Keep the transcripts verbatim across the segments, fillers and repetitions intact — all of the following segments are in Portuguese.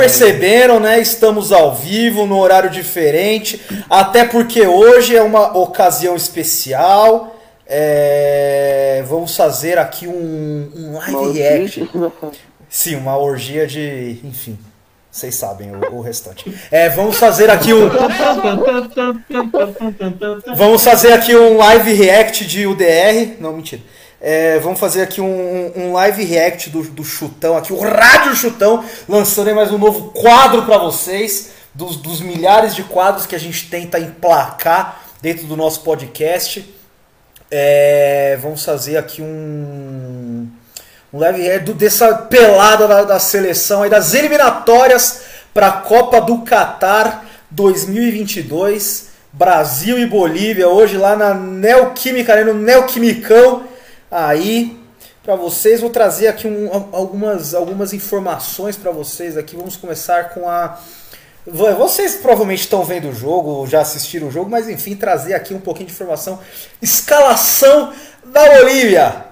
perceberam, né? Estamos ao vivo, no horário diferente, até porque hoje é uma ocasião especial. É... Vamos fazer aqui um, um live react. Sim, uma orgia de... Enfim, vocês sabem o, o restante. É, vamos fazer aqui um... Vamos fazer aqui um live react de U D R. Não, mentira. É, vamos fazer aqui um, um live react do, do Chutão, aqui, o Rádio Chutão, lançando aí mais um novo quadro para vocês, dos, dos milhares de quadros que a gente tenta emplacar dentro do nosso podcast. É, vamos fazer aqui um, um live react do, dessa pelada da, da seleção, aí, das eliminatórias para a Copa do Catar dois mil e vinte e dois, Brasil e Bolívia, hoje lá na Neoquímica, no Neoquimicão. Aí, para vocês, vou trazer aqui um, algumas, algumas informações para vocês aqui. Vamos começar com a... Vocês provavelmente estão vendo o jogo, já assistiram o jogo, mas enfim, trazer aqui um pouquinho de informação. Escalação da Bolívia.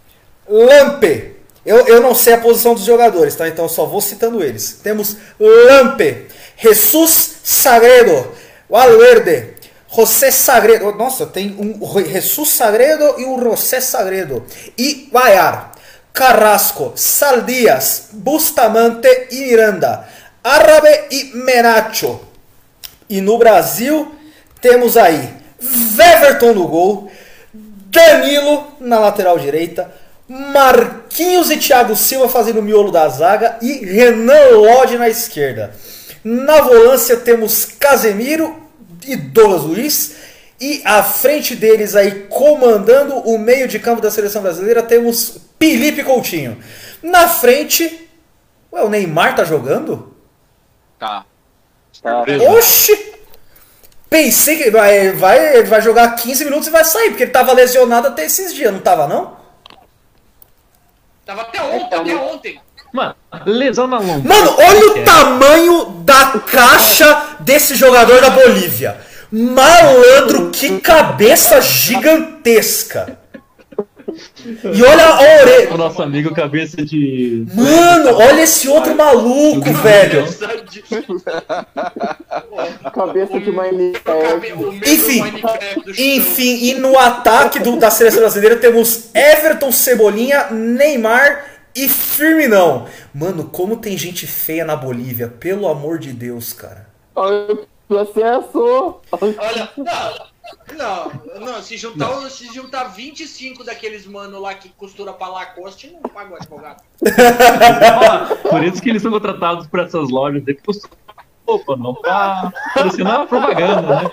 Lampe. Eu, eu não sei a posição dos jogadores, tá? Então eu só vou citando eles. Temos Lampe, Jesus Sagredo, Valverde, José Sagredo, nossa, tem um Jesus Sagredo e um José Sagredo. E Bayar, Carrasco, Saldias, Bustamante e Miranda, Árabe e Menacho. E no Brasil temos aí Weverton no gol, Danilo na lateral direita, Marquinhos e Thiago Silva fazendo o miolo da zaga e Renan Lodge na esquerda. Na volância temos Casemiro e Douglas Luiz, e à frente deles aí, comandando o meio de campo da seleção brasileira, temos Felipe Coutinho. Na frente, ué, o Neymar tá jogando? Tá. tá. Oxi! Pensei que ele vai, vai, ele vai jogar quinze minutos e vai sair, porque ele tava lesionado até esses dias, não tava não? Tava até ontem, até ontem. Mano, lesão na lombar. Mano, olha o tamanho da caixa desse jogador da Bolívia. Malandro, que cabeça gigantesca. E olha a orelha. O nosso amigo cabeça de... Mano, olha esse outro maluco, velho. Cabeça de Minecraft. Enfim, enfim, e no ataque do, da seleção brasileira temos Everton, Cebolinha, Neymar e Firminão. Mano, como tem gente feia na Bolívia, pelo amor de Deus, cara. Olha o processo. Olha, não, não, não, se juntar, não. se juntar vinte e cinco daqueles mano lá que costura pra Lacoste, não paga o advogado. Por isso que eles são contratados por essas lojas de costura. Opa, não pra patrocinar propaganda, né?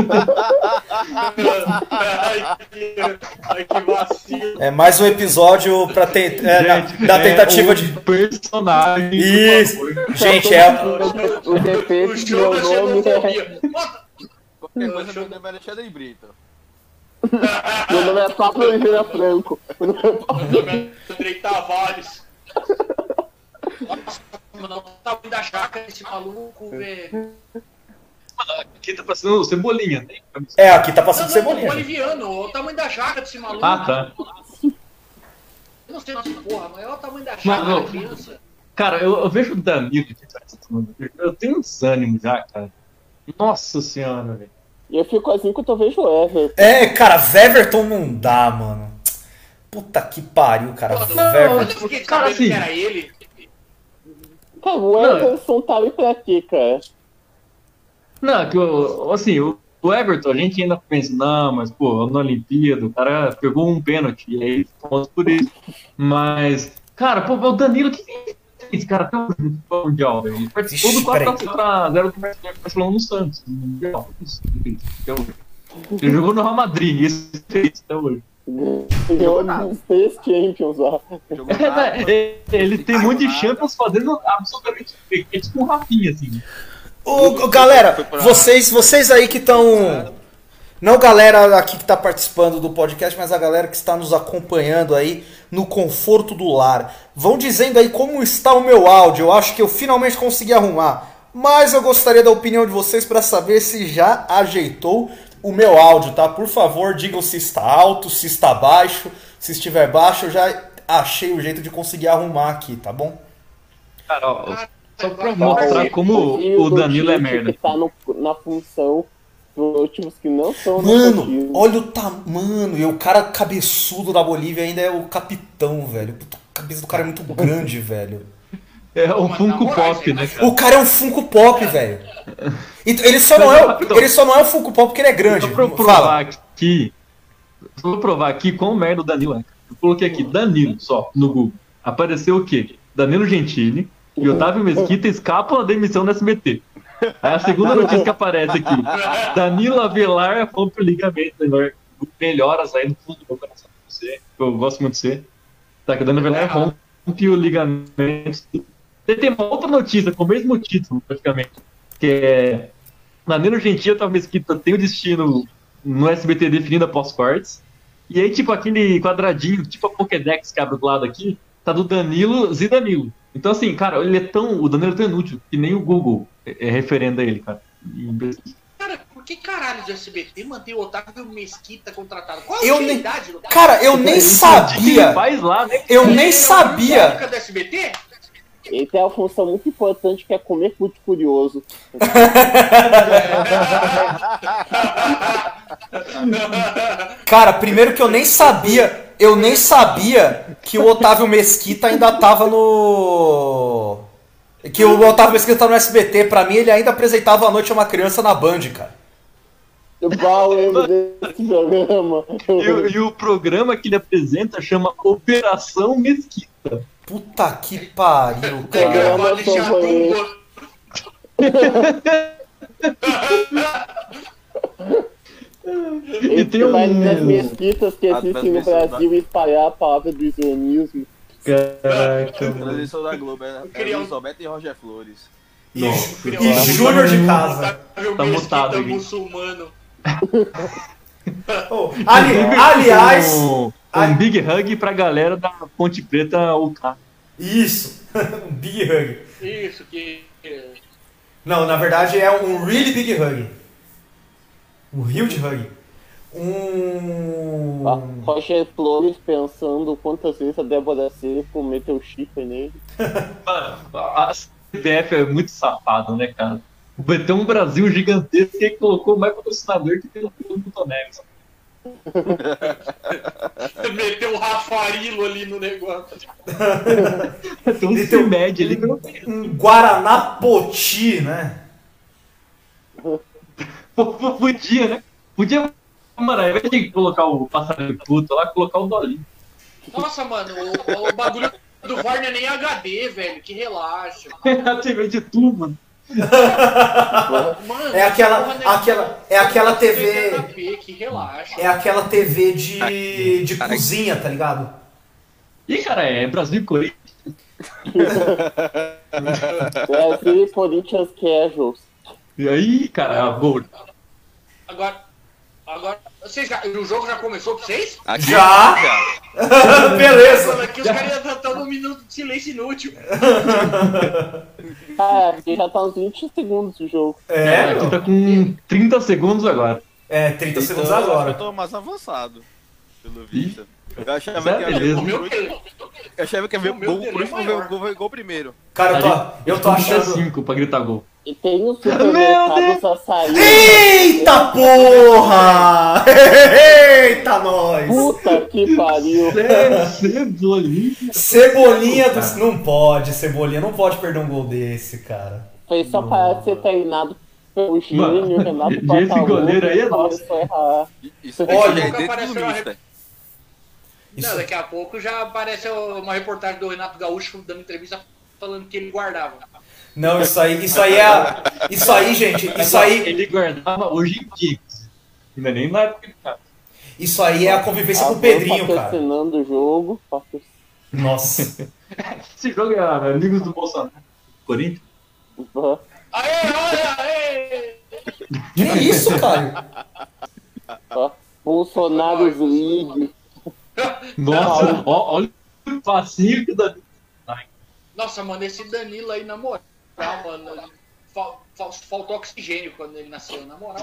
Ai, que, ai, que vacilo. É mais um episódio pra te, é, Gente, da, da tentativa é de. Personagem. Isso! Gente, é. O defeito do meu nome é. Qualquer coisa, meu nome é Alexandre Brito. Meu nome é Pablo Oliveira Franco. Meu nome é Andrei Tavares. Nossa, mano, o tamanho da jaca desse maluco, velho. Aqui tá passando Cebolinha, né? É, aqui tá passando não, não, Cebolinha. Boliviano, o tamanho da jaca desse maluco. Ah, tá. Eu não sei nossa porra, mas é o tamanho da jaca da criança. Cara, eu, eu vejo o Danilo, eu tenho uns ânimos já, cara. Nossa senhora, velho. E eu fico assim quando eu vejo o Everton. É, cara, Weverton não dá, mano. Puta que pariu, cara. Não, eu fiquei sabendo assim, que era ele. Cara, o Everton tá ali pra quê, cara? Não, que eu, assim, o, o Everton, a gente ainda pensa, não, mas, pô, na Olimpíada, o cara pegou um pênalti, e aí fomos por isso. Mas, cara, pô, o Danilo, que esse cara até o Mundial, velho. Ele participou do quatro a zero do Barcelona no Santos, no Mundial. Ele jogou no Real Madrid, isso fez até hoje. Ele jogou nos três Champions lá. É, ele tem um monte de Champions fazendo absolutamente perfeito com o Rafinha, assim. Ô, galera, vocês, vocês aí que estão... Não galera aqui que está participando do podcast, mas a galera que está nos acompanhando aí no conforto do lar. Vão dizendo aí como está o meu áudio. Eu acho que eu finalmente consegui arrumar. Mas eu gostaria da opinião de vocês para saber se já ajeitou o meu áudio, tá? Por favor, digam se está alto, se está baixo. Se estiver baixo, eu já achei o jeito de conseguir arrumar aqui, tá bom? Cara, ó, Só pra mostrar como o Danilo é merda. Que tá no, na função por motivos que não são Mano, motivos. olha o tamanho. E o cara cabeçudo da Bolívia ainda é o capitão, velho. Puta, a cabeça do cara é muito grande, velho. É um Funko Pop, né, cara? O cara é um Funko Pop, velho. Então, ele só não é, ele só não é um Funko Pop porque ele é grande. Só pra eu provar aqui, só pra provar aqui quão merda o Danilo é. Eu coloquei aqui, Danilo, só, no Google. Apareceu o quê? Danilo Gentili e Otávio Mesquita escapam da demissão do S B T. Aí a segunda notícia que aparece aqui, Danilo Avelar rompe o ligamento, melhoras aí no fundo do meu coração pra você, eu gosto muito de você. Tá, que o Danilo Avelar rompe o ligamento. E tem uma outra notícia com o mesmo título, praticamente, que é Danilo Gentili e Otávio Mesquita tem o destino no S B T definido após cortes. E aí, tipo, aquele quadradinho, tipo a Pokédex que abre do lado aqui, tá do Danilo Zidanilo. Então, assim, cara, ele é tão. O Danilo é tão inútil que nem o Google é referendo a ele, cara. Cara, por que caralho do S B T mantém o Otávio Mesquita contratado? Qual a Eu utilidade do nem, cara, eu nem sabia. Faz lá, né? Eu nem sabia. Do S B T? Ele tem uma função muito importante que é comer cu de curioso. Cara, primeiro que eu nem sabia, eu nem sabia que o Otávio Mesquita ainda tava no... Que o Otávio Mesquita tá no S B T. Pra mim, ele ainda apresentava A Noite a uma Criança na Band, cara. Eu lembro desse programa. E, o- e o programa que ele apresenta chama Operação Mesquita. Puta que pariu, cara. Programa Pode deixar sobre- tumba. E tem um. Mas nas mesquitas que A existem no transmissão Brasil espalhar a palavra do islamismo. Caraca, mano. Transmissão da Globo, é, é queria um- Luiz Roberto e Roger Flores. E, Nossa, e Júnior de casa. Otávio Tá Mesquita mutado aqui. muçulmano. Oh, ali, aliás, Um, ali- um big hug pra galera da Ponte Preta U K. isso. Um big hug. Isso, que... Não, na verdade é um really big hug. Um huge hug. Um... A Roger Flores pensando quantas vezes a Débora Seco meteu chifre nele. Mano, a C B F é muito safado, né, cara? Vai ter um Brasil gigantesco que colocou mais patrocinador que pelo Milton Neves. Meteu um Rafarilo ali no negócio. Tem um E tem um- CIMED ali que eu não conheço. Um Guaraná Poti, né? Pô, pô, Podia, né? Podia, mano, ao invés de colocar o passarinho puto lá, colocar o Dolinho. Nossa, mano, o, o bagulho do V A R não é nem H D, velho. Que relaxa. A T V de tudo, mano. Mano, É aquela- porra, né? aquela- é aquela T V H P, que relaxa. É aquela T V de, de cozinha, tá ligado? Ih, cara, é Brasil e Corinthians. Brasil e Corinthians Casuals. E aí, cara, gol. Agora, agora, vocês já, o jogo já começou pra vocês? Aqui, Já? Mano, Beleza. aqui os caras já estão num minuto de silêncio inútil. Ah, aqui já tá uns vinte segundos o jogo. É, Aqui tá com trinta segundos agora. é trinta segundos Então, agora. Eu tô mais avançado, pelo visto. Eu achava Isso é que ia beleza. O meu, ver eu achava que ia ver o o meu gol, delay por isso que eu é ver o maior. gol, gol primeiro. Cara, eu tô, eu tô achando. cinco pra gritar gol. E tem os Meu supermercados açaí. Eita porra! Eita nós! Puta que pariu. É, Cebolinha. Cebolinha do. Não pode, Cebolinha, não pode perder um gol desse, cara. Foi só parar de ser treinado pelo gênio, Renato esse goleiro aí é nosso. começou a errar. Isso Olha, aqui é nunca dentro apareceu do uma mister. Isso- Não, daqui a pouco já aparece uma reportagem do Renato Gaúcho dando entrevista falando que ele guardava. Não, isso aí, isso aí é. a- Isso aí, gente, isso aí. Ele guardava hoje em dia. Não é nem na época que ele tava. Isso aí é a convivência com o Avô Pedrinho, cara. patrocinando o jogo. patro- Nossa. Esse jogo é amigos do Bolsonaro. Corinthians? Aê, olha, aê! Que isso, cara? Ó, Bolsonaro's League. Nossa, ó, olha o passinho que dá. Nossa, mano, esse Danilo aí, na moral, mano, fal- fal- faltou oxigênio quando ele nasceu, na moral.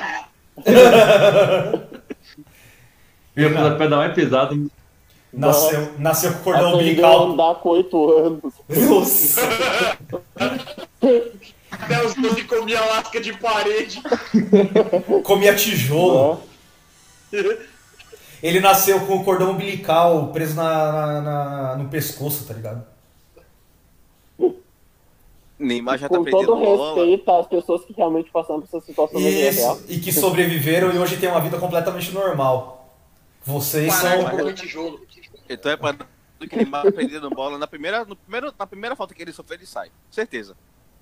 Eu ia fazer pedal mais pesado. Nasceu, nasceu com cordão Aprendeu a umbilical. andar com oito anos. Nossa. Até os dois que comia lasca de parede. Comia tijolo. Ele nasceu com o cordão umbilical preso na, na- na- no pescoço, tá ligado? Neymar já tá Com perdendo todo bola. respeito às pessoas que realmente passaram por essa situação na vida real. Isso, e que sobreviveram e hoje têm uma vida completamente normal. Vocês Parar de são... comer tijolo. Então é pra que Neymar tá perdendo bola na primeira, no primeiro, na primeira falta que ele sofreu, ele sai. Certeza.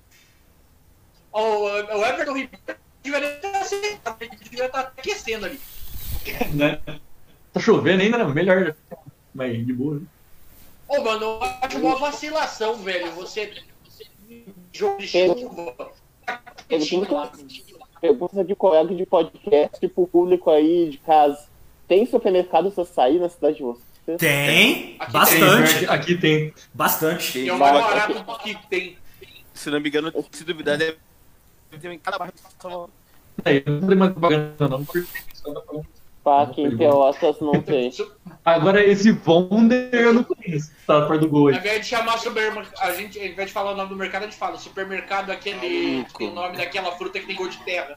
Ó, O, o Everton Ribeiro devia estar acertado, ele devia estar aquecendo ali. Né? Tá chovendo ainda, né? Melhor. Mas de boa, né? Ô, mano, eu acho uma vacilação, velho. Você. Jogo de chuva. Pergunta, pergunta de colega de podcast pro público aí de casa. Tem supermercado pra sair na cidade de vocês? Tem, Aqui bastante, Tem, aqui tem. bastante. E é o mais barato que tem. Se não me engano, se duvidar, deve ter em cada bairro. Aí, eu não falei mais propaganda, não, porque só tá falando. Pá, aqui em Pelotas não tem. Agora, esse Wonder eu não conheço. Tá perto do gol Ao aí. invés de chamar supermercado, a gente, ao invés de falar o nome do mercado, a gente fala supermercado, aquele que tem o nome daquela fruta que tem cor de terra.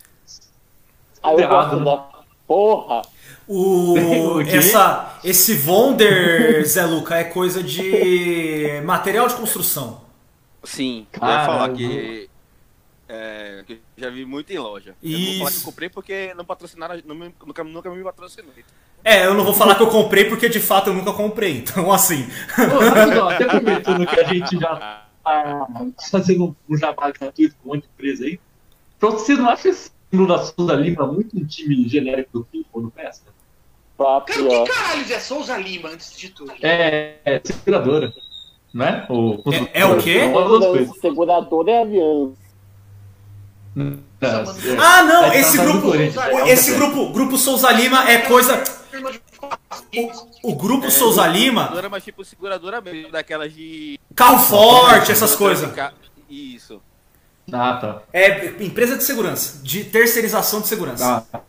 Aí eu Errado, gosto né? da porra. O, O quê? essa, esse Wonder, Zé Luca, é coisa de material de construção. Sim, eu ia Caralho. falar que, é, que eu já vi muito em loja. Eu não vou falar que Isso. eu comprei porque não patrocinaram, não me- nunca, nunca me patrocinou. É, eu não vou falar que eu comprei porque de fato eu nunca comprei. Então, assim. Pô, rapidão, até aproveitando que a gente já tá fazendo um jabá gratuito com um monte de empresa aí. Então, você não acha esse símbolo da Souza Lima muito um time genérico do FIFA do Pesca? Pá, Cara, o pior. que caralho é Souza Lima, antes de tudo? É, é seguradora, não é? O, É- é o quê? Uma das coisas. Seguradora é aliança. É, Ah, não, é, esse tá do grupo. Corinthians, é, Esse é. grupo, grupo Souza Lima é coisa. Firma de O grupo Souza Lima, Não era mais tipo seguradora mesmo, daquelas de. carro forte, essas coisas. Isso. Ah, tá. É empresa de segurança, de terceirização de segurança. Ah,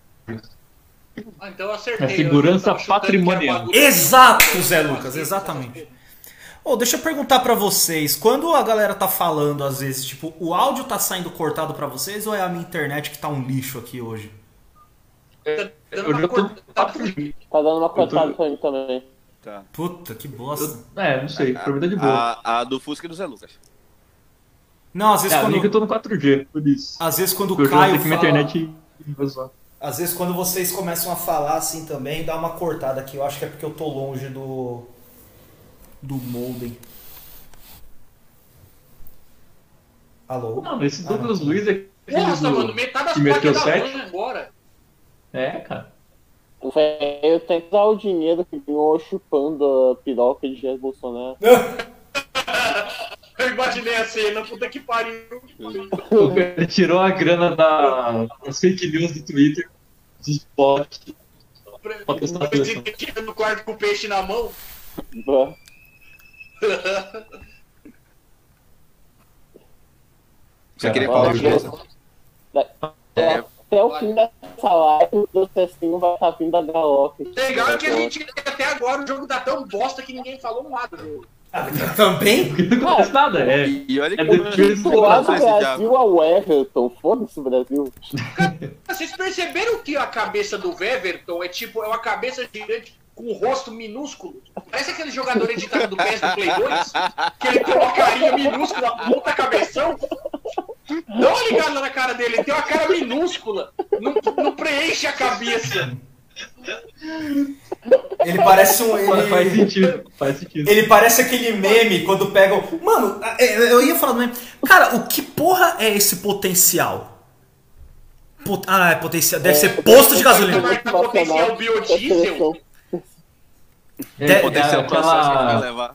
Ah, então eu acertei. É segurança Eu tava chutando que era patrimonial. bagulho. Exato, Zé Lucas, exatamente. Ô, deixa eu perguntar pra vocês, quando a galera tá falando, às vezes, tipo, o áudio tá saindo cortado pra vocês ou é a minha internet que tá um lixo aqui hoje? Dando eu uma já tô cortada. Tá dando uma cortada tô- pra mim também. Tá. Puta, que bosta. É, não sei, pra mim tá de boa. A, a do Fusca e do Zé Lucas. Não, às vezes É, a minha que eu quando, tô no quatro G, por isso. às vezes quando Porque o eu já sei Caio que minha fala, internet vai zoar. às vezes quando vocês começam a falar assim também, dá uma cortada aqui. Eu acho que é porque eu tô longe do do modem. Alô? Não, esse Ah, Douglas não. Luiz é aquele Nossa, do- mano, metade das que meteu placas da sete. van agora. É, cara. O velho tem que dar o dinheiro que ganhou chupando a piroca de Jair Bolsonaro. Eu imaginei a cena, puta que pariu. O cara tirou a grana da das fake news do Twitter, dos bots. Pode testar a Depois versão. de tira no quarto com o peixe na mão. Bah. Você queria Cara, falar olha, uma coisa? É, Até o fim dessa live, o processinho vai estar vindo da galope. Legal é que a gente, até agora, o jogo tá tão bosta que ninguém falou nada do jogo. Também? Porque não acontece nada, é. E, e olha que É eu defesa não Do lado do sei se já- Brasil ao Everton, foda-se o Brasil. Vocês perceberam que a cabeça do Weverton é tipo, é uma cabeça gigante com um rosto minúsculo? Parece aquele jogador editado do P E S do Play dois, que ele tem uma carinha minúscula, puta cabeção. Dá uma ligada na cara dele, ele tem uma cara minúscula, não, não preenche a cabeça. Ele parece um. Faz, faz Ele, sentido, faz sentido. ele parece aquele meme quando pegam. Mano, é, eu ia falar do meme. Cara, o que porra é esse potencial? Pot- Ah, é potencial. Deve ser posto de gasolina. Marca potencial biodiesel. É, é, potencial processo que vai aquela, levar.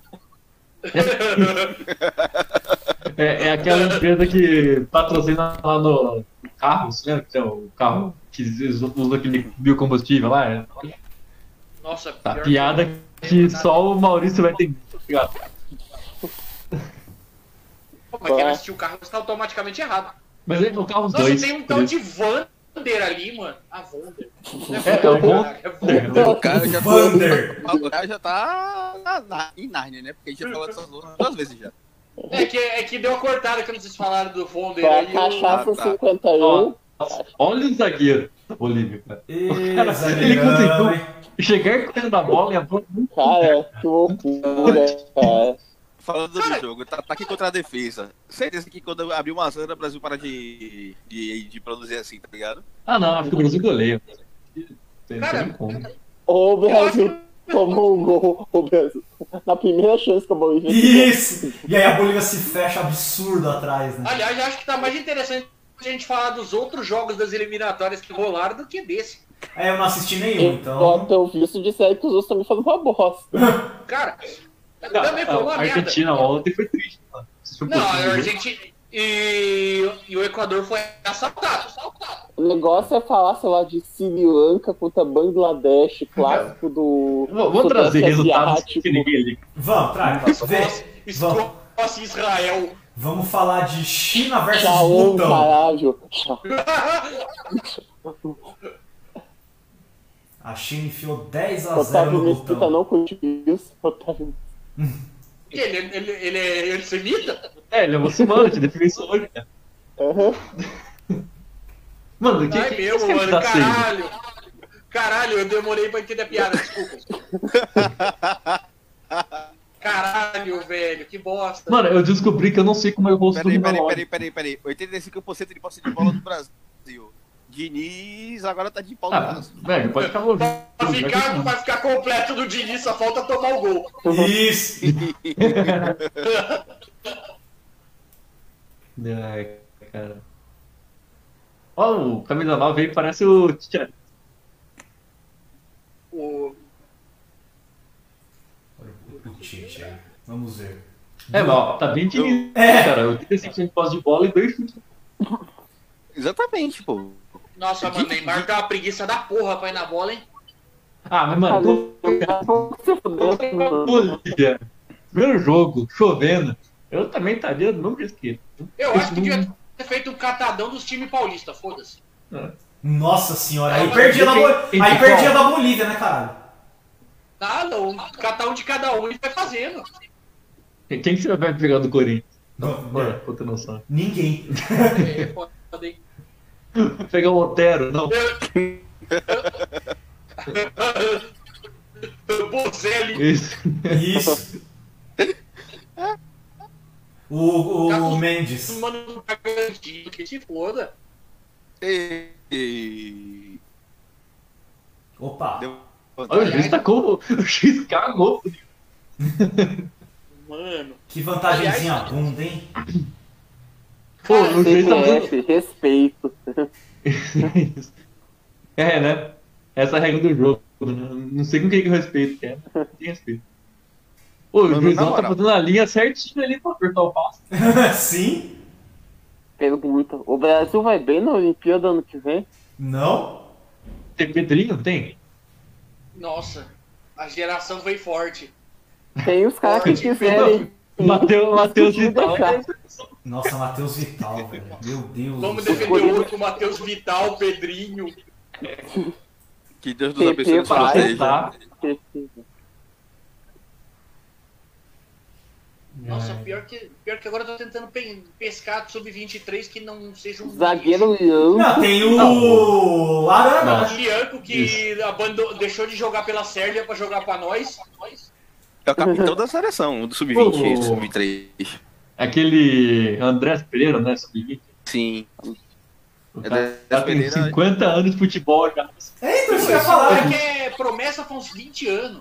é, é aquela empresa que patrocina lá no carro, você lembra que é o carro que usa aquele biocombustível lá? É, Nossa, tá, pior piada que só o Maurício vai ter. Obrigado. Pô, mas quem não assistiu o carro está automaticamente errado. Mas é o carro Nossa, dois. tem um tal de Vander ali, mano. Ah, Vander. É, é o Vander. É Vander. O cara já Vander. O cara já tá na, na, em Nárnia, né? Porque a gente já falou dessas duas duas vezes já. É que, é que deu uma cortada quando vocês falaram do Vonder Foi a aí. eu- cachaça Ah, tá. cinquenta e um. Nossa, olha o zagueiro da Bolívia, cara. Ê, Cara, ele zagueirão, conseguiu hein? chegar correndo na bola e a bola muito. Cara, que loucura, cara. Falando do jogo, tá, tá aqui contra a defesa. Certeza que quando abrir uma zona, o Brasil para de, de, de produzir assim, tá ligado? Ah, não, acho que o Brasil goleia. Não tem Cara, nem como. O Brasil tomou um gol. O Brasil. Na primeira chance que a Bolívia Isso! E aí a Bolívia se fecha absurdo atrás, né? Aliás, eu acho que tá mais interessante a gente falar dos outros jogos das eliminatórias que rolaram do que desse. É, eu não assisti nenhum, então. Então, eu vi isso disseram que os outros também fazem uma bosta. Cara, Não, também foi uma a merda. Argentina ontem foi triste, mano. Assistiu um Não, pouquinho a do jogo. Argentina e, e o Equador foi assaltado. O negócio é falar, sei lá, de Sri Lanka contra Bangladesh, clássico do. Vou, vou do trazer Sudeste resultados Asiático. que ninguém liga. Vamos, traga. Vê. Escócia, Vamos, Escócia e Israel. vamos falar de China versus Tchau, Butão. caralho. Tchau. A China enfiou dez a zero Otávio no Mesquita Butão. não curtiu isso. Otávio. Ele, ele, ele é antissemita? É, ele é muçulmano, de defensor, cara. Aham. Mano, o que, Ai, que, que meu, esse cara mano, tá sendo? caralho. Caralho, eu demorei pra entender a piada, desculpa. Caralho, velho, que bosta. Mano, eu descobri que eu não sei como é o rosto Peraí, do peraí, Menor. peraí, peraí, peraí. oitenta e cinco por cento de posse de bola do Brasil. Diniz agora tá de pau no Ah, braço. velho, pode ficar louco. Pra ficar, pra ficar completo do Diniz, só falta tomar o gol. Isso! Ai, cara. Ó, o camisa nove aí parece o Tchê. O... Olha o Tite aí. Vamos ver. É, mas ó, tá bem de É. cara. oitenta e cinco por cento de posse de bola e dois chutes. Exatamente, pô. Nossa, mano, Neymar tá uma preguiça da porra pra ir na bola, hein? Ah, mas mano, Você fudeu, mano. Bolívia. Primeiro jogo, chovendo. Eu também estaria do mesmo jeito que ele. Eu acho que devia ter feito um catadão dos times paulistas, foda-se. Nossa senhora, aí Mas perdia, da, quem- Bo... quem aí que perdia fala? da Bolívia, né, caralho? Nada, um, catar um de cada um e vai fazendo. Quem que você vai pegar do Corinthians? Não, Mano, é, puta noção. ninguém. É, foda, hein? Pegar o Otero, não. Bozelli. Isso. Isso. O, o Mendes. Mano, tá garantido, que se foda. E... e- Opa. Deu... Olha, o juiz tacou. O juiz cagou. Mano. Que vantagenzinha bunda, hein? Pô, o juiz tá C P F, respeito. É, né? Essa é a regra do jogo. Né? Não sei com quem que eu respeito, cara. Não tem respeito. Pô, o Mano, juizão na tá moral. fazendo a linha certinho ali pra apertar o passo. Sim? Pergunta. O Brasil vai bem na Olimpíada ano que vem? Não? Tem Pedrinho? Tem? Nossa, a geração veio forte. Tem os caras que Pode. quiserem. Mateus, Mateus Se Vital. deixar. Nossa, Matheus Vital, velho. Meu Deus Vamos do céu. defender o outro, Matheus Vital, Pedrinho. Que Deus nos P abençoe e nos P vai, proteja. Tá. Nossa, pior que, pior que agora eu tô tentando pe- pescar sub vinte e três que não seja um Zagueiro Leão. Não, tem o Não. Arana. Não. O Lianco que abandon... deixou de jogar pela Sérvia pra jogar pra nós. É o capitão da seleção, do sub vinte e Ô. sub três. Aquele Andrés Pereira, né? sub vinte. Sim. O É cara Andrés tem Pereira. cinquenta anos de futebol já. É, então isso que eu ia Esse falar. moleque é promessa pra uns vinte anos.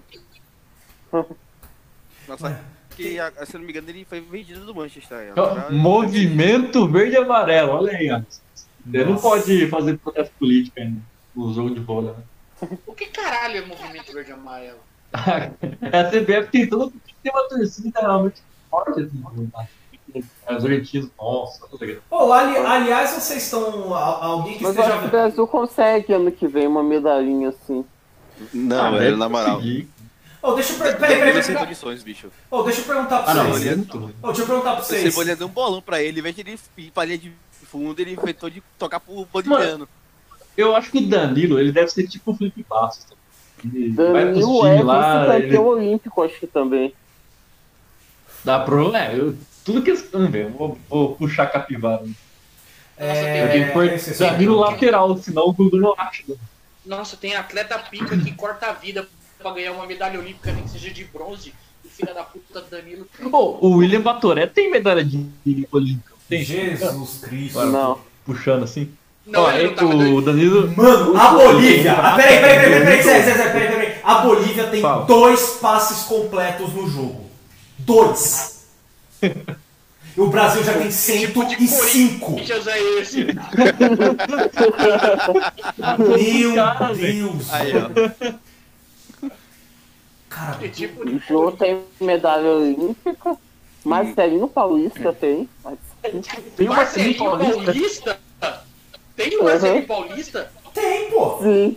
Nossa, que, a- se eu não me engano, ele foi vendido do Manchester. Ó, Agora- Movimento verde e amarelo, olha aí, ó. Você não Nossa. pode fazer protesto político ainda no jogo de bola, né? O que caralho é movimento verde e amarelo? A C B F tem todo tem uma torcida realmente forte assim, né? Os argentinos, nossa, tá ligado? Pô, ali- aliás, vocês estão. a- Alguém que Mas eu acho que o esteja. Brasil consegue ano que vem uma medalhinha assim. Não, Ah, velho, deve na moral. conseguir. Ô, deixa eu per... peraí, peraí, Ele sem peraí. condições, bicho. Ô, deixa eu perguntar pra Ah, não, vocês. ele é muito ruim. Ô, deixa eu perguntar pra O vocês. Cebolinha deu um bolão pra ele, em vez de ele ir pra linha de fundo, ele inventou de tocar pro boliviano. Eu acho que o Danilo, ele deve ser tipo o Felipe Bastos. Ele vai pros Danilo times é lá, ele campeão olímpico, acho que também. dá pro... É, eu... tudo questão, velho. Vou, vou puxar a capivara. É, Eu tenho que pôr esse- Danilo lateral, senão o Google não acha. Nossa, tem atleta pica que corta a vida pra ganhar uma medalha olímpica, nem que seja de bronze. E filha da puta Danilo. Pô, o William Batoré tem medalha de olímpica. Tem. Jesus Cristo. Agora, Não. Puxando assim. Não, Ó, ele não aí tava o Danilo. Mano, a Bolívia. Ah, peraí, peraí, peraí, peraí, peraí, Zé, Zé, Zé, peraí, peraí. A Bolívia tem Fala. dois passes completos no jogo. Dois. E o Brasil já tem Que cento tipo de e cinco. Corinthians é esse? Meu Cara, Deus. Aí, ó. Cara, Que tipo O de Jô tem medalha olímpica, Marcelinho Paulista tem. Mas... Tem o Marcelinho Marcelinho Paulista. Paulista? Tem o Marcelinho Paulista? tem, pô. Sim.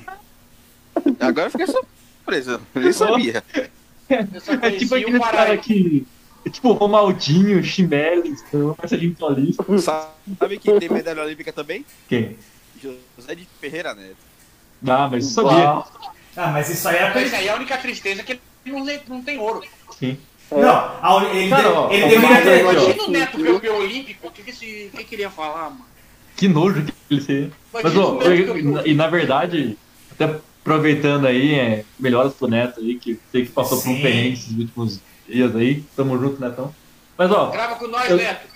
Agora eu fiquei surpreso. Eu nem sabia. Eu só É conheci tipo o aquele cara Paraíba. que. É tipo Ronaldinho, Chimelis, o Marcelinho Paulista. Sabe quem tem medalha olímpica também? Quem? José de Ferreira Neto. Ah, mas eu sabia. Uau. Ah, mas isso aí é pra Mas aí a única tristeza é que ele não, le- não tem ouro. Sim. Não, a uni- ele, Cara, de- ó, ele ó, deveria ó, ter. ó, Imagina o Neto campeão olímpico. O que, que, esse, o que, que ele ia falar, mano? Que nojo que ele seria. Mas, Imagina ó, o Neto eu- campeão. e na verdade, até aproveitando aí, é, melhoras pro Neto aí, que sei que passou por um Sim. perrengue esses últimos dias aí. Tamo junto, Netão. Mas ó, Grava com nós, Eu- Neto.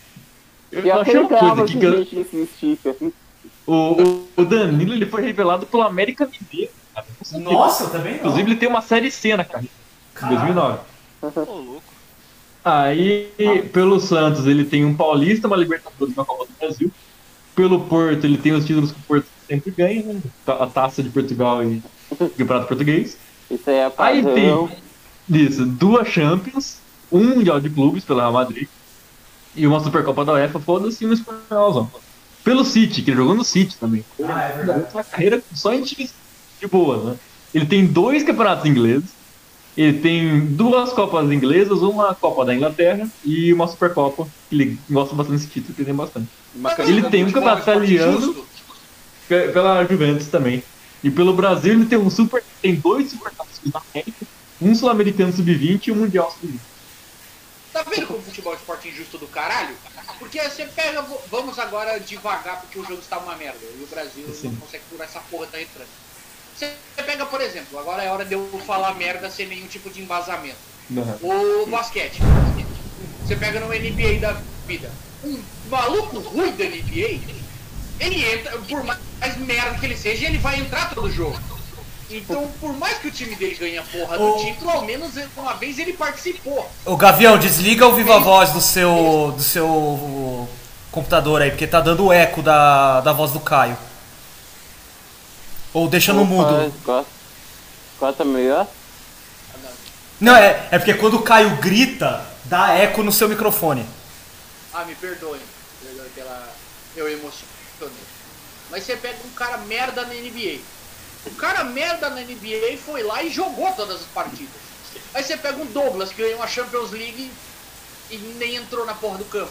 eu E achei uma coisa acreditava aqui que que eu- gente insistia. o, o- o Danilo ele foi revelado pelo América Mineiro, cara. Eu não sabia. Nossa, eu também não. Inclusive ele tem uma série C na carreira, em Caralho. dois mil e nove. Ô, louco. Aí, pelo Santos, ele tem um Paulista, uma Libertadores e uma Copa do Brasil. Pelo Porto, ele tem os títulos que o Porto sempre ganha, né? Ta- A Taça de Portugal e o Campeonato Português. Isso aí é Aí padrão. tem, isso, duas Champions, um Mundial de Clubes pela Real Madrid e uma Supercopa da UEFA, foda-se, e um espanholzão. Pelo City, que ele jogou no City também. Ah, é verdade. Uma carreira só em times de boa, né? Ele tem dois campeonatos ingleses, ele tem duas Copas inglesas, uma Copa da Inglaterra e uma Supercopa, que ele gosta bastante desse título, que ele tem bastante. Uma Ele tem um Futebol, campeonato esporte italiano. justo. Pe- Pela Juventus também. E pelo Brasil ele tem um super. Tem dois supercampeões da América, um sul-americano sub vinte e um mundial sub vinte. Tá vendo como o futebol é esporte injusto do caralho? Porque você pega, vo- vamos agora devagar porque o jogo está uma merda e o Brasil Sim. não consegue curar essa porra tá entrando. Você pega, por exemplo, agora é hora de eu falar merda sem nenhum tipo de embasamento. O basquete. Você pega no N B A da vida. Um maluco ruim da N B A, ele entra, por mais merda que ele seja, ele vai entrar todo jogo. Então, por mais que o time dele ganhe a porra do O- título, ao menos uma vez ele participou. Ô Gavião, desliga o Viva Voz do seu, do seu computador aí, porque tá dando eco da, da voz do Caio. Ou deixa no mudo. Gosta, gosta melhor? Não, é, é porque quando o Caio grita, dá eco no seu microfone. Ah, me perdoe, perdoe pela... eu emocionei. Mas você pega um cara merda na N B A. O cara merda na N B A foi lá e jogou todas as partidas. Aí você pega um Douglas que ganhou a Champions League e nem entrou na porra do campo.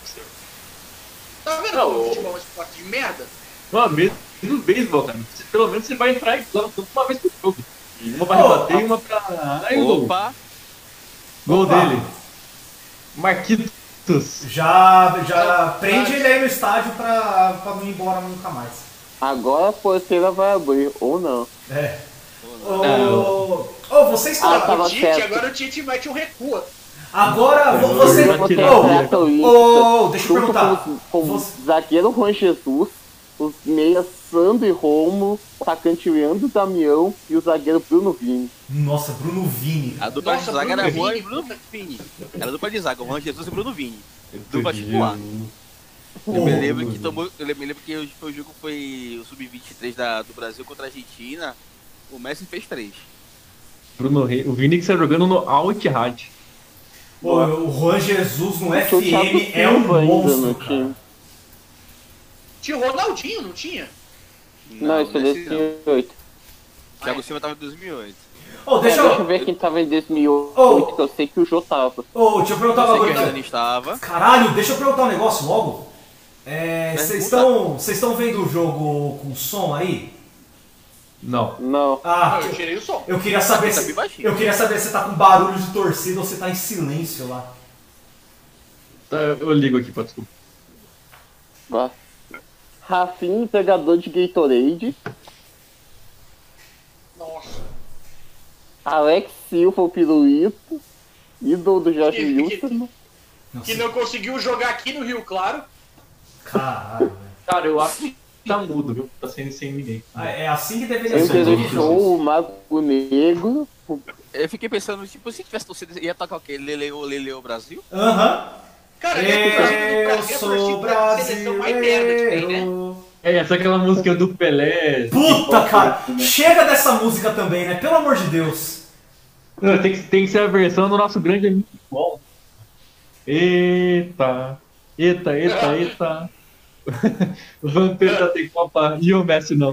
Tá vendo Não, como o o- futebol é um esporte de merda? Não, mesmo no beisebol, cara. Você- Pelo menos você vai entrar e usar uma vez por jogo. E uma pra rebater e uma pra. Ai, gol. Opa! Gol Opa. dele. Marquitos. Já, já prende ele aí no estádio pra, pra não ir embora nunca mais. Agora a porteira vai abrir, ou não. É. Ô, Ô, não. ô, vocês estão. Ah, tava O Tite, certo. agora o Tite mete um recua. Agora, vo- Eu você. vou Você tirar Ô, a atleta olímpica, ô, deixa eu junto perguntar. Com, os- com o Você- zagueiro Juan Jesus, os meias Sandro e Romo, o atacante Leandro Damião e o zagueiro Bruno Vini. Nossa, Bruno Vini. A dupla Nossa, de zaga Bruno era Juan Vini, e Bruno puta Vini. Era a dupla de zaga, o Juan Jesus e Bruno Vini. Meu Dupla titular. Deus. Eu me Ô, lembro meu que Deus. tomou. Eu me lembro que o o jogo foi o sub vinte e três da, do Brasil contra a Argentina. O Messi fez três. Bruno Rei. O Vini que está jogando no Al Ittihad. Ô, o Juan Jesus no Tinha o F M Thiago é um Silva ainda monstro, no cara. time. Tinha o Ronaldinho, não tinha? Não, isso é nesse dois mil e oito. não. Thiago Silva tava em dois mil e oito. Ô, É, deixa deixa eu eu. ver quem tava em dois mil e oito, Oh. que eu sei que o Jô tava. Ô, deixa eu perguntar Eu uma sei que o coisa. Hernani estava. Caralho, deixa eu perguntar um negócio logo. É, vocês Pergunta. estão vocês estão vendo o jogo com som aí? Não. Não. Ah, Ah, eu tirei o som. eu queria saber Tá se bem baixinho. eu queria saber se tá com barulho de torcida ou se tá em silêncio lá. Tá, eu ligo aqui pra desculpa. Ó. Rafinha, entregador de Gatorade. Nossa. Alex Silva, o pirulito. Ídolo do Jorge Que- que- Wilson. Que não conseguiu jogar aqui no Rio Claro. Caralho, velho. Cara, eu acho que tá mudo, viu? Tá sem, sem ninguém. Ah, é assim que deveria Sempre ser. deixou o Mago Negro. Eu fiquei pensando, tipo, se tivesse torcida, ia tocar o quê? Leleô, Leleô Brasil? Aham. Cara, Eu sou a seleção mais merda que tem, né? brasileiro. É, essa é aquela música do Pelé. Puta, cara. Chega dessa música também, né? Pelo amor de Deus. Não, tem, que, tem que ser a versão do nosso grande amigo futebol. Eita, eita, eita, eita. O Vampiro já tem Copa e o Messi não.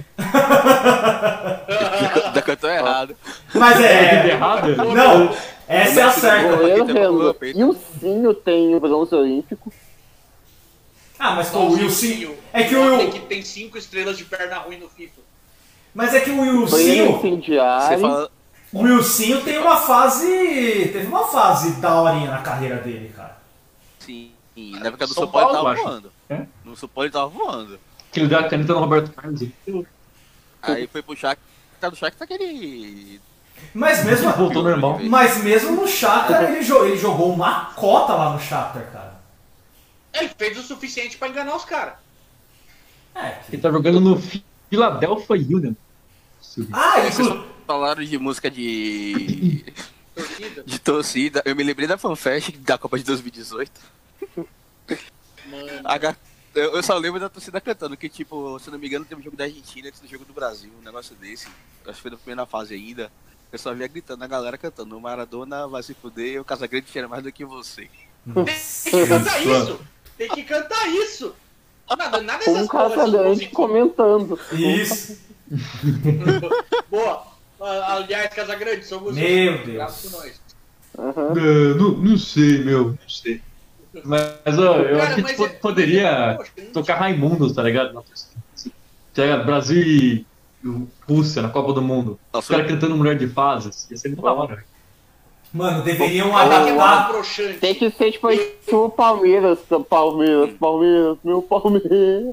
Da cantou errado. Mas É tudo é. errado? Não, essa é a certa. Goleiro Tem como Renan. peito. E o Sinho tem o bronze olímpico. Ah, mas com o Nossa, Wilson. o É que o Tem Will. que tem cinco estrelas de perna ruim no FIFA. Mas é que o Banheiro Wilson. Você incendiário. fala, O Wilson tem uma fase. Teve uma fase daorinha na carreira dele, cara. sim, na época do São São Paulo Paulo, tava acho. voando. É? No São Paulo ele tava voando. Que ele deu a caneta no Roberto Carlos. Aí foi pro Shakhtar, tá do Shakhtar aquele... Mas mesmo. Voltou normal. Mas mesmo no Shakhtar, ele, jo- ele jogou uma cota lá no Shakhtar, cara. Ele fez o suficiente pra enganar os caras. É. Ele tá jogando no Philadelphia Union. Ah, Vocês inclu... falaram de música de... Torcida. de torcida. Eu me lembrei da FanFest da Copa de dois mil e dezoito. Mano. A ga- Eu eu só lembro da torcida cantando, que tipo, se não me engano, teve um jogo da Argentina antes do jogo do Brasil, um negócio desse. Acho que foi na primeira fase ainda. Eu só via gritando, a galera cantando, o Maradona vai se fuder, o Casagrande cheira mais do que você. Tem que cantar isso! Tem que cantar isso! Nada, nada Com dessas um porras de caçadante música. comentando. Isso. Boa! Ah, Aliás, Casagrande, somos Meu Deus. Graças a nós. Aham. não, não sei, meu. Não sei. Mas ó, eu Cara, acho que mas tipo, é- poderia Poxa, não tocar Raimundos, tá ligado? Na torcida. Tá ligado? Brasil e Rússia na Copa do Mundo. Os Nossa, caras cantando Mulher de Fases. Ia ser muito da hora. Mano, deveriam Cara, que é uma adaptar. broxante. Tem que ser tipo, tipo o Palmeiras, Palmeiras, Palmeiras, meu Palmeiras.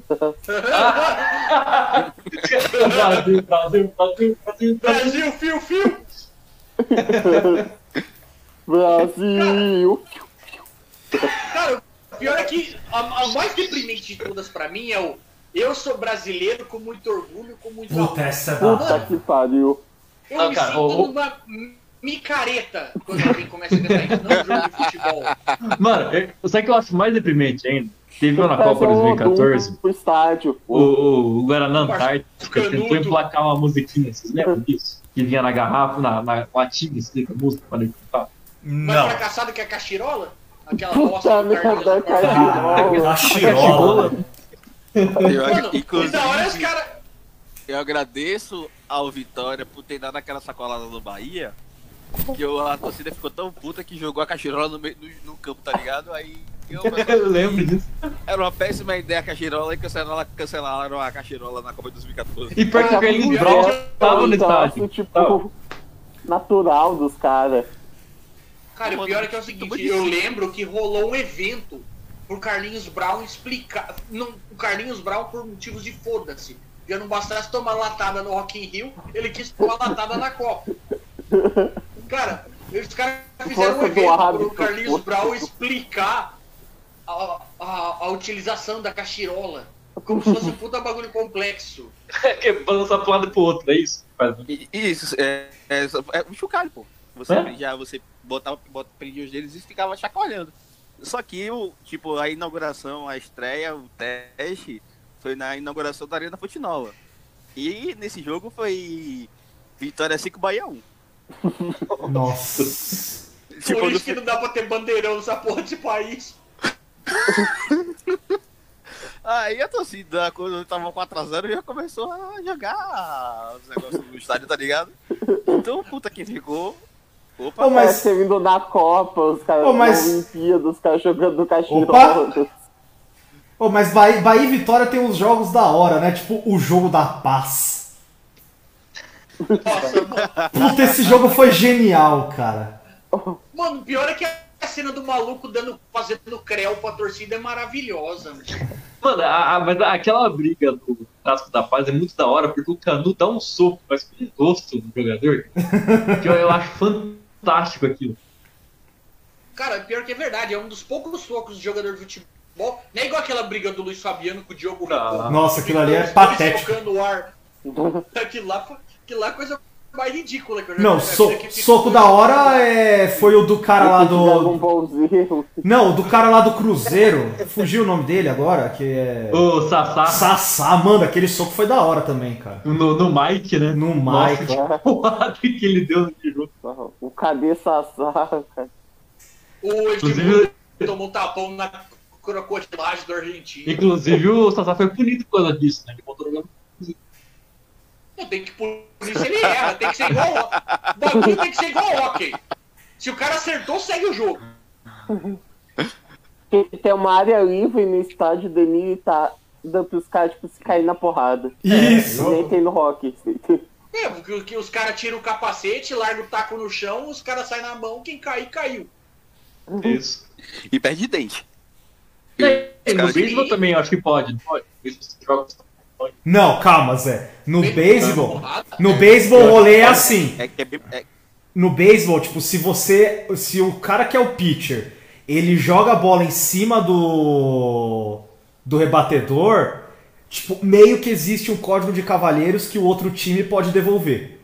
Brasil, Brasil, Brasil, Brasil, Brasil. Brasil, fio, fio! Brasil. Cara, o pior é que a, a mais deprimente de todas pra mim é o eu sou brasileiro com muito orgulho, com muito Puta, amor. essa é Puta da. que pariu. Eu Não, me cara, sinto o- numa micareta quando alguém começa a cantar isso, não um jogo de futebol. Mano, eu- sabe o que eu acho mais deprimente ainda? Teve na Parece Copa um dois mil e quatorze, Odum pro estádio. o, o, o Guaraná Antártica Canudo. tentou emplacar uma musiquinha, vocês lembram disso? Que vinha na garrafa, na, na latinha, explica a música pra ele cantar. Mas Não. fracassado que é a cachirola? Aquela Puta bosta do merda, Carlinhos Bala. Cachirola. A chirola. eu, Mano, inclusive, e da hora os caras. eu agradeço ao Vitória por ter dado aquela sacolada no Bahia, que eu- a torcida ficou tão puta que jogou a cachirola no, meio, no, no campo, tá ligado? Aí eu, Eu lembro disso. era uma péssima ideia a cachirola e cancelaram, cancelaram a cachirola na Copa de dois mil e quatorze. E pior que o Carlinhos Brown Brown tava no Um estádio. troço, tipo, natural dos caras. Cara, o pior é que é o seguinte, eu lembro que rolou um evento pro Carlinhos Brown explicar. Não, o Carlinhos Brown por motivos de foda-se. Já não bastasse tomar latada no Rock in Rio, ele quis tomar latada na Copa. Cara, os caras fizeram um Força do evento hábito, pro Carlinhos força. Brown explicar a, a, a utilização da cachirola. Como se fosse um puta bagulho complexo. Que balança pra um lado e pro outro, é isso? Faz- E- Isso, é, é, é um chocalho, pô. Você É? já você botava, bota, prendia os deles e ficava chacoalhando. Só que o tipo a inauguração, a estreia, o teste foi na inauguração da Arena Fonte Nova. E nesse jogo foi Vitória cinco Bahia um. Nossa. Tipo, Por no isso que não dá pra ter bandeirão nessa porra de país. Aí a torcida, quando tava quatro a zero, já começou a jogar os negócios no estádio, tá ligado? Então, puta que ficou. Opa, Ô, mas- Mas você vindo na Copa, os caras Ô, mas- na Olimpíada, os caras jogando Opa! cachirola. Ô, mas Bahia, Bahia e Vitória tem uns jogos da hora, né? Tipo o jogo da paz. Nossa, mano. Puta, esse jogo foi genial, cara. Mano, o pior é que a a cena do maluco dando, fazendo creu pra torcida é maravilhosa. Mano, a, a, mas aquela briga do Clássico da Paz é muito da hora, porque o Canu dá um soco, mas com um rosto do jogador, que eu, eu acho fantástico aquilo. Cara, pior que é verdade, é um dos poucos socos de jogador de futebol. Não é igual aquela briga do Luiz Fabiano com o Diogo Rico. Nossa, aquilo ali é Os dois patético. Tocando o ar. Aquilo lá, foi- aquilo lá é a coisa mais ridícula que eu já Não, vi na so- vida, que fica- soco da hora é, foi o do cara lá Dragon do... Ball Z. Não, o do cara lá do Cruzeiro. Fugiu o nome dele agora, que é... O Sassá Sassá, mano, aquele soco foi da hora também, cara. no, no Mike, né? No Nossa, Mike. que porrada que ele deu no jogo. O Cadê Sassá, cara? O Edmundo Inclusive, tomou um tapão na crocodilagem do argentino. inclusive o Sassá foi punido por causa disso, né? Ele voltou jogando. Não, tem que punir se ele erra, tem que ser igual ao o bagulho tem que ser igual ao hockey. Se o cara acertou, segue o jogo. Porque tem uma área livre no estádio do Emílio e tá dando pros caras, tipo, se cair na porrada. Isso. Nem tem no hockey. É, porque que os caras tiram o capacete, largam o taco no chão, os caras saem na mão, quem cair, caiu. Isso. E perde dente. E no caras- beisebol também, eu acho que pode. Não pode? Beisebol, você joga- Não, calma, Zé. No beisebol... Porrada. No beisebol o rolê é assim. É que é bem. É, No beisebol, tipo, se você... Se o cara que é o pitcher, ele joga a bola em cima do... Do rebatedor, tipo, meio que existe um código de cavalheiros que o outro time pode devolver.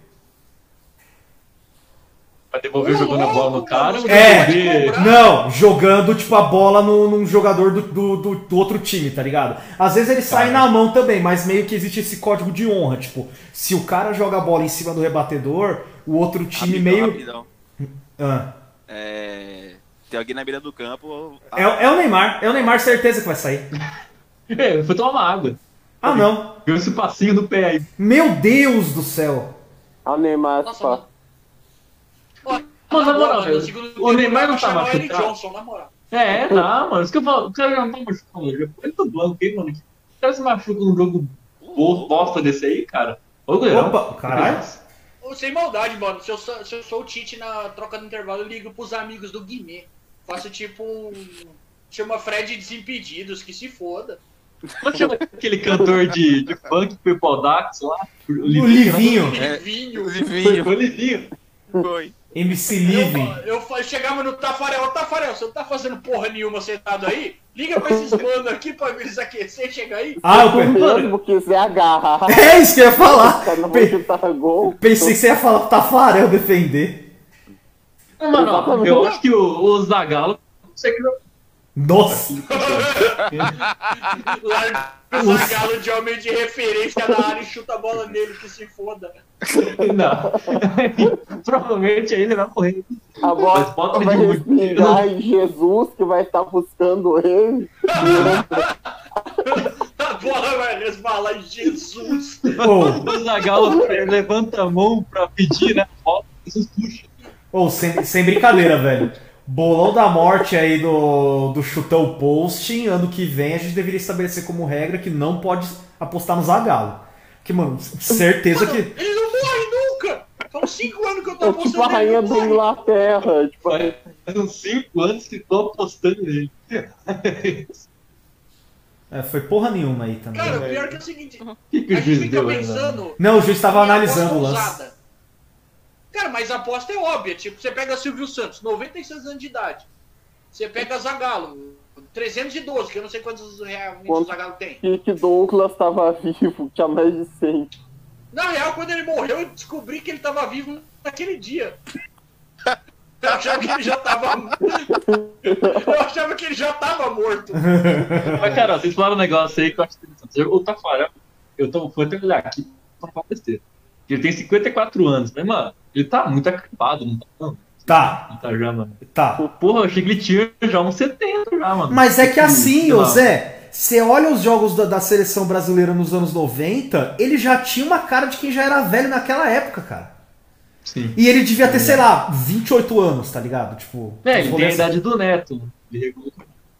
Vai devolver jogando a bola no cara ou É, devolver... não, jogando, tipo, a bola no, num jogador do, do, do- do outro time, tá ligado? Às vezes ele sai na mão também, mas meio que existe esse código de honra, tipo, se o cara joga a bola em cima do rebatedor, o outro time rapidão, meio... rapidão. Ah. É, tem alguém na beira do campo. É, é o Neymar, é o Neymar, certeza que vai sair. É, foi tomar uma água. Ah, não. Viu esse passinho no pé aí. Meu Deus do céu. Olha o Neymar, Nossa, pá. mano. Ó, Mas, na moral, no velho, segundo o tempo, Neymar não vai tá chamar o Eric machucado. Johnson, na moral. É, tá, mano. Isso que eu falo, o cara já não tá machucado. Já foi do banco, hein, mano? O cara se machuca num jogo bo- bosta desse aí, cara. Ô, Leão. Opa, caralho. Ô, sem maldade, mano. Se eu, sou, se eu sou o Tite na troca do intervalo, eu ligo pros amigos do Guimê. Faço tipo um. Chama Fred Desimpedidos, que se foda. Como chama aquele cantor de, de funk, que foi pro Audax lá? O O Livinho. É. Livinho. Livinho. Foi o Livinho. Foi. M C Living. Eu, eu, eu chegava no Tafarel, ô Tafarel, você não tá fazendo porra nenhuma sentado aí? Liga pra esses mano aqui pra eles aquecer, chega aí. Ah, eu Se pe- mesmo quiser agarrar, É isso que eu ia falar. cara, não Pe- vai chutar gol. Pensei que você ia falar pro Tafarel defender. Não, mano, ó, Exatamente. eu acho que o, o Zagallo consegue jogar. Nossa. Larga o Zagallo de homem de referência na área e chuta a bola nele, que se foda. Não. Provavelmente aí ele vai morrer. A Mas bola bota ele vai de muito. respingar em Jesus, que vai estar buscando ele. A bola vai resvalar em Jesus. Ou O Zagallo levanta a mão pra pedir, né? Volta, Jesus puxa. ou sem, sem brincadeira, velho. Bolão da morte aí do, do chutão posting. Ano que vem a gente deveria estabelecer como regra que não pode apostar no Zagalo. Que, mano, certeza que. Ele não morre nunca! Faz cinco anos que eu tô É tipo apostando a nele, rainha não da morre. Inglaterra. Tipo, Faz uns cinco anos que tô apostando nele. É, foi porra nenhuma aí também. Cara, o pior que é o seguinte, O que, que a o gente juiz fica deu, né? pensando... Não, o juiz estava em analisando o aposta lance. ousada. Cara, mas a aposta é óbvia. Tipo, você pega Silvio Santos, noventa e seis anos de idade. Você pega Zagallo, trezentos e doze, que eu não sei quantos realmente o Quanto? Zagallo tem. que Douglas tava vivo, tinha mais de cem. Na real, quando ele morreu, eu descobri que ele tava vivo naquele dia. Eu achava que ele já tava... Eu achava que ele já tava morto. Mas, cara, vocês falaram um negócio aí que eu acho interessante. O Tafarel, eu tô, fui até olhar aqui pra falar besteira. Ele tem cinquenta e quatro anos, mas, mano, ele tá muito acabado, não tá? Não, Tá, não tá já, mano. tá. Porra, eu achei que ele tinha já uns setenta já, mano. Mas é que assim, Sei ô lá. Zé, você olha os jogos da, da seleção brasileira nos anos noventa, ele já tinha uma cara de quem já era velho naquela época, cara. Sim. E ele devia ter, sei lá, vinte e oito anos, tá ligado? Tipo, É, os ele tem a rolês- idade do Neto. Ele regulou.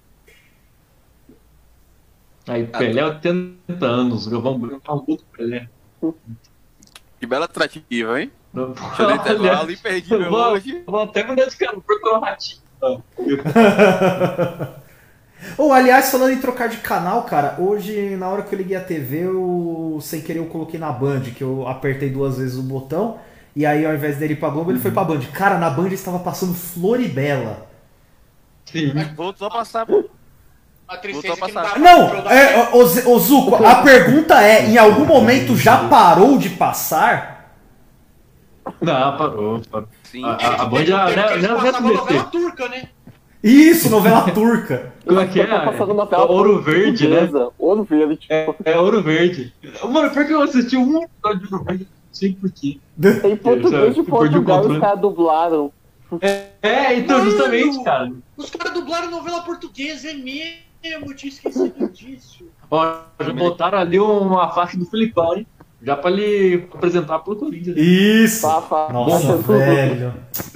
Aí, Pelé, oitenta anos. Vamos brincar um pouco com o Pelé. Que bela atrativa, hein? Não- Deixa eu dar intervalo Olha, imperdível eu vou, hoje. eu vou até mandar esse cara procurar um ratinho. Ou, aliás, falando em trocar de canal, cara, hoje, na hora que eu liguei a T V, eu, sem querer, eu coloquei na Band, que eu apertei duas vezes o botão, e aí, ao invés dele ir pra Globo, ele foi pra Band. Cara, na Band estava passando Floribela. Sim. Voltou a passar. A tristeza Voltou a que não passar. dá Não, pra jogar. é, ô, Zé- ô, Zuko, a pergunta é, em algum momento já parou de passar? Não, parou. parou. Sim. A, É, a, a Band teve um já tempo que já eles já passavam novela S B T. turca, né? Isso, novela turca. Como é que é? Tá passando uma tela Ouro Verde, né? portuguesa, Ouro Verde, tipo, É, é Ouro Verde. Mano, por que eu assisti um episódio de Ouro Verde? Não sei por quê. em português de Eu perdi o Portugal controle. os caras dublaram. É, então, Mano, justamente, cara. Os caras dublaram novela portuguesa, é mesmo. Eu tinha esquecido disso. Ó, já botaram ali uma faixa do Filipão, hein? Já pra ele apresentar pro Corinthians. Isso. Fa- fa- Nossa, fa- velho.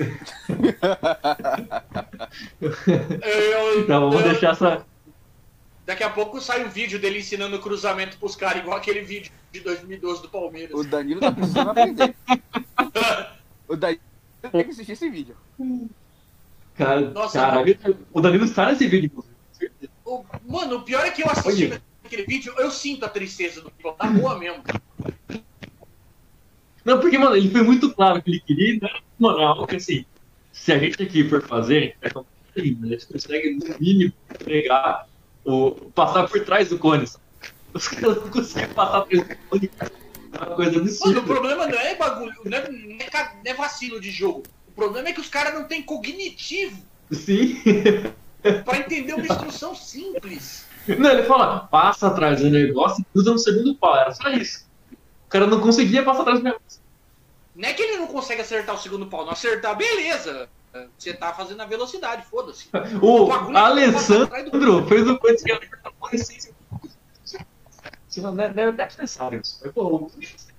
Eu- Então, vamos eu- deixar essa. Daqui a pouco sai um vídeo dele ensinando cruzamento pros caras, igual aquele vídeo de dois mil e doze do Palmeiras. O Danilo tá precisando aprender. O Danilo tem que assistir esse vídeo. Cara, Nossa, caralho, o Danilo está nesse vídeo, inclusive. O- Mano, o pior é que eu assisti Olha. aquele vídeo, eu sinto a tristeza do Filipão, na rua mesmo. Não, porque, mano, ele foi muito claro que ele queria, né? Mano, é algo que assim, se a gente aqui for fazer, é tão lindo, a gente consegue, no mínimo, pegar, o, passar por trás do cone. Sabe? Os caras não conseguem passar por trás do cone. É uma coisa Mano, o absurda. problema não é bagulho, não é, não é ca- não é vacilo de jogo. O problema é que os caras não têm cognitivo Sim. pra entender uma instrução simples. Não, ele fala, passa atrás do negócio e cruza no segundo pau. Era só isso. O cara não conseguia passar atrás do negócio. Não é que ele não consegue acertar o segundo pau, não acertar, beleza. Você tá fazendo a velocidade, foda-se. O bagulho é que Alessandro passa atrás do- fez o coisa que era adolescência. Você não deve, deve deve pensar isso. Mas, pô, o-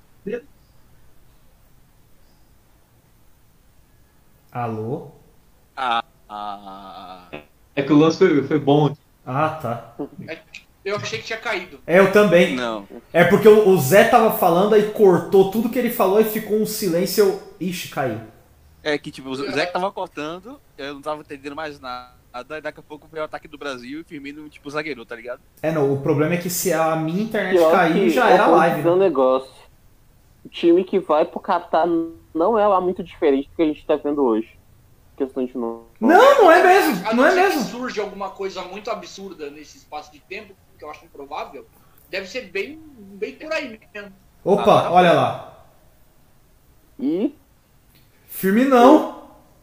Alô? Ah, ah, é que o lance foi, foi bom. Ah, tá. Eu achei que tinha caído. É, eu também. não. É porque o, o Zé tava falando, aí cortou tudo que ele falou e ficou um silêncio. Eu... Ixi, caiu. É que tipo, o Zé que tava cortando, eu não tava entendendo mais nada. E daqui a pouco veio o ataque do Brasil e Firmino, tipo, zagueiro, tá ligado? É, não, o problema é que se a minha internet Pior cair, que já eu era vou live. dizer um Né? negócio. O time que vai pro Catar não é lá muito diferente do que a gente tá vendo hoje. Questão de novo. Não, não é mesmo. A Não é ser que mesmo. surge alguma coisa muito absurda nesse espaço de tempo, que eu acho improvável, deve ser bem, bem por aí mesmo. Opa, olha lá. E Firminão.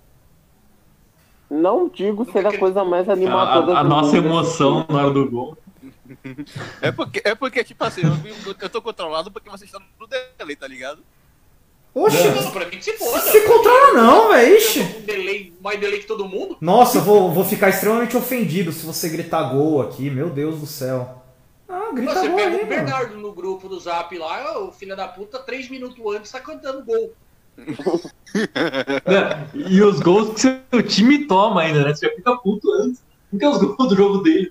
não digo ser a coisa mais animadora A, a do nossa mundo. emoção na hora do gol. É porque, é porque tipo assim, eu, eu tô controlado porque vocês estão no delay, tá ligado? Oxe, Não, pra mim que se foda. se controla não, velho. Eu Ixi. tô com delay, mais delay que todo mundo. Nossa, eu vou, vou ficar extremamente ofendido se você gritar gol aqui. Meu Deus do céu. Ah, grita Você gol pega aí, o mano. Bernardo no grupo do Zap lá, o filho da puta, três minutos antes tá cantando gol. Né? E os gols que seu time toma ainda, né? Você já fica puto antes. Porque os gols do jogo dele.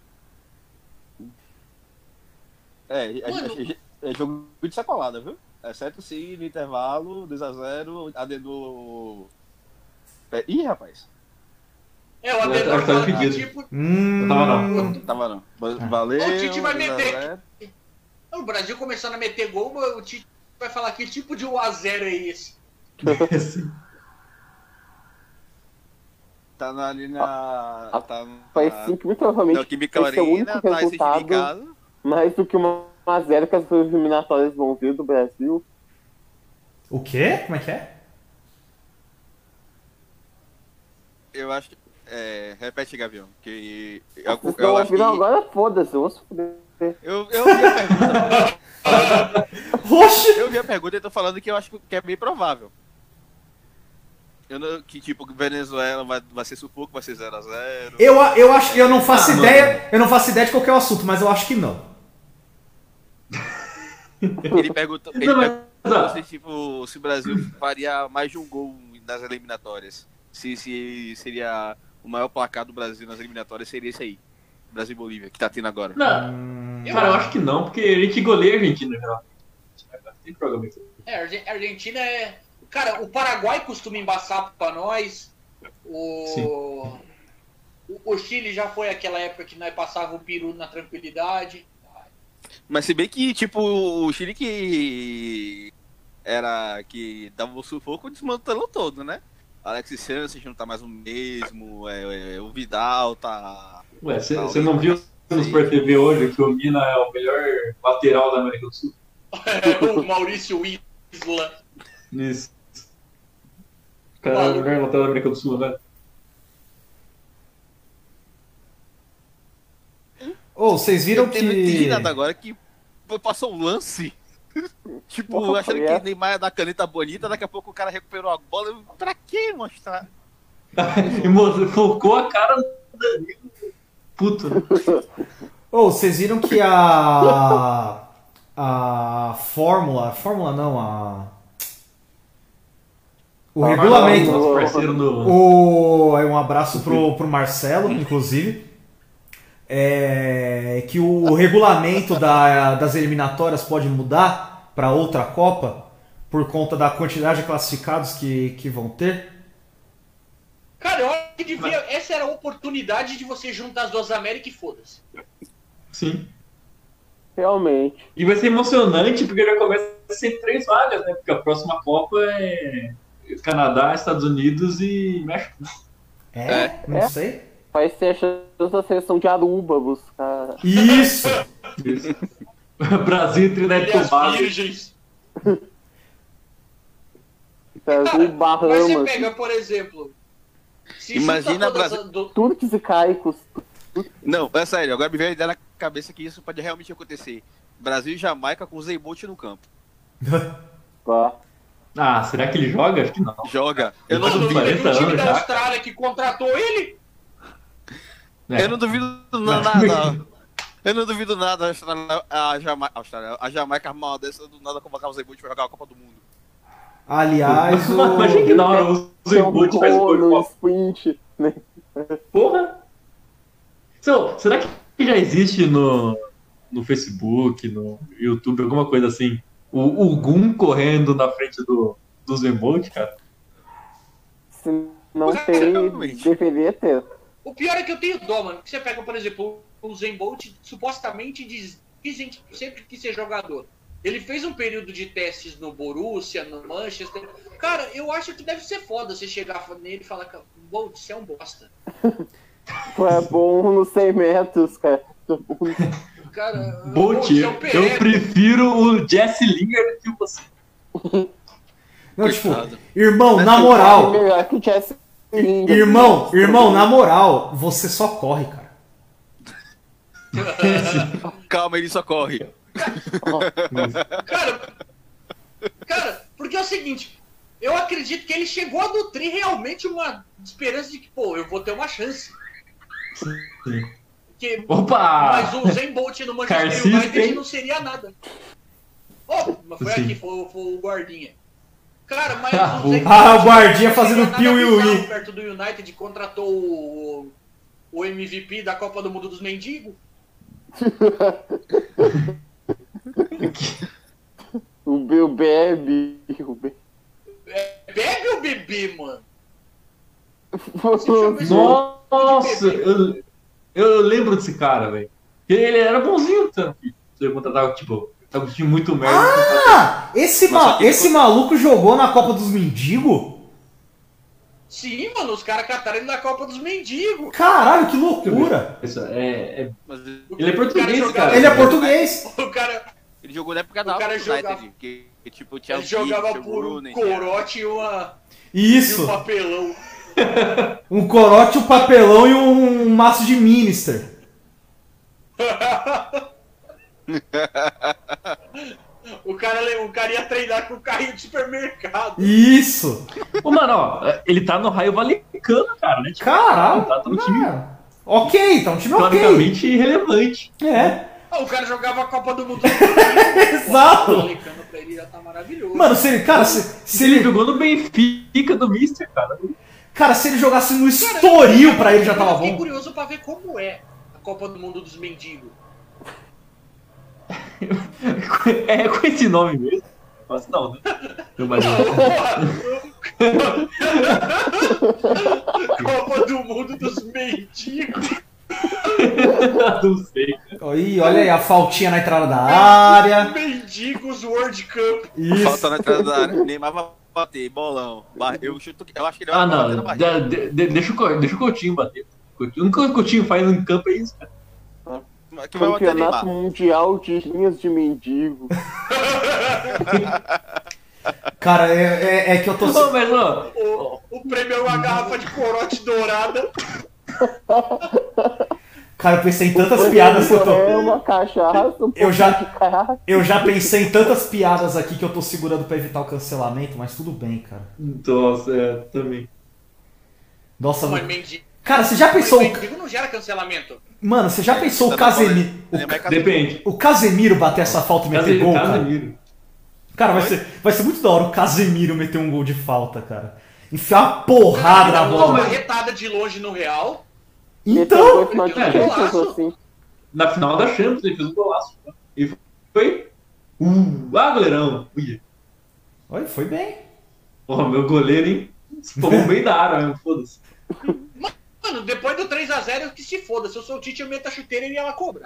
É, é, Mano. é, é jogo de sacolada, viu? Exceto se no intervalo, dois a zero, Adenor... É, ih, rapaz. É, o Eu Adenor tava fala que pedido. tipo, Hum, Não tava não. Tava não. Valeu. O Tite vai dois a meter. zero. o Brasil começando a meter gol, o Tite vai falar que tipo de um a zero é esse? Tá na, ali na... Ah, tá Vai na, sim, que muito provavelmente na Química vai ser o Arena, único tá resultado certificado. mais do que uma a zero que as suas eliminatórias vão vir do Brasil. O quê? Como é que é? Eu acho que... É, repete, Gavião, que... Eu, Vocês eu, estão acho que... ouvindo agora, foda-se, eu vou se fuder. Eu, eu vi a pergunta. Oxe! Eu vi a pergunta e tô falando que eu acho que é bem provável. Eu não, que tipo, Venezuela vai, vai ser sufoco, vai ser zero a zero. Eu, eu acho que eu não faço Ah, ideia. Eu não faço ideia de qual que é o assunto, mas eu acho que não. Ele perguntou, ele Não, mas- perguntou se, tipo, se o Brasil faria mais de um gol nas eliminatórias. Se, se seria o maior placar do Brasil nas eliminatórias, seria esse aí. Brasil e Bolívia, que tá tendo agora. Não, Hum, cara, eu acho que não, porque a gente goleia a Argentina já. Tem programa aqui. É, a Arge- a Argentina é. Cara, o Paraguai costuma embaçar pra nós. O. O, o Chile já foi aquela época que nós passava o peru na tranquilidade. Mas se bem que, tipo, o Chile que era que dava o sufoco desmantelou todo, né? Alexis Sanchez não tá mais o mesmo, é, é, o Vidal tá... Ué, você tá não viu no Sport T V hoje que o Mina é o melhor lateral da América do Sul? O Maurício Isla. Isso. O cara é o melhor lateral da América do Sul, né? Ô, vocês viram Eu que... não entendi nada agora que passou um lance. Tipo, Porra, achando foi que essa? Neymar ia dar caneta bonita, daqui a pouco o cara recuperou a bola. Eu, pra que mostrar? E mo- focou a cara no Danilo. Puto. Ô, vocês viram que a... A fórmula... Fórmula não, a... O regulamento... Nosso parceiro no. O... Um abraço pro, pro Marcelo, inclusive. É, que o regulamento da- das eliminatórias pode mudar para outra Copa por conta da quantidade de classificados que, que vão ter. Cara, eu acho que devia. Essa era a oportunidade de você juntar as duas Américas e foda-se. Sim. Realmente. E vai ser emocionante porque já começa sempre três vagas, né? Porque a próxima Copa é Canadá, Estados Unidos e México. É? É. Não É. sei. Vai ser a chance da seleção de Aruba buscar. Isso! Isso. Brasil e Trinidad e Ilhas Tobago. Virgens. Brasil, Cara, mas você Bahamas, pega, por exemplo. Se Imagina junta todas Brasil- as- do- Turques e Caicos. Não, é sério, agora me veio a ideia na cabeça que isso pode realmente acontecer. Brasil e Jamaica com o Usain Bolt no campo. Tá? Ah, será que ele joga? Acho que não. Joga. Eu não Ele Mano, tem duvido. teve um time anos da já. Austrália que contratou ele. É. Eu não duvido nada. Eu não duvido nada a Austrália, a Jamaica, a, Austrália, a Jamaica armar uma dessa do nada convocar o Usain Bolt pra jogar a Copa do Mundo. Aliás, o... Imagina que da hora o Tem Usain um Bolt faz gol gol. no sprint, né? Porra! So, será que já existe no, no Facebook, no YouTube, alguma coisa assim? O, o Gum correndo na frente do, do Usain Bolt, cara? Se não tem, Realmente. deveria ter. O pior é que eu tenho dó, mano. Que você pega, por exemplo, o Usain Bolt, supostamente diz- dizem que sempre quis ser jogador. Ele fez um período de testes no Borussia, no Manchester. Cara, eu acho que deve ser foda você chegar nele e falar, Bolt, você é um bosta. Tu é bom nos cem metros, cara. Cara, Bolt, você é um eu pereba. prefiro o Jesse Lingard do que você. Não, tipo, Coitado. irmão, na É moral, melhor que o Jesse Lingard. irmão, irmão, na moral, você só corre, cara. Calma, ele só corre. Cara, cara, porque é o seguinte, eu acredito que ele chegou a nutrir realmente uma esperança de que, pô, eu vou ter uma chance. Sim. Que, Opa! mas o Usain Bolt no Manchester Carcista, United hein? não seria nada. Oh, mas foi Sim. aqui, foi, foi o guardinha. Cara, mas Ah, o Usain o- Ah, Bolt o guardinha não fazendo seria nada piu e bizarro ui. perto do United, contratou o, o M V P da Copa do Mundo dos Mendigos. O Bill bebe. O Be- É, bebe ou bebê, mano? Nossa, eu, eu lembro desse cara, velho. Ele era bonzinho, tanto que você contratava, tipo, tava com time muito merda. Ah, esse, Mas só ma que esse foi- maluco jogou na Copa dos Mendigos? Sim, mano, os caras cataram ele na Copa dos Mendigos. Caralho, que loucura. Isso é, é- Mas ele é português, jogava- cara. Ele é português. O cara, ele jogou na época da O cara United, jogava- que, que tipo, tinha ele o jogava Giggs, por um Rooney, tinha- corote e, uma, e Isso. um papelão. Um corote, um papelão e um maço de Minister. O cara, o cara ia treinar com o carrinho de supermercado. Isso. Ô, mano, ó, ele tá no raio valecano, cara, né? Tipo, Caralho. Tá, tá no time Ah, ok, tá um time ok. historicamente irrelevante. É, Ah, o cara jogava a Copa do Mundo. Exato. O molecano pra ele já tá maravilhoso. mano, se ele, cara, se, se Ele ele, jogou no Benfica do Mister, cara. cara, se ele jogasse no Estoril pra ele já tava Eu fiquei bom. curioso pra ver como é a Copa do Mundo dos Mendigos. É com esse nome mesmo? Mas não, né? Eu imagino. Porra, Copa do Mundo dos mendigos. Não sei. Ih, olha aí a faltinha na entrada da área. Mendigos World Cup. Isso. Falta na entrada da área. Neymar vai bater, bolão. Ba- Eu chuto que. Eu acho que ele vai Ah, bater na não. barriga. De- de- deixa, o, Co- deixa o Coutinho bater. Coutinho- O único que o Coutinho faz em campo é isso, cara. Que vai bater Campeonato Neymar. Mundial de Linhas de Mendigo. Cara, é, é- é que eu tô. Não, mas, ó, O, o prêmio é uma garrafa de corote dourada. Cara, eu pensei em tantas piadas que eu tô. É uma cachaça, um Eu já- pouquinho de carne. Eu já pensei em tantas piadas aqui que eu tô segurando pra evitar o cancelamento, mas tudo bem, cara. nossa, é, também. Nossa, Mas mano. mendigo, Cara, você já mas pensou. o- mendigo não gera cancelamento. Mano, você já pensou o Tá na Casemiro. bola, O, Neymar é Ca- Depende. o Casemiro bater essa falta e meter Casemiro, gol, cara? Casemiro. Cara, vai ser, vai ser muito da hora o Casemiro meter um gol de falta, cara. Enfiar uma porrada na Dá uma bola. marretada de longe no Real. Então. Final de É. Champions, assim. Na final da Champions, ele fez um golaço. E foi. Uh, ah, goleirão. Ui. Oi, foi bem. Porra, meu goleiro, hein? Ficou no meio da área mesmo, foda-se. Mano, depois do três a zero, que se foda. Se eu sou o Tite, eu meto a chuteira e ela cobra.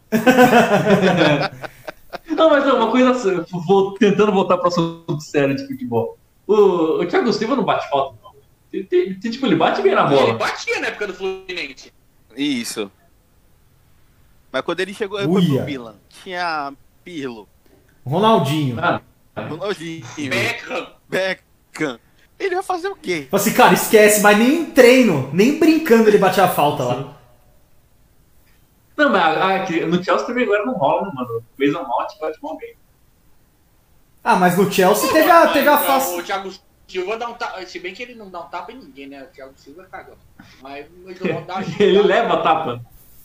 Não, mas é uma coisa assim, eu vou tentando voltar para o assunto sério de futebol. O, o Thiago Silva não bate falta, não. Tem, tem- tem, tipo, ele bate bem na Ele bola. batia na época do Fluminense. Isso. Mas quando ele chegou, ele Uia. foi pro Milan. Tinha Pirlo, Ronaldinho. Ah, Ronaldinho, Beckham. Beckham. Ele vai fazer o quê? Falei assim, cara, esquece, mas nem em treino, nem brincando ele batia a falta lá. não, mas ah, aqui, no Chelsea também agora não rola, né, mano? Fez a mal, bate mal bem. Ah, mas no Chelsea teve a, teve a Mas, face. O Thiago Silva dá um tapa. Se bem que ele não dá um tapa em ninguém, né? O Thiago Silva cagou. Mas ele não dá Ele leva a tapa.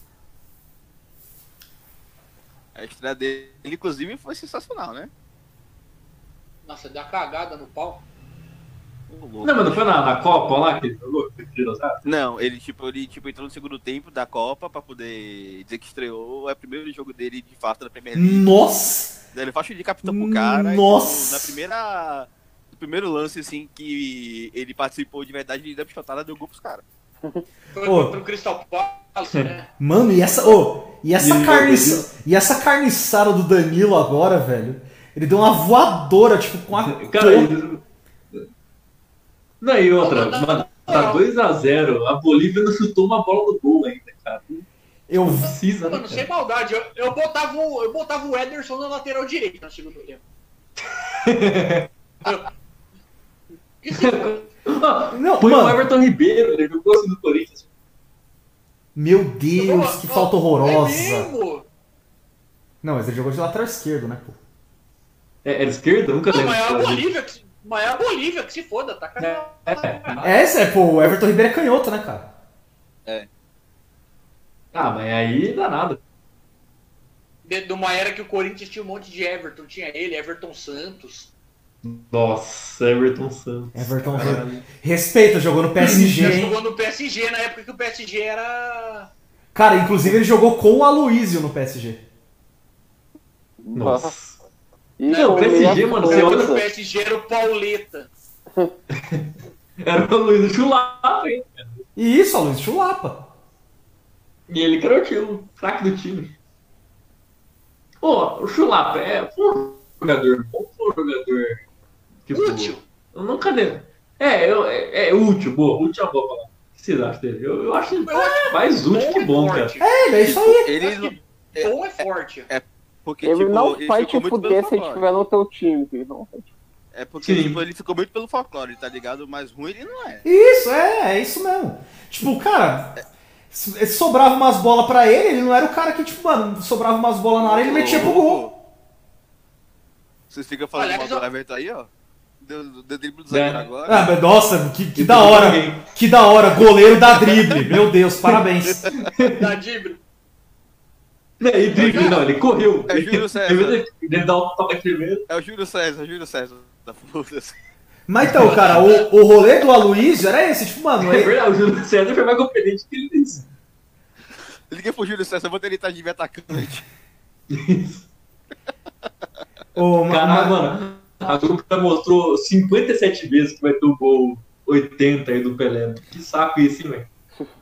A estreia dele, inclusive, foi sensacional, né? Nossa, dá cagada no pau. Ô, louco. Não, mas não foi na, na Copa lá que ele jogou? Que ele tirou, sabe? Não, ele tipo, ele tipo entrou no segundo tempo da Copa pra poder dizer que estreou. É o primeiro jogo dele de fato na Premier League. Nossa! Ele faixa de capitão pro cara. e, Nossa! tipo, na primeira. No primeiro lance, assim, que ele participou de verdade, ele deu pichotada e deu gol pros caras. Foi Ô. contra o Crystal Palace, né? Mano, e essa. Ô, e essa E ele carniça, e essa carniçada do Danilo agora, velho. Ele deu uma voadora, tipo, com a. Cara, porra. ele... Não, e outra, mano, tá dois a zero. A Bolívia não chutou uma bola no gol ainda, cara. Eu. Não precisa, né? Mano, sem Cara? maldade, eu, eu, botava o, eu botava o Ederson na lateral direita no segundo tempo. Eu- E se- Ah, Não, Foi mano. o Everton Ribeiro, ele jogou assim no Corinthians. Meu Deus, que falta horrorosa. É mesmo? Não, mas ele jogou de lateral esquerdo, né, pô? É, era esquerda? Nunca Não, lembro. mas é a Bolívia que, se- mas é a Bolívia que se foda, tá cagando. É. É, esse é, pô, o Everton Ribeiro é canhoto, né, cara? Ah, mas aí dá nada. De, de uma era que o Corinthians tinha um monte de Everton, tinha ele, Everton Santos. Nossa, Everton Santos. Everton Caralho. Respeita, jogou no P S G, Ele hein? jogou no P S G na época que o P S G era. Cara, inclusive ele jogou com o Aloysio no P S G. Nossa. E Não, com o P S G, meia mano, força. você olha- O P S G era o Pauleta. Era o Luiz Chulapa, hein? E isso, Aloysio Chulapa. E ele que era o time, o craque do time. Pô, o Chulapa é um jogador bom, um jogador. Tipo, Útil. eu nunca dei. É, eu, é, é útil, boa, útil é uma boa palavra. O que vocês acham dele? Eu, eu acho ele Eu acho mais útil que e bom, cara. forte. É, é isso aí. Ele Acho não. que bom é forte. Porque, Ele tipo, não ele vai ficou te muito fuder pelo se ele folclore. estiver no teu time. Ele não vai te- É porque, Sim. tipo, ele ficou muito pelo folclore, tá ligado? Mas ruim ele não é. Isso, é, é isso mesmo. Tipo, cara, se sobrava umas bolas pra ele, ele não era o cara que, tipo, mano, sobrava umas bolas na área e ele metia pro gol. Vocês ficam falando Olha, mal só- do Everton aí, ó. Deu, deu drible do zagueiro É. agora. Ah, mas nossa, que, que Eu da tô hora. ninguém. Que da hora, goleiro da drible. Meu Deus, parabéns. Da Dibra. É, e drible, não, ele correu. É Júlio César. Em vez de ele dar o toque primeiro. É o Júlio César, é o Júlio César. Da foda-se. Mas então, cara, o, o rolê do Aloysio era esse, tipo, mano, É ele, verdade, o Júlio César foi mais competente que ele disse. Liguei pro Júlio César, eu vou tentar de atacante. o, ma- Caralho, ma- mano. A Globo já mostrou cinquenta e sete vezes que vai ter o gol oitenta aí do Pelé. Que saco isso, hein, velho?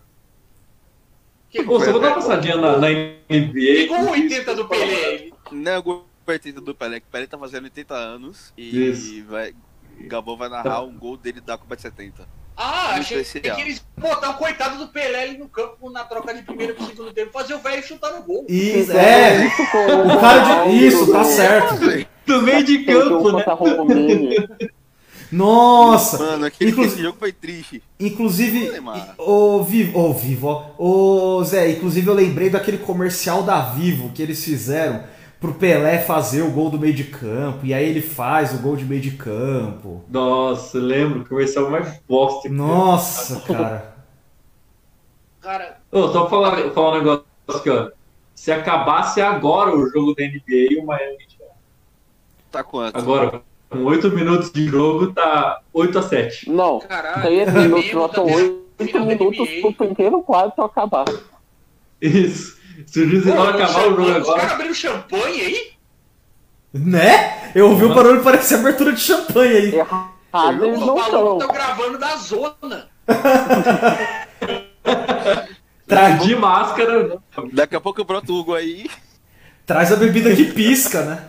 Pô, só vou dar uma passadinha na, na N B A. Que gol oitenta do Pelé? Não é o gol oitenta do Pelé, que o Pelé tá fazendo oitenta anos e Isso. vai, Gabão vai narrar um gol dele da Copa de setenta. Ah, Um achei especial. que eles botar o coitado do Pelé ali no campo na troca de primeiro pro segundo tempo, fazer o velho chutar no gol. Isso, é, o cara de. Isso, tá certo. Do meio de campo, né? Nossa! Mano, aquele Inclu- esse jogo foi triste. Inclusive, Neymar. o Vivo, ô Vivo, ó, ô Zé, inclusive eu lembrei daquele comercial da Vivo que eles fizeram pro Pelé fazer o gol do meio de campo, e aí ele faz o gol de meio de campo. Nossa, lembro, o comercial mais bosta. que Nossa, cara. Cara, Ô, só pra falar, falar um negócio aqui, ó. Se acabasse agora o jogo da N B A, o Miami tinha. Tá quanto? Agora, com oito minutos de jogo, tá oito a sete. Não, caralho. três é minutos, mesmo, nota tá oito final da minutos N B A. pro primeiro quarto acabar. Isso. Se o juiz não Pô, acabar o jogo champanhe, Os caras agora. abriram champanhe aí? Né? Eu ouvi o barulho parecer abertura de champanhe aí. Errado eles Os não malucos são. estão gravando da zona. Traz, De máscara, né? Daqui a pouco eu broto o Hugo aí. traz a bebida que pisca, né?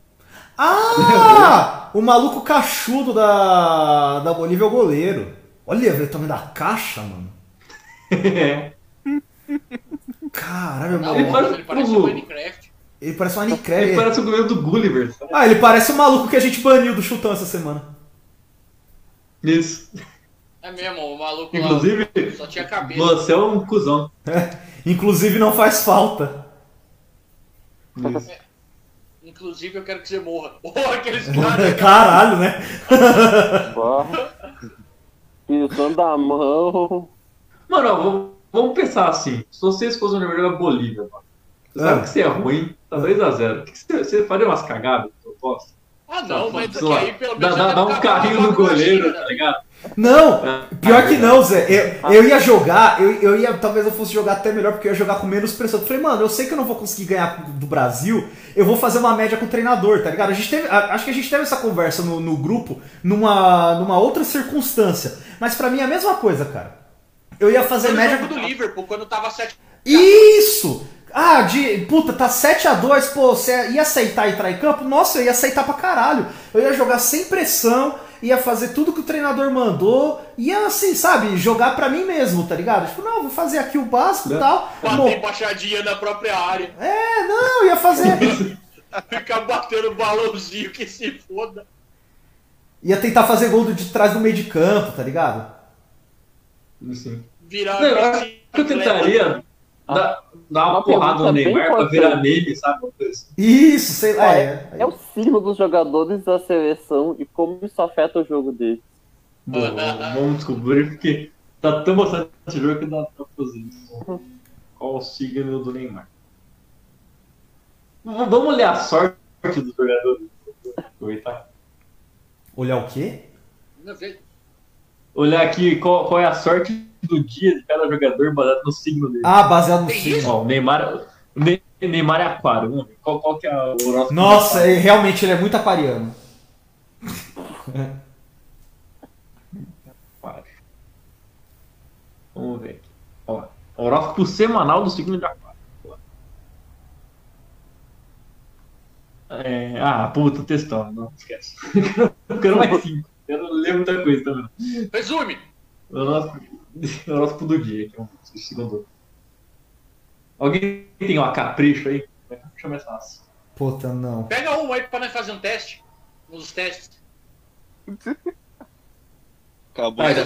Ah! O maluco cachudo da, da Bolívia é o goleiro. Olha, velho, o tamanho da caixa, mano. É. Caralho, Não, meu parece- irmão. ele parece Hugo. o Minecraft. Ele parece um Ele Minecraft. parece o goleiro do Gulliver. sabe? Ah, ele parece o maluco que a gente baniu do chutão essa semana. Isso. É mesmo, o maluco Inclusive, lá só tinha cabeça. você é um cuzão. Inclusive não faz falta. Isso. Inclusive eu quero que você morra. Porra, aqueles caras. Caralho, né? Pisando a mão. Mano, ó, vamos, vamos pensar assim. Se vocês fossem no jogar Bolívia, mano. Você sabe Ah. que você é ruim, tá dois a zero. O que que você, você faria umas cagadas? Eu posso? Ah não, mas Sei lá, aí pelo dá, menos. dá, vai dá um ficar carrinho bravo no com a goleiro, China, tá né? ligado? Não, pior que não, Zé. Eu, eu ia jogar, eu, eu ia, talvez eu fosse jogar até melhor, porque eu ia jogar com menos pressão. Eu falei, mano, eu sei que eu não vou conseguir ganhar do Brasil, eu vou fazer uma média com o treinador, tá ligado? A gente teve, a- acho que a gente teve essa conversa no, no grupo, numa, numa outra circunstância. Mas pra mim é a mesma coisa, cara. Eu ia fazer Foi no média jogo do Liverpool, quando tava sete. Isso! Ah, de. Puta, tá sete a dois, pô, você ia aceitar entrar em campo? Nossa, eu ia aceitar pra caralho. Eu ia jogar sem pressão, ia fazer tudo que o treinador mandou, ia assim, sabe, jogar pra mim mesmo, tá ligado? Tipo, não, vou fazer aqui o básico e tal. Bater Mo- embaixadinha na própria área. É, não, ia fazer. Ficar batendo balãozinho que se foda. Ia tentar fazer gol de trás do meio de campo, tá ligado? Sim. Virar. Não, eu acho que eu tentaria dar, dar uma Uma porrada no pergunta bem Neymar pra importante. virar meme, sabe? Uma coisa assim. Isso, sei lá. É, É o signo dos jogadores da seleção e como isso afeta o jogo deles. Bom, vamos descobrir porque tá tão bastante esse jogo que dá pra fazer isso. Qual o signo do Neymar? V- Vamos ler a sorte dos jogadores. Aproveitar. Olhar o quê? Não, vê- Olhar aqui qual, qual é a sorte do dia de cada jogador baseado no signo dele. Ah, baseado no Tem signo. Ó, o Neymar, o Ne- Neymar é aquário. Vamos ver. Qual, qual que é o nosso Nossa, é- realmente ele é muito aquariano. aquário? Vamos ver aqui. Ó, horóscopo semanal do signo de aquário. É, ah, puta, textão. Não esquece. Eu quero mais cinco. Quero ler muita coisa também. Resume. Horóscopo, horóscopo do dia. Que é um segundo. Alguém tem uma capricho aí? Vai capricho mais fácil. Puta, não. Pega um aí pra nós fazer um teste. Um dos testes. Acabou. Ai,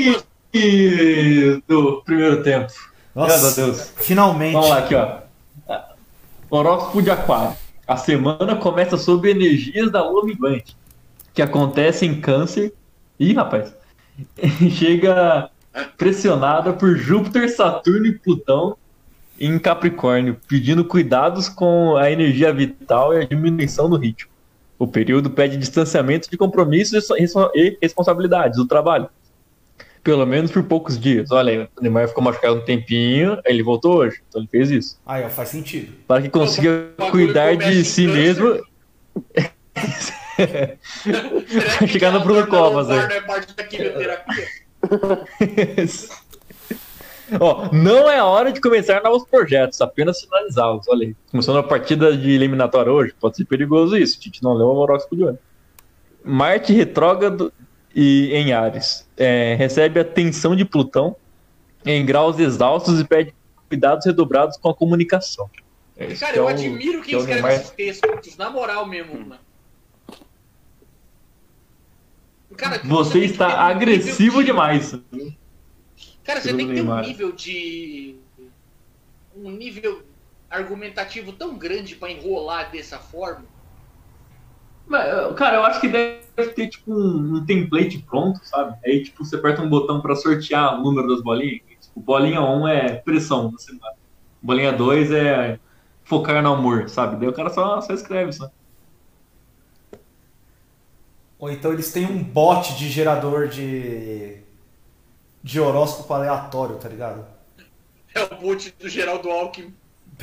fim do primeiro tempo. Graças Nossa, a Deus. finalmente. Vamos lá aqui, ó. Horóscopo de aquário. A semana começa sob energias da lua minguante, que acontece em câncer. Ih, rapaz. Chega pressionada por Júpiter, Saturno e Plutão em Capricórnio, pedindo cuidados com a energia vital e a diminuição do ritmo. O período pede distanciamento de compromissos e responsabilidades do trabalho. Pelo menos por poucos dias. Olha aí, o Neymar ficou machucado um tempinho, aí ele voltou hoje, então ele fez isso. Aí, ó, faz sentido. Para que consiga bagulho cuidar começa de em si câncer. mesmo. Será que Chegar no a Bruno dor da Covas, lombar aí. não é parte da quimioterapia? Ó, não é hora de começar novos projetos, apenas finalizá-los. Olha aí, começando a partida de eliminatória hoje, pode ser perigoso isso. Tite não leu o horóscopo de hoje. Marte retrógrado e em Áries. É, recebe a tensão de Plutão em graus exaustos e pede cuidados redobrados com a comunicação. Esse Cara, que é eu o- admiro que quem é o escreve Neymar. esses textos, na moral mesmo, mano. Cara, que Você tem que está ter um agressivo nível de- demais. Cara, você Pelo tem que ter um Neymar. nível de. Um nível argumentativo tão grande pra enrolar dessa forma. Mas, cara, eu acho que deve ter tipo um, um template pronto, sabe? Aí tipo, você aperta um botão pra sortear o número das bolinhas. Tipo, bolinha um é pressão na semana. Bolinha dois é focar no amor, sabe? Daí o cara só, só escreve só. Ou então eles têm um bot de gerador de. de horóscopo aleatório, tá ligado? É o boot do Geraldo Alckmin.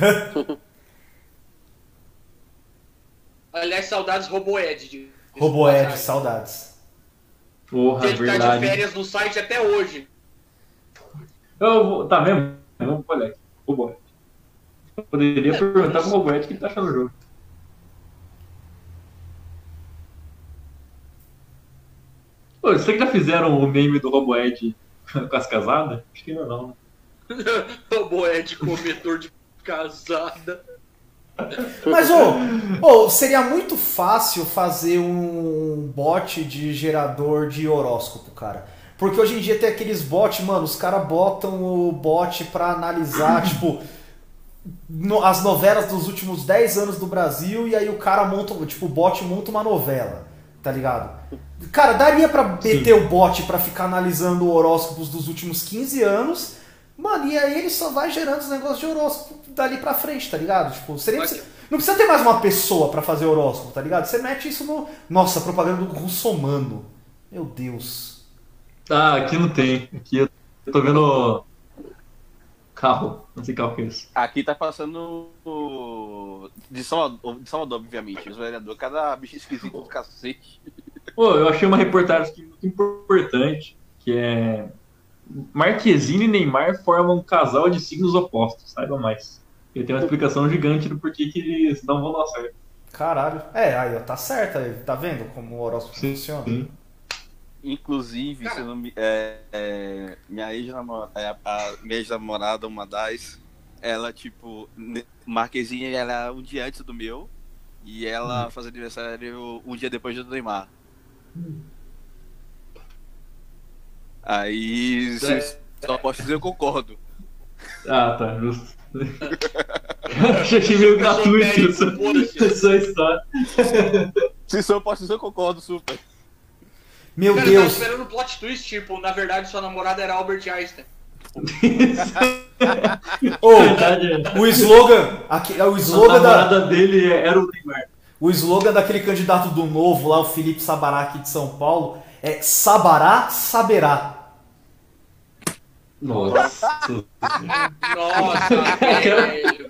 Aliás, saudades Roboed. de- Roboed, passagem. saudades. Porra, Ele tá de verdade. férias no site até hoje. Eu vou, tá mesmo? Vamos olhar aqui. Roboet. Eu poderia É, perguntar vamos- pro Roboet o que ele tá achando do jogo. Pô, vocês já fizeram o meme do Roboet com as casadas? Acho que ainda não, né? Roboed, comedor de casada. Mas, ô, ô, seria muito fácil fazer um bot de gerador de horóscopo, cara. Porque hoje em dia tem aqueles bots, mano, os caras botam o bot pra analisar, tipo, no- as novelas dos últimos dez anos do Brasil e aí o cara monta, tipo, o bot monta uma novela, tá ligado? Cara, daria pra meter o bot pra ficar analisando horóscopos dos últimos quinze anos, mano, e aí ele só vai gerando os negócios de horóscopo dali pra frente, tá ligado? Tipo, seria, Mas- não precisa ter mais uma pessoa pra fazer horóscopo, tá ligado? Você mete isso no... Nossa, propaganda do Russomano. Meu Deus. Ah, aqui não tem. Aqui eu tô vendo carro. Não sei qual que é isso. Aqui tá passando o- de Salvador, de Salvador, obviamente. Os vereadores, cada bicho esquisito do cacete. Pô, eu achei uma reportagem aqui muito importante, que é Marquezine e Neymar formam um casal de signos opostos, saiba mais. E tem uma explicação gigante do porquê que eles não vão dar certo. Caralho. É, aí, ó, tá certo aí. Tá vendo como o horóscopo Sim, funciona? sim. Inclusive, Cara. se eu não me, é, é, minha ex-namorada, é, a minha ex-namorada, uma das, ela, tipo, ne- Marquezine era um dia antes do meu, e ela faz aniversário um dia depois do Neymar. Aí, se, só posso dizer eu concordo. Ah, tá, justo. Achei meio gratuito essa, Foda-se. essa história. Se só eu posso dizer eu concordo, super. Meu Cara, eu tava Deus. esperando um plot twist, tipo, na verdade sua namorada era Albert Einstein. Ô, Verdade, é. o slogan, aqui, o A slogan da, namorada dele era o Neymar. o slogan daquele candidato do Novo lá, o Felipe Sabará aqui de São Paulo, é Sabará saberá. Nossa. Nossa, velho.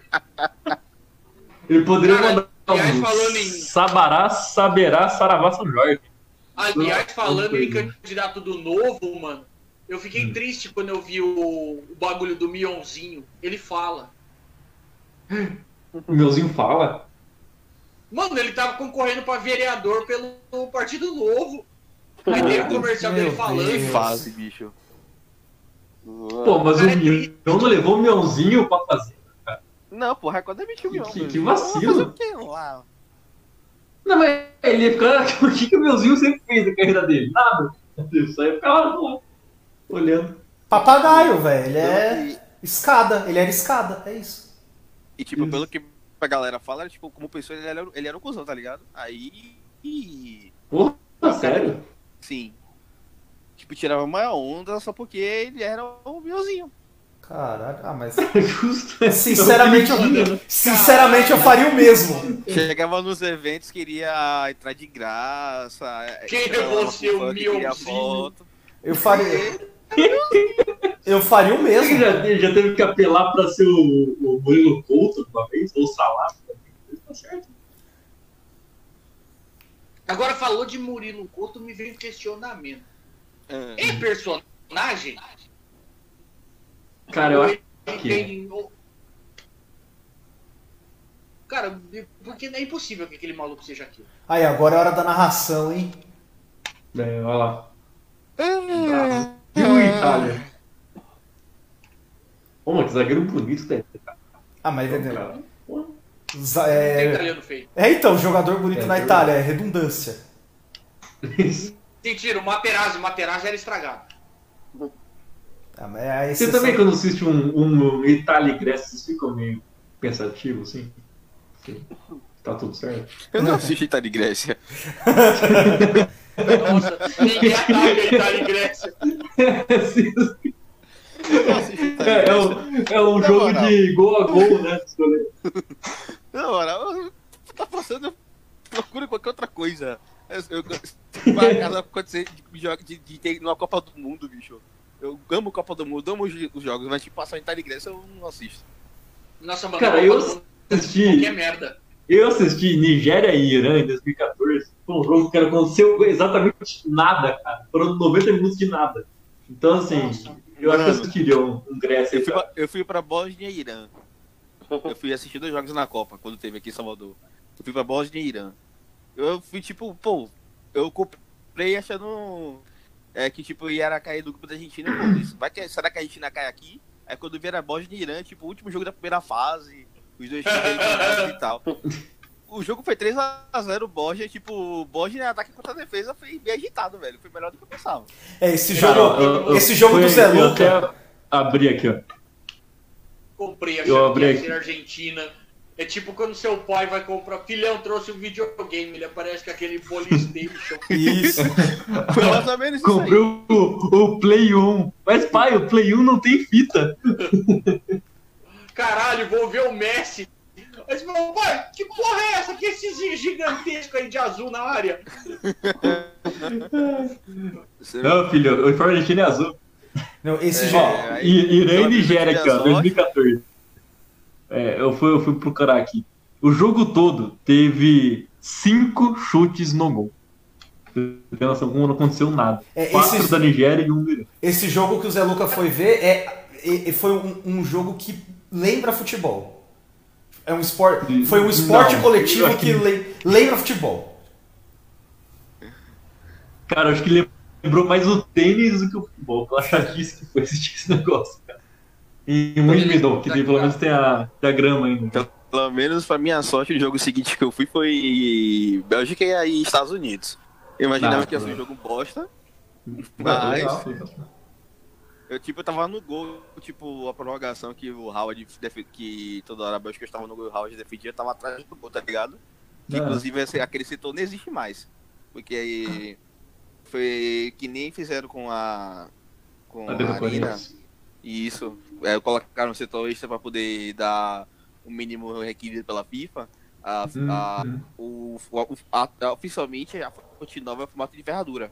Ele poderia Cara, mandar aliás, um falando em- Sabará, Saberá, Saravá, São Jorge. Aliás, falando em Coisa. candidato do Novo, mano, eu fiquei Hum. triste quando eu vi o, o bagulho do Mionzinho. Ele fala. O meuzinho fala. Mano, ele tava concorrendo pra vereador pelo Partido Novo. Aí tem o comercial Meu dele falando. Deus. Que fase, bicho. Pô, mas Cara, o é Mion não levou o Mionzinho pra fazer. Não, porra, é quando demitiu o Que- meu. que- meu. que vacilo. Fazer o quê lá? Não, mas ele ia ficar. O que, que o Meuzinho sempre fez na carreira dele? Nada. Ele só ia ficar lá, lá olhando. Papagaio, velho. Ele é E, escada. Ele era escada, é isso. e, tipo, Isso. pelo que a galera fala, tipo, como pessoa, ele era, ele era um cuzão, tá ligado? Aí. e- Porra, sério? Sim. Tipo, tirava uma onda só porque ele era o meuzinho. Caralho. Ah, mas Justo. sinceramente, É o Meuzinho, eu, né? sinceramente eu faria o mesmo. Chegava nos eventos, queria entrar de graça. Quem é chamava você, pro o funk, queria meuzinho? foto. Eu faria. Eu faria o Ele mesmo. já, já teve que apelar pra ser o, o Murilo Couto uma vez, ou o Salah. Tá certo. Agora falou de Murilo Couto, me veio um questionamento. Ah. É personagem? Cara, eu Ou acho ele que... tem... Cara, porque é impossível que aquele maluco seja aquilo. Aí, agora é hora da narração, hein? É, olha lá. Brasil e Itália. Pô, mas que zagueiro bonito tem. Ah, mas... Cara, za- Não tem É, italiano feio. é então, jogador bonito É, na é Itália, é redundância. isso. Mentira, o Materazzi, o Materazzi era estragado. Ah, mas é a Você exceção. também, quando assiste um, um Itália e Grécia, vocês ficam meio pensativos, assim? Assim, tá tudo certo? Eu não assisto Itália e Grécia. Nossa, ninguém ataca Itália e Grécia. Eu não assisto Itália e É, é Grécia. um, é um Na jogo moral. de gol a gol, né? Não, mano, tá passando, eu procuro qualquer outra coisa. Eu, eu, vai casa acontecer de, de, de, de ter numa Copa do Mundo, bicho. Eu amo Copa do Mundo, amo os, os jogos, mas tipo, passar em Itália e Grécia eu não assisto. Nossa, mano, Cara, Copa eu do Mundo, assisti, qualquer merda. eu assisti Nigéria e Irã em dois mil e quatorze. Foi um jogo que não aconteceu exatamente nada, cara. Foram noventa minutos de nada. Então, assim, Nossa. eu acho que eu Mano, assistiria um, um Grécia. Eu fui, cara. pra, eu fui pra Bósnia e Irã. Eu fui assistir dois jogos na Copa, quando teve aqui em Salvador. Eu fui pra Bósnia e Irã. Eu fui tipo, pô, eu comprei achando é, que tipo, ia cair do grupo da Argentina. Pô, isso, vai que, será que a Argentina cai aqui? Aí quando vier a Bósnia e Irã, tipo, o último jogo da primeira fase, os dois times eliminados e tal. O jogo foi três a zero Bósnia, tipo, Bósnia ataque contra a defesa foi bem agitado, velho. Foi melhor do que eu pensava. É, esse Cara, jogo, eu- eu- esse jogo foi- do Zé Eu Luca. até abri aqui, ó. Comprei Eu achando que abri ia aqui. ser Argentina. É tipo quando seu pai vai comprar. Filhão trouxe um videogame, ele aparece com aquele Polystation. Isso. Foi mais ou menos isso aí. Comprei o, o Play um. Mas, pai, o Play um não tem fita. Caralho, vou ver o Messi. Aí você falou, pai, que porra é essa? Que esse gi- gigantesco aí de azul na área? Você- Não, filho, o uniforme argentino é azul. Não, esse É, jogo. Ó, aí, I- Irã e pela Nigéria aqui, ó, sorte. dois mil e quatorze. É, eu fui, eu fui procurar aqui. O jogo todo teve cinco chutes no gol. Você tem noção como não aconteceu nada. É, Quatro esse- da Nigéria e um do Irã. Esse jogo que o Zé Luca foi ver é, é- é- foi um, um jogo que lembra futebol. É um esporte, foi um esporte Não, coletivo eu que acredito. le- lembra futebol. Cara, eu acho que lembrou mais o tênis do que o futebol. Pela chatice que foi assistir esse negócio, cara. E um Wimbledon, que tem, pelo menos tem a, tem a grama ainda. Pelo, pelo menos, pra minha sorte, o jogo seguinte que eu fui foi Bélgica e aí Estados Unidos. Eu imaginava Ah, que ia ser um não. jogo bosta, Não, mas legal. eu tipo, eu tava no gol, tipo, a prorrogação que o Howard, defe- que toda hora a Bélgica estava no gol e o Howard defendia, eu tava atrás do gol, tá ligado? Que Ah. inclusive esse- aquele setor não existe mais. Porque aí foi que nem fizeram com a com A a, Arena Arena. Corinthians. E isso, é, colocaram um setor extra pra poder dar o mínimo requerido pela FIFA. A, a, Uhum. o, o- a- a- oficialmente a fonte nova é o formato de ferradura.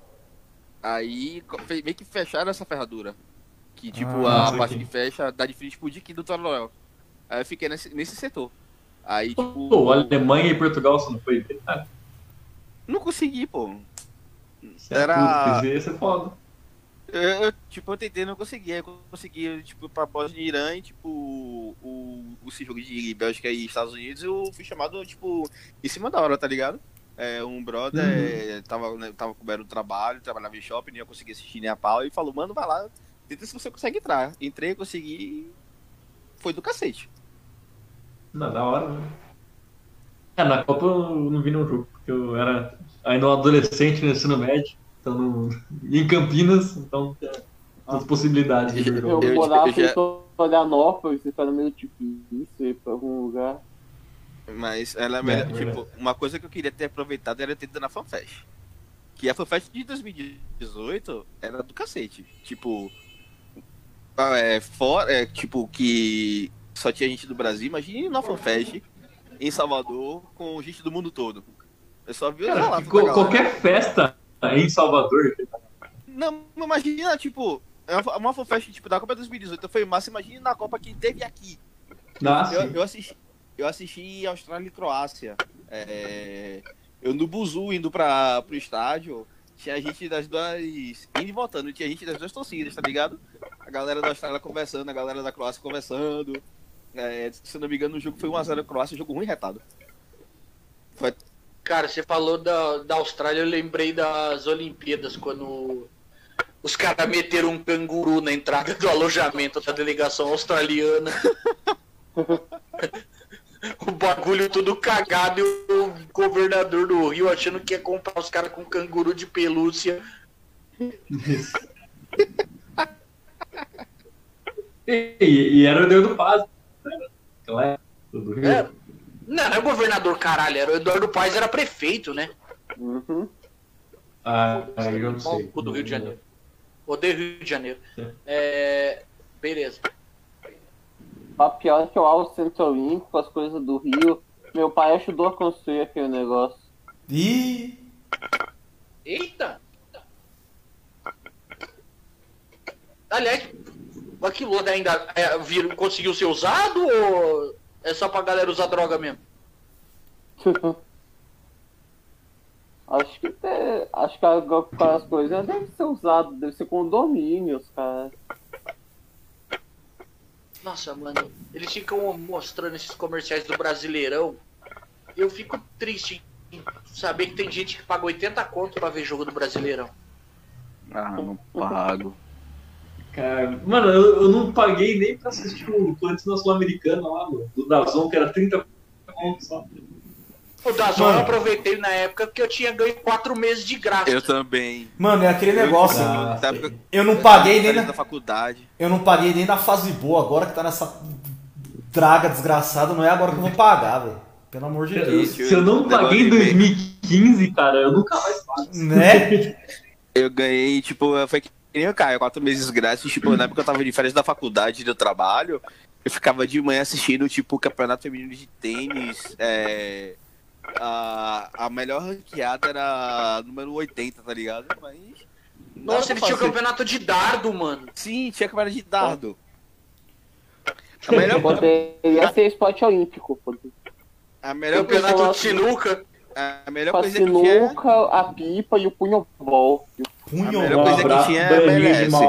Aí co- fe- meio que fecharam essa ferradura. Que tipo, Ah, a isso parte aqui. que fecha dá de frente pro Dick do Tororel. Aí eu fiquei nesse, nesse setor. Aí tipo. Pô, Alemanha e Portugal você não foi? Ah, Não consegui, pô. você é Era- puto, isso é foda. Eu, eu, tipo, eu tentei, não consegui. Aí eu consegui, tipo, pra Bósnia e Irã e, tipo, o, o, esse jogo de Bélgica e Estados Unidos, eu fui chamado, tipo, em cima da hora, tá ligado? É, um brother Uhum. é, tava, né, tava coberto do trabalho, trabalhava em shopping, não ia conseguir assistir nem a pau, e falou, mano, vai lá, tenta se você consegue entrar. Entrei, consegui, foi do cacete. Não, da hora, né? É, na Copa eu não vi nenhum jogo, porque eu era ainda um adolescente no ensino médio, então não... em Campinas, então tem as possibilidades de ver Eu, jogo. Eu- morava eu já- em Florianópolis, você tá no meio difícil ir pra algum lugar. Mas ela é melhor, É, tipo, uma coisa que eu queria ter aproveitado era ter ido na FanFest. Que a FanFest de dois mil e dezoito era do cacete. Tipo, ah, é, fora, é, tipo, que só tinha gente do Brasil. Imagine na FanFest em Salvador com gente do mundo todo. Eu só vi os Cara, relatos co- da galera. qualquer festa em Salvador, Não, imagina, tipo, é uma, uma FanFest tipo, da Copa dois mil e dezoito foi massa. Imagina na Copa que teve aqui. nasce. Eu, eu assisti, eu assisti Austrália e Croácia. É, Eu no buzu indo pra, pro estádio, tinha gente das duas. Indo e voltando, tinha gente das duas torcidas, tá ligado? A galera da Austrália conversando, a galera da Croácia conversando. É, se não me engano, o jogo foi um a zero Croácia, jogo ruim e retado. Foi. Cara, você falou da, da Austrália, eu lembrei das Olimpíadas, quando os caras meteram um canguru na entrada do alojamento da delegação australiana. O bagulho todo cagado e o governador do Rio achando que ia comprar os caras com canguru de pelúcia. E, e era o Eduardo Paz. Claro, do Rio. É, não, não é o governador, caralho, era o Eduardo Paes, era prefeito, né? Uhum. Ah, aí eu não sei. O do Rio de Janeiro. Odeio Rio de Janeiro. É... Beleza. A pior é que o Alto Centro Olímpico, as coisas do Rio, meu pai ajudou a construir aquele negócio. Ih, Eita! Aliás, aquilo ainda é, vir, conseguiu ser usado ou é só pra galera usar droga mesmo? Acho que tem, acho que agora as coisas devem ser usadas, deve ser condomínios, cara. Nossa, mano, eles ficam mostrando esses comerciais do Brasileirão. Eu fico triste em saber que tem gente que paga oitenta conto pra ver jogo do Brasileirão. Ah, não pago. Cara, mano, eu, eu não paguei nem pra assistir o Corinthians Sul-Americano lá, do, do Dazon, que era trinta contos só. O Dazon Mano. eu aproveitei na época que eu tinha ganho quatro meses de graça. Eu também. mano, é aquele negócio. Ah, Na época- Eu não paguei nem na na, da faculdade. eu não paguei nem na fase boa, agora que tá nessa draga desgraçada, não é agora que eu vou pagar, velho. Pelo amor de Deus. Isso. Se eu não paguei em dois mil e quinze, cara, eu nunca mais pago. Né? Eu ganhei, tipo, foi que nem o Caio, quatro meses grátis. Tipo, na época eu tava de férias da faculdade e do trabalho, eu ficava de manhã assistindo, tipo, o campeonato feminino de tênis. É, a, a melhor ranqueada era a número oitenta, tá ligado? Mas. não Nossa, dava ele pra tinha o fazer. campeonato de dardo, mano. Sim, tinha campeonato de dardo. A melhor, Poderia ser esporte olímpico. poderia. a melhor coisa Campeonato de que sinuca. a melhor Com a coisa que tinha. sinuca, a pipa e o punhobol. Punho. A melhor coisa que tinha é a M L S.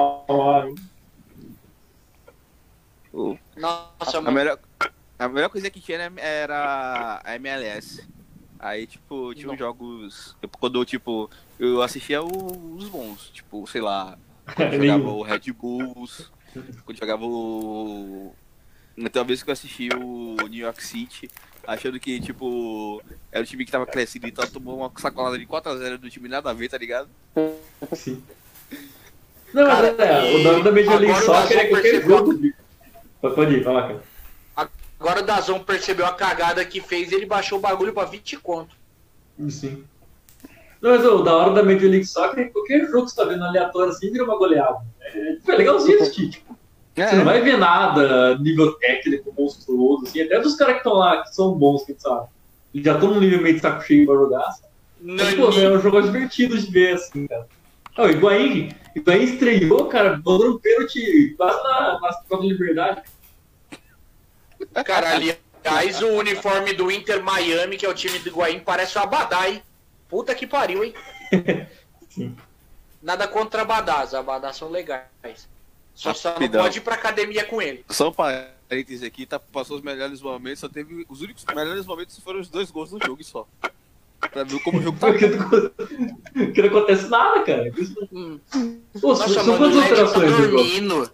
Nossa, A mano. melhor, a melhor coisa que tinha era a M L S. Aí, tipo, tinha uns jogos. eu- Quando eu, tipo, eu assistia o- os bons. Tipo, sei lá. Quando eu jogava o Red Bulls. Quando eu jogava o. Então, uma vez que eu assisti o New York City, achando que, tipo, era o time que tava crescendo, então tomou uma sacolada de quatro a zero do time nada a ver, tá ligado? Sim. Não, mas Cara, é, e o nome da Major League agora o Soccer é Dazon qualquer percebeu- jogo. de- Pode ir, fala, cara. Agora o Dazon percebeu a cagada que fez e ele baixou o bagulho pra vinte conto. Sim. Não, mas o da hora da Major League Soccer é que qualquer jogo que você tá vendo aleatório assim vira uma goleada. É, é legalzinho assistir, tipo. Você não vai ver nada nível técnico, monstruoso, assim, até dos caras que estão lá, que são bons, quem sabe. Eles já estão num nível meio de saco cheio pra jogar. Sabe? Mas, pô, é um jogo divertido de ver, assim, cara. Ah, o Higuaín, Higuaín estreou, cara, mandou um pênalti quase na, na Copa da Liberdade. Cara, aliás, o uniforme do Inter Miami, que é o time do Higuaín, parece o Abadá, hein? Puta que pariu, hein? Sim. Nada contra Abadás, os Abadás são legais. Só, só não Rapidão. pode ir pra academia com ele. Só um parênteses aqui, tá, passou os melhores momentos, só teve. Os únicos melhores momentos foram os dois gols do jogo e só. Pra ver como o jogo tá. Porque não, porque não acontece nada, cara. Isso- Hum. Pô, Nossa, são mano, quantas o Led tá alterações do jogo? dormindo.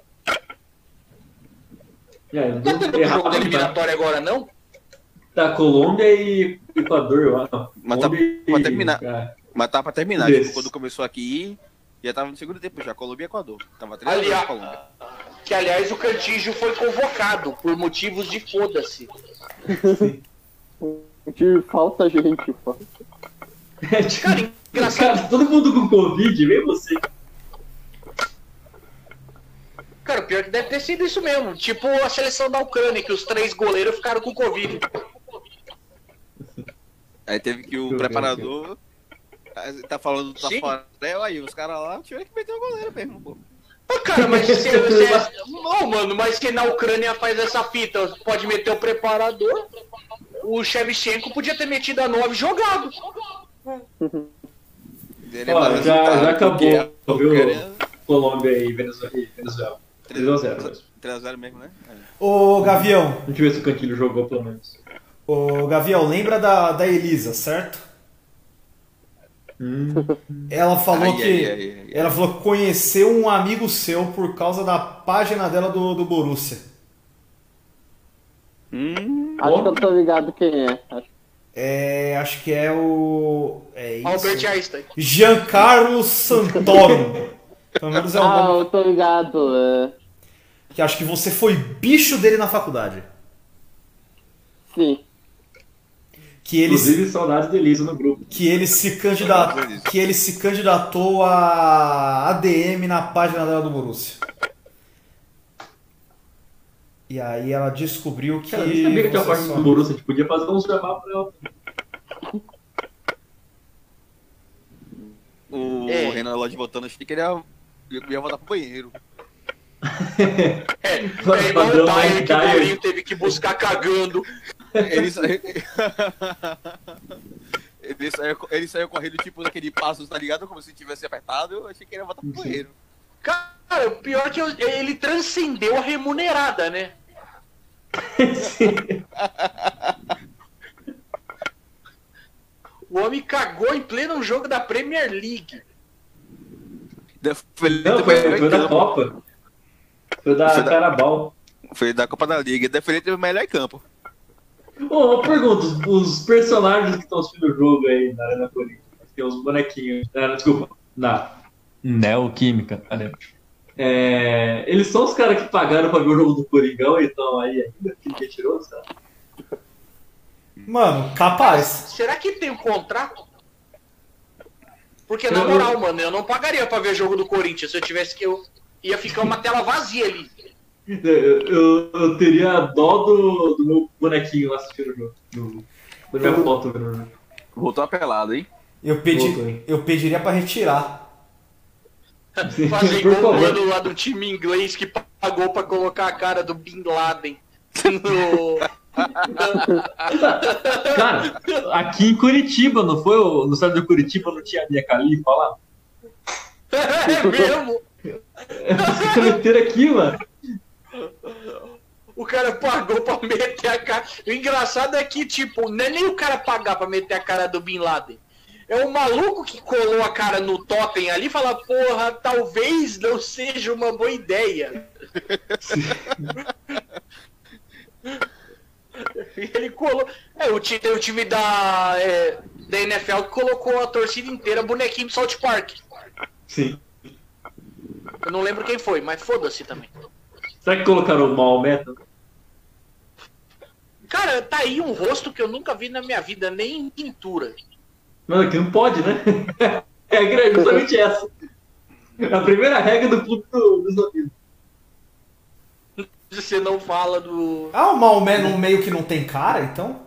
É, Não tá tendo errado, jogo da tá? eliminatória agora, não? Tá, Colômbia e Equador, eu acho. Mas tá Colômbia pra e- terminar. é. Mas tá pra terminar, Desse. tipo, quando começou aqui, já tava no segundo tempo já, Colômbia e Equador. Tava três a zero Aliás, Colômbia. que aliás o Cantígio foi convocado por motivos de foda-se. Que falta gente, pô. É, tipo, Cara, engraçado. cara, todo mundo com Covid, vem você. Cara, pior que deve ter sido isso mesmo. Tipo a seleção da Ucrânia, que os três goleiros ficaram com Covid. Aí teve que o Meu preparador aí tá falando do Sim. Tafarel, aí os caras lá tiveram que meter o goleiro mesmo, pô. Ah, cara, mas se você. Não, mano, mas se na Ucrânia faz essa fita, pode meter o preparador. O Shevchenko podia ter metido a nove e jogado. Ele é Ó, mais já, resultado, já acabou, porque a viu? Ucrânia- Colômbia e Venezuela. e Venezuela. três a zero mesmo. três a zero mesmo, né? É. Ô, Gavião, Deixa eu ver se o Cantilho jogou pelo menos. ô, Gavião, lembra da, da Elisa, certo? Hum. Ela falou Ai, que ai, ai, ai, ai. ela falou que conheceu um amigo seu por causa da página dela do, do Borussia. Hum, Acho que eu tô ligado quem é. Acho É, acho que é o é isso. Albert Einstein. Giancarlo Santoro. Pelo menos é o Ah, nome. eu tô ligado. É... Que acho que você foi bicho dele na faculdade. Sim. Que ele, Inclusive, saudades de Elisa no grupo. que ele se candidatou, que ele se candidatou a A D M na página dela do Borussia. E aí ela descobriu que Cara, eu nem sabia que tinha a você parte só- do Borussia. A gente podia fazer uns chamar pra ela. o É. Renan Lodge botando, achei que ele ia, ia voltar pro banheiro. É, é igual Padrão o Tyler Mike que o Dyer. Mourinho teve que buscar cagando. Ele saiu. ele, saiu, ele saiu correndo tipo naquele passo, tá ligado? Como se tivesse apertado. Eu achei que ele ia voltar pro banheiro. Cara, o pior é que eu- ele transcendeu a remunerada, né? O homem cagou em pleno jogo da Premier League. Foi, Não, foi, foi da Copa. Foi da Foi da- Carabao. Foi da Copa da Liga. Defender teve o melhor em campo. Ô, eu pergunto, os, os personagens que estão assistindo o jogo aí na Arena Corinthians, tem os bonequinhos, ah, desculpa, na Neoquímica, né? É, eles são os caras que pagaram pra ver o jogo do Coringão e estão aí ainda, que tirou, sabe? Mano, capaz. Será que tem um contrato? Porque, na moral, mano, eu não pagaria pra ver jogo do Corinthians. Se eu tivesse que. Eu ia ficar uma tela vazia ali. Eu, eu, eu teria dó do, do meu bonequinho lá assistindo o jogo. Do, da minha foto vendo o jogo. Voltou a pelada, hein? Eu, pedi, Voltou, hein? eu pediria pra retirar. Fazer Por igual o favor. mano lá do time inglês que pagou pra colocar a cara do Bin Laden no. Cara, aqui em Curitiba, não foi? o- No estado de Curitiba não tinha a Mia Khalifa lá? É mesmo? Essa caneteira aqui, mano. O cara pagou pra meter a cara. O engraçado é que, tipo, não é nem o cara pagar pra meter a cara do Bin Laden. É o maluco que colou a cara no totem ali e fala, porra, talvez não seja uma boa ideia. E ele colou. É, o time, tem o time da, é, da N F L que colocou a torcida inteira bonequinho do South Park. Sim. Eu não lembro quem foi, mas foda-se também. Será que colocaram o Maomé? Cara, tá aí um rosto que eu nunca vi na minha vida, nem em pintura. Mano, aqui não pode, né? É a regra é justamente essa. A primeira regra do clube do- dos novinhos. Você não fala do. Ah, o Maomé no meio que não tem cara, então?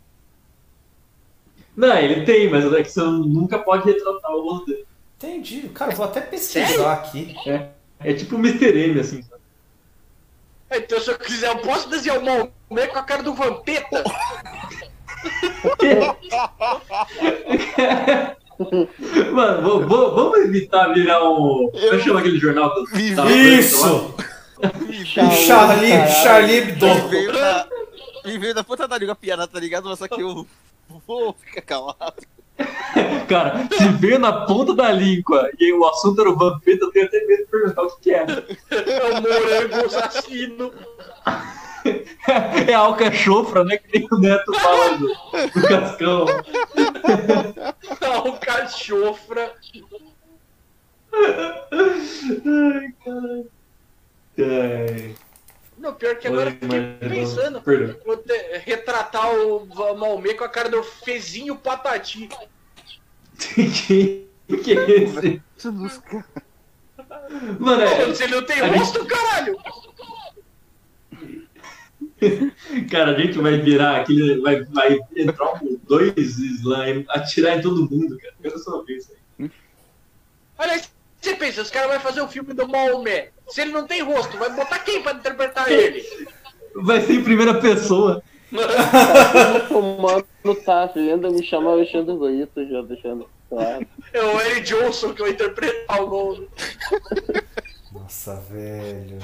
Não, ele tem, mas é que você nunca pode retratar o rosto dele. Entendi. Cara, eu vou até pesquisar Sério? aqui. É, é tipo o mister M, assim. Sabe? Então, se eu quiser, eu posso desenhar o Maomé com a cara do Vampeta? Mano, vou- vou- vamos evitar virar um. Como é que chama aquele jornal? Do, da- Isso! O Charlie, Charlie Hebdo. Me veio da, me veio da puta da língua a piada, tá ligado? Mas só que eu vou ficar calado. Cara, se veio na ponta da língua e o assunto era o Vampeta, eu tenho até medo de perguntar o que, que é. É o morango assassino. É a alcachofra, né? Que nem o Neto fala do, do Cascão. O cachofra. Ai, caralho. Ai. Não, pior que agora eu fiquei Oi, mas- pensando. Perdão. Vou ter- retratar o Maomé com a cara do Fezinho Patati. Que, que é esse? Mano, é, Se ele não tem a gente- rosto, caralho! cara, a gente vai virar aquele. Vai, vai entrar um dois slime, atirar em todo mundo, cara. Eu só vi isso aí. Olha aí, você pensa, os caras vão fazer o filme do Maomé. Se ele não tem rosto, vai botar quem pra interpretar ele? Vai ser em primeira pessoa. O mano tá vendo, me chama Alexandre Bonito, já deixando claro. É o Eric Johnson que vai interpretar o gol. Nossa, velho.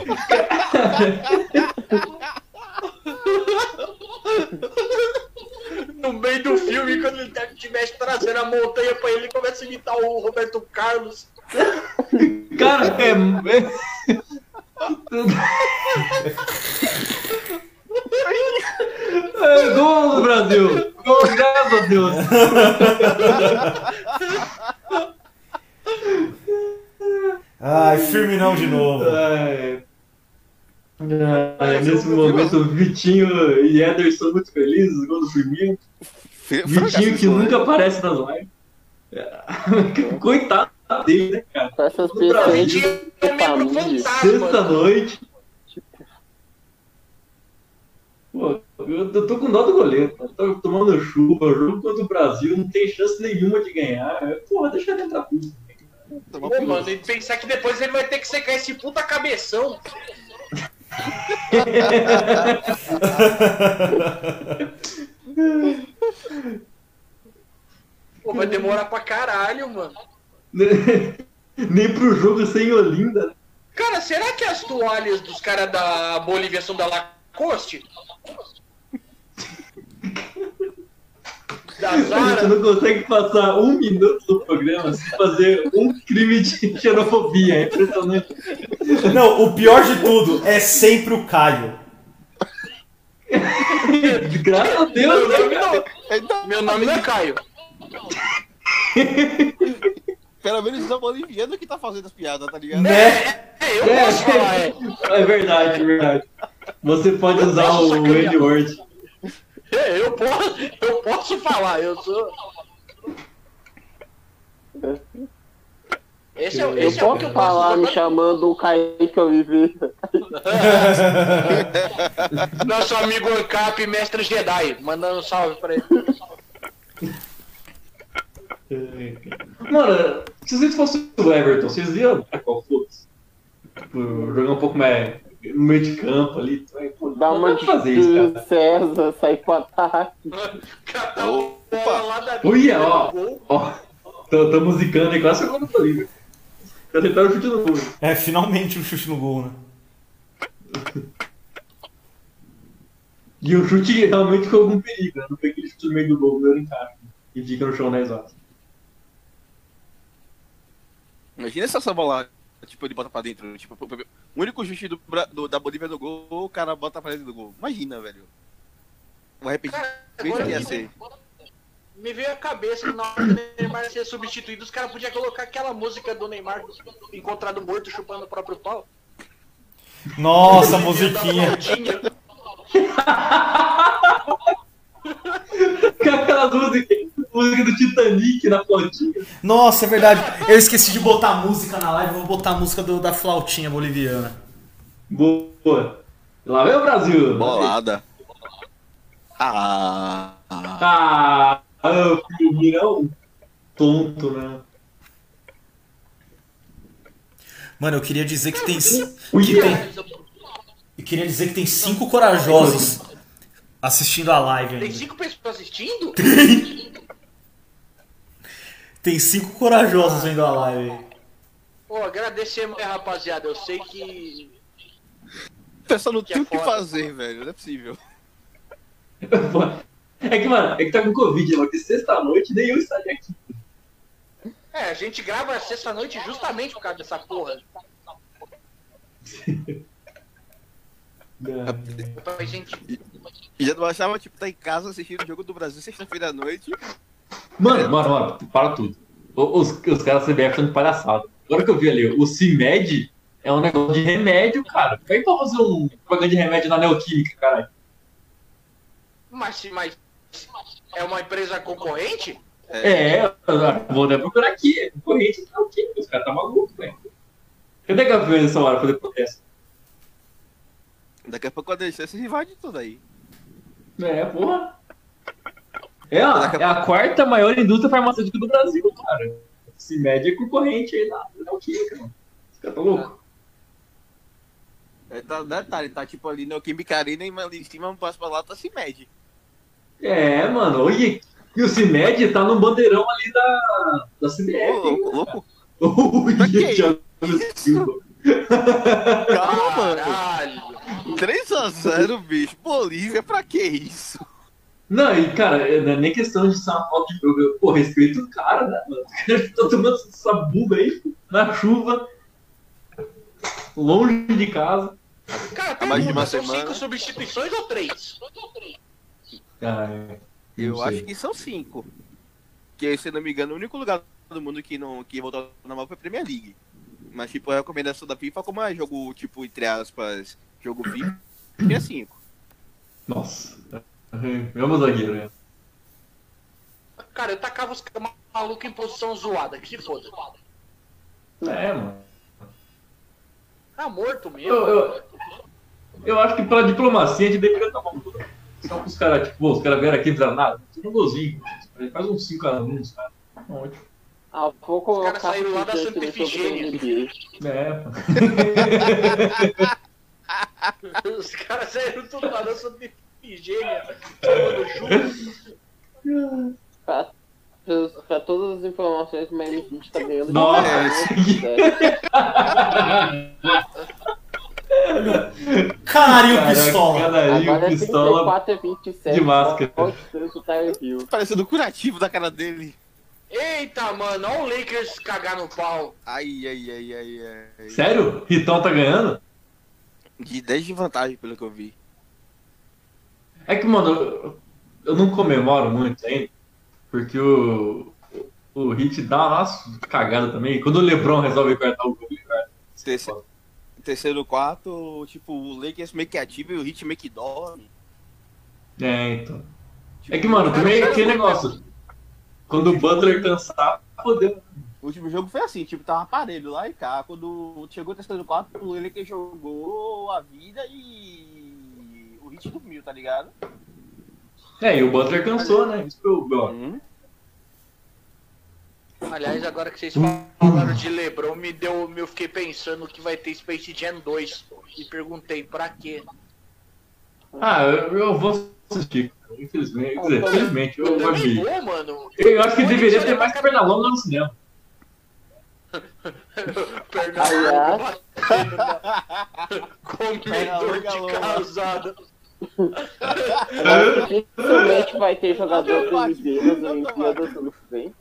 No meio do filme, quando ele estivesse trazendo a montanha pra ele, ele começa a imitar o Roberto Carlos. Cara, é. É gol do Brasil! Gol, graças a Deus! Ai, Firminão de novo. Ai, ai, nesse momento, o Vitinho e Ederson muito felizes, gol do Firmino. Vitinho que nunca aparece nas lives. Coitado dele, né, cara? Com essas O pessoas Vitinho de é um membro família. fantasma. Sexta-noite. Pô, eu tô com dó do goleiro, cara. Tô tomando chuva, o jogo contra o Brasil, não tem chance nenhuma de ganhar. Porra, deixa ele entrar tudo. Pô, mano, e pensar que depois ele vai ter que secar esse puta cabeção. Pô, vai demorar pra caralho, mano. Nem pro jogo sem Olinda. Cara, será que as toalhas dos caras da Bolívia são da Lacoste? Da A gente Zara? não consegue passar um minuto do programa sem fazer um crime de xenofobia. É impressionante. Não, o pior de tudo é sempre o Caio. Graças a Deus, Meu né, nome cara? não, meu nome não é Caio. Pelo menos é o boliviano que tá fazendo as piadas, tá ligado? Né? É, eu posso falar, é. É verdade, é verdade. Você pode usar o N-word. É, eu posso, eu posso falar, eu sou. Esse é, o- Eu esse é o que posso eu falar gosto. me chamando o Kaique Oliveira. Nosso amigo Ancap, mestre Jedi, mandando um salve pra ele. Mano, se vocês fossem o Everton, vocês iam a qual fosse? Tipo, jogar um pouco mais no meio de campo ali. Pô, Dá não uma dá pra fazer isso, de cara. César, sair pro ataque. Catar o bola lá da Uia, ó. gol. Ó, tô, tô musicando aí, quase chegou no Bolívia. Já tentaram o chute no gol. É, finalmente um chute no gol, né? E o chute realmente foi algum perigo, né? Não foi aquele chute no meio do gol, não era encaixe. E fica no chão dez horas. Imagina se essa bola, tipo, ele bota pra dentro. Tipo, o único chute do, Bra- do- da Bolívia no gol, o cara bota pra dentro do gol. Imagina, velho. Vou repetir. Cara, Veja agora que ia me ser. veio, me veio a cabeça que na hora do Neymar ser substituído, os caras podiam colocar aquela música do Neymar encontrado morto chupando o próprio pau. Nossa, musiquinha. Com aquelas músicas, música do Titanic na flautinha. Nossa, é verdade. Eu esqueci de botar música na live, vou botar a música do- da flautinha boliviana. Boa. Lá vem o Brasil. Bolada. Ah. ah. Ah, ah, Firminão. Tonto, né? Mano, eu queria dizer que tem. Ui, Que tem eu queria dizer que tem cinco corajosos assistindo a live Tem ainda. cinco pessoas assistindo? Tem cinco corajosos vendo a live. Pô, agradecemos aí, rapaziada. Eu sei que. O pessoal não Que tem é o que foda. fazer, velho. Não é possível. É que, mano, é que tá com Covid, mano. Que sexta-noite nem eu estaria aqui. É, a gente grava sexta-noite justamente por causa dessa porra. Pra gente. E já não achava, tipo, tá em casa assistindo o jogo do Brasil sexta-feira à noite. Mano, mano, mano, para tudo. Os, os caras da C B F estão de palhaçada. Agora que eu vi ali, o CIMED é um negócio de remédio, cara. Como é que pra fazer um propaganda de remédio na Neoquímica, caralho? Mas, se- mas é uma empresa concorrente? É, eu vou até procurar aqui. É concorrente da Neoquímica, os caras tá maluco, velho. Cadê a Gaviões nessa hora pra fazer protesto? Daqui a pouco eu deixo esse invade tudo aí. É, porra. É, ó, é a quarta maior indústria farmacêutica do Brasil, cara. CIMED é concorrente aí da Neoquímica, mano. Os caras tá louco. É, tá, detalhe, tá tipo ali no Química Arena e em cima, um passo pra lá, tá CIMED. É, mano, olha. E o Cimed tá no bandeirão ali da, da C B F. Ô, louco, louco. Olha, que Thiago Silva. Calma, Caralho. três a zero, bicho. Bolívia, pra que isso? Não, e cara, não é nem questão de ser uma falta de jogo. Pô, respeito o cara, né, mano? O cara tá tomando essa buga aí, na chuva, longe de casa. Cara, Há mais de pergunta, uma são semana. cinco substituições ou três? Ah, é. Eu Não sei. acho que são cinco. Que, se não me engano, o único lugar do mundo que não que voltou normal foi a Premier League. Mas, tipo, a recomendação da FIFA, como é jogo, tipo, entre aspas, jogo FIFA, tinha cinco. Nossa. Meu zagueiro, né? Cara, eu tacava os malucos em posição zoada, que se foda. É, mano. Tá morto mesmo. Eu, eu, eu acho que pela diplomacia a gente deveria estar bom. Só que os caras, tipo, pô, os caras vieram aqui entrar nada. Tira um golzinho. A gente faz uns cinco a um, cara. Ótimo. Ah, vou colocar caras saíram lá da esse Santa jogo no Efigênia. N B A. É, pô. Os caras saíram tudo lá da sua efigênia, tomando chuva. Pra, pra todas as informações, o Miami Heat tá ganhando. Nossa, Canarinho Caraca, pistola. Canarinho, Agora é pistola trinta e quatro a vinte e sete. de máscara. Pode ser o Tyler Hill. Parecendo curativo da cara dele. Eita, mano, olha o Lakers cagar no pau. Ai, ai, ai, ai, ai. Sério? Ritão tá ganhando? De dez de vantagem, pelo que eu vi. É que, mano, eu, eu não comemoro muito ainda, porque o, o Hit dá uma nossa cagada também. Quando o LeBron resolve cortar o gol, cara. Terceiro, terceiro quarto, tipo, o Lakers meio que ativa e o Heat meio que dorme. É, então. É que, mano, também é aquele negócio. Quando o Butler cansar, fodeu. O último jogo foi assim, tipo, tava aparelho lá e cá. Quando chegou o terceiro quarto, o Lakers jogou a vida e o Heat dormiu, tá ligado? É, e o Butler cansou, né? Isso foi o pior. Uhum. Aliás, agora que vocês falaram de LeBron, me deu, eu fiquei pensando que vai ter Space Jam dois. E perguntei, pra quê? Ah, eu, eu vou assistir. Infelizmente, quer dizer, infelizmente, eu, Eu eu, também vi. vou, mano. Eu acho que deveria ter mais Pernalonga no cinema. Pernalonga batendo na... Comedor Pernalonga de longa. casada. Agora, dificilmente vai ter jogador do N B A nas Olimpíadas ano que vem.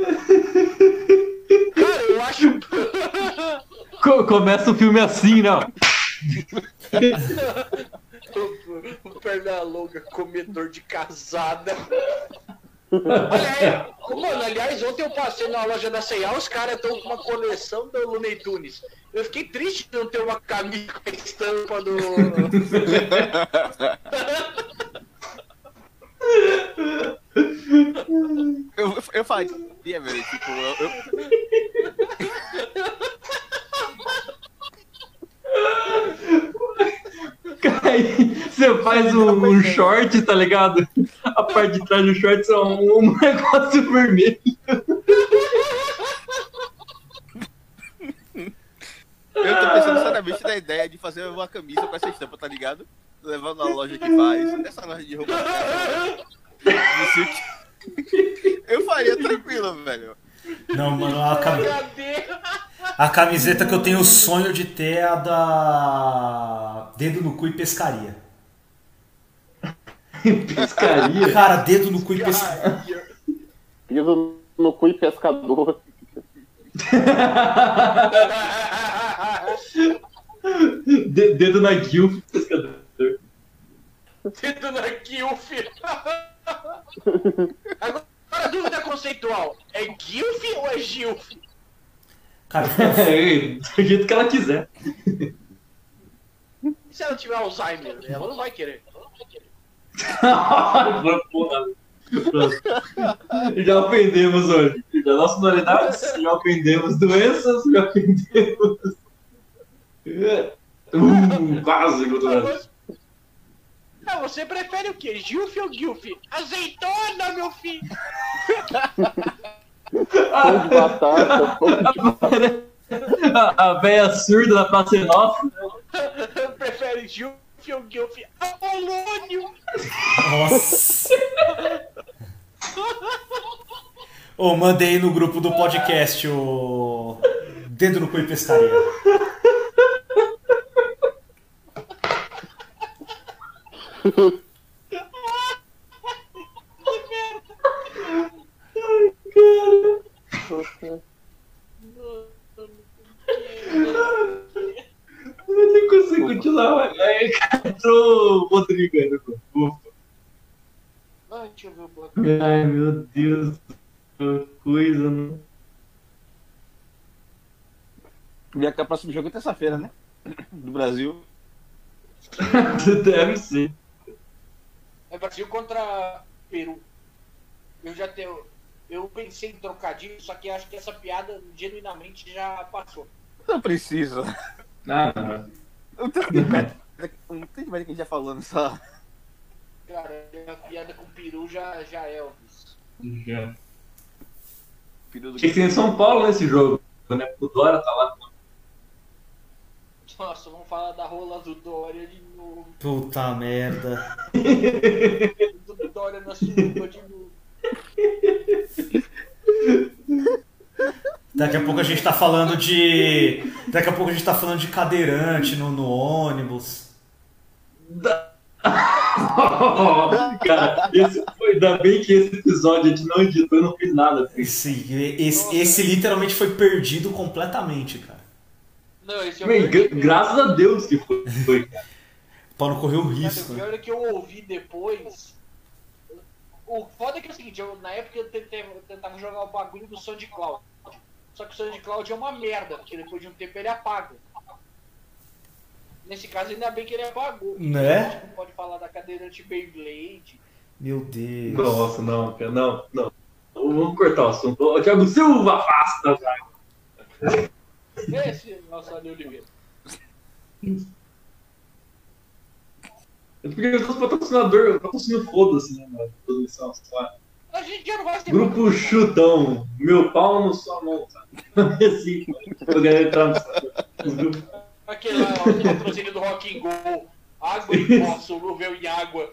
Cara, eu acho... Co- começa o filme assim, não. O Pernalonga, comedor de casada. Olha aí, mano, aliás, ontem eu passei na loja da C e A, os caras estão com uma coleção do Looney Tunes. Eu fiquei triste de não ter uma camisa com a estampa do... Eu, eu faria, velho, tipo, eu, eu- Aí você faz um, um short, tá ligado? A parte de trás do short é um, um negócio vermelho. eu tô pensando seriamente na ideia de fazer uma camisa com essa estampa, tá ligado? Levando na loja que faz, essa loja de roupa. de silk. Eu faria tranquilo, velho. Não, mano, a, cami- Cadê? a camiseta que eu tenho o sonho de ter é a da Dedo no Cu e Pescaria. Pescaria. Cara, dedo no cu e pescaria. Piso no cu e pescador. De- dedo na Gil, pescador. Dedo na Guilf. Agora, a dúvida conceitual, é Guilf ou é Gilf? Cara, É, do jeito que ela quiser. E se ela tiver Alzheimer? Ela não vai querer. Porra. Pronto. Já ofendemos hoje. Já nacionalidades, já ofendemos doenças, já ofendemos. Uh, quase, doutor. Ah, você prefere o quê? Gilf ou Guilf? Azeitona, meu filho! Pão de batata. Pão de... A, a véia surda da Praça é Nossa. Prefere Gilf ou Guilf? Apolônio! nossa. Ô, mandei no grupo do podcast o Dedo no Cu e Pescaria. Eu nem consigo continuar. Aí entrou o Rodrigo aí no grupo. Ufa. Ai, deixa eu ver o bloco. Ai, meu Deus. Que coisa, né? Já que o próximo jogo é terça-feira, né? Do Brasil. Deve ser. É Brasil contra Peru. Eu já tenho. Eu pensei em trocadilho, só que acho que essa piada genuinamente já passou. Não precisa. Ah, não. Não tem demais não tem demais que a gente já falou nessa. Cara, a piada com peru já, já é Elvis. Já. Filho do... Tinha que ser em São Paulo nesse jogo, né? O Dória tá lá. Nossa, vamos falar da rola do Dória de novo. Puta merda. Do Dória na suruba de novo. Daqui a pouco a gente tá falando de. Daqui a pouco a gente tá falando de cadeirante no, no ônibus. Cara, esse foi, ainda bem que esse episódio a gente não editou, eu não fiz nada. Esse, esse, esse literalmente foi perdido completamente, cara. Não, esse é o Bem, pior gra- graças a Deus que foi, foi, cara. Pra não correr o Mas risco, o né? pior é que eu ouvi depois. O foda é que é o seguinte, eu, na época eu, tentei, eu tentava jogar o bagulho do SoundCloud. Só que o SoundCloud é uma merda, porque depois de um tempo ele apaga. Nesse caso, ainda bem que ele apagou. Né? A gente não pode falar da cadeirante Beyblade. Meu Deus. Nossa, não, cara, não, não. Vamos cortar o assunto. Ô, Thiago Silva, afasta, cara. Esse, nosso Ali Oliveira. É porque eu sou patrocinador, patrocínio foda-se, né, mano? Produção, só. A gente já não vai ter Grupo Chutão, meu pau no sua mão, sabe? Assim, pra galera entrar nos grupos. aquele lá, o patrocínio do Rock and Go. Água em pó, solúvel em água.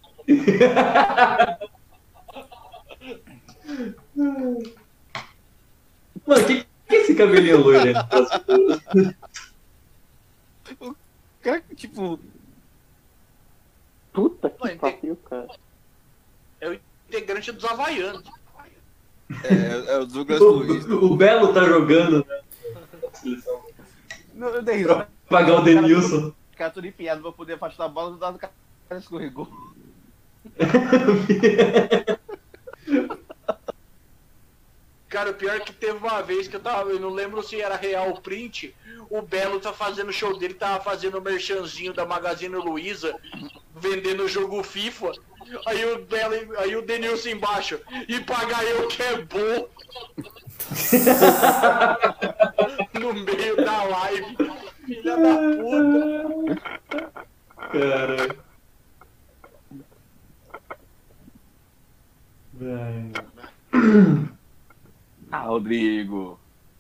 Mano, que, que é esse cabelinho loiro aí? Cara, tipo, Puta que Mãe, tem- pariu, cara. É o integrante dos Havaianos. é, é o Douglas Luiz. O, o Belo tá jogando, né? Não, eu dei risada. Pagar o Denilson. O cara todo empenhado pra poder afastar a bola, do lado do cara escorregou. Cara, o pior é que teve uma vez que eu tava, eu não lembro se era real o print, o Belo tá fazendo o show dele, tava fazendo o merchanzinho da Magazine Luiza, vendendo o jogo FIFA, aí o Belo, aí o Denilson embaixo, e pagar eu que é bom. No meio da live, filha da puta. Cara. Velho. Ah, Rodrigo.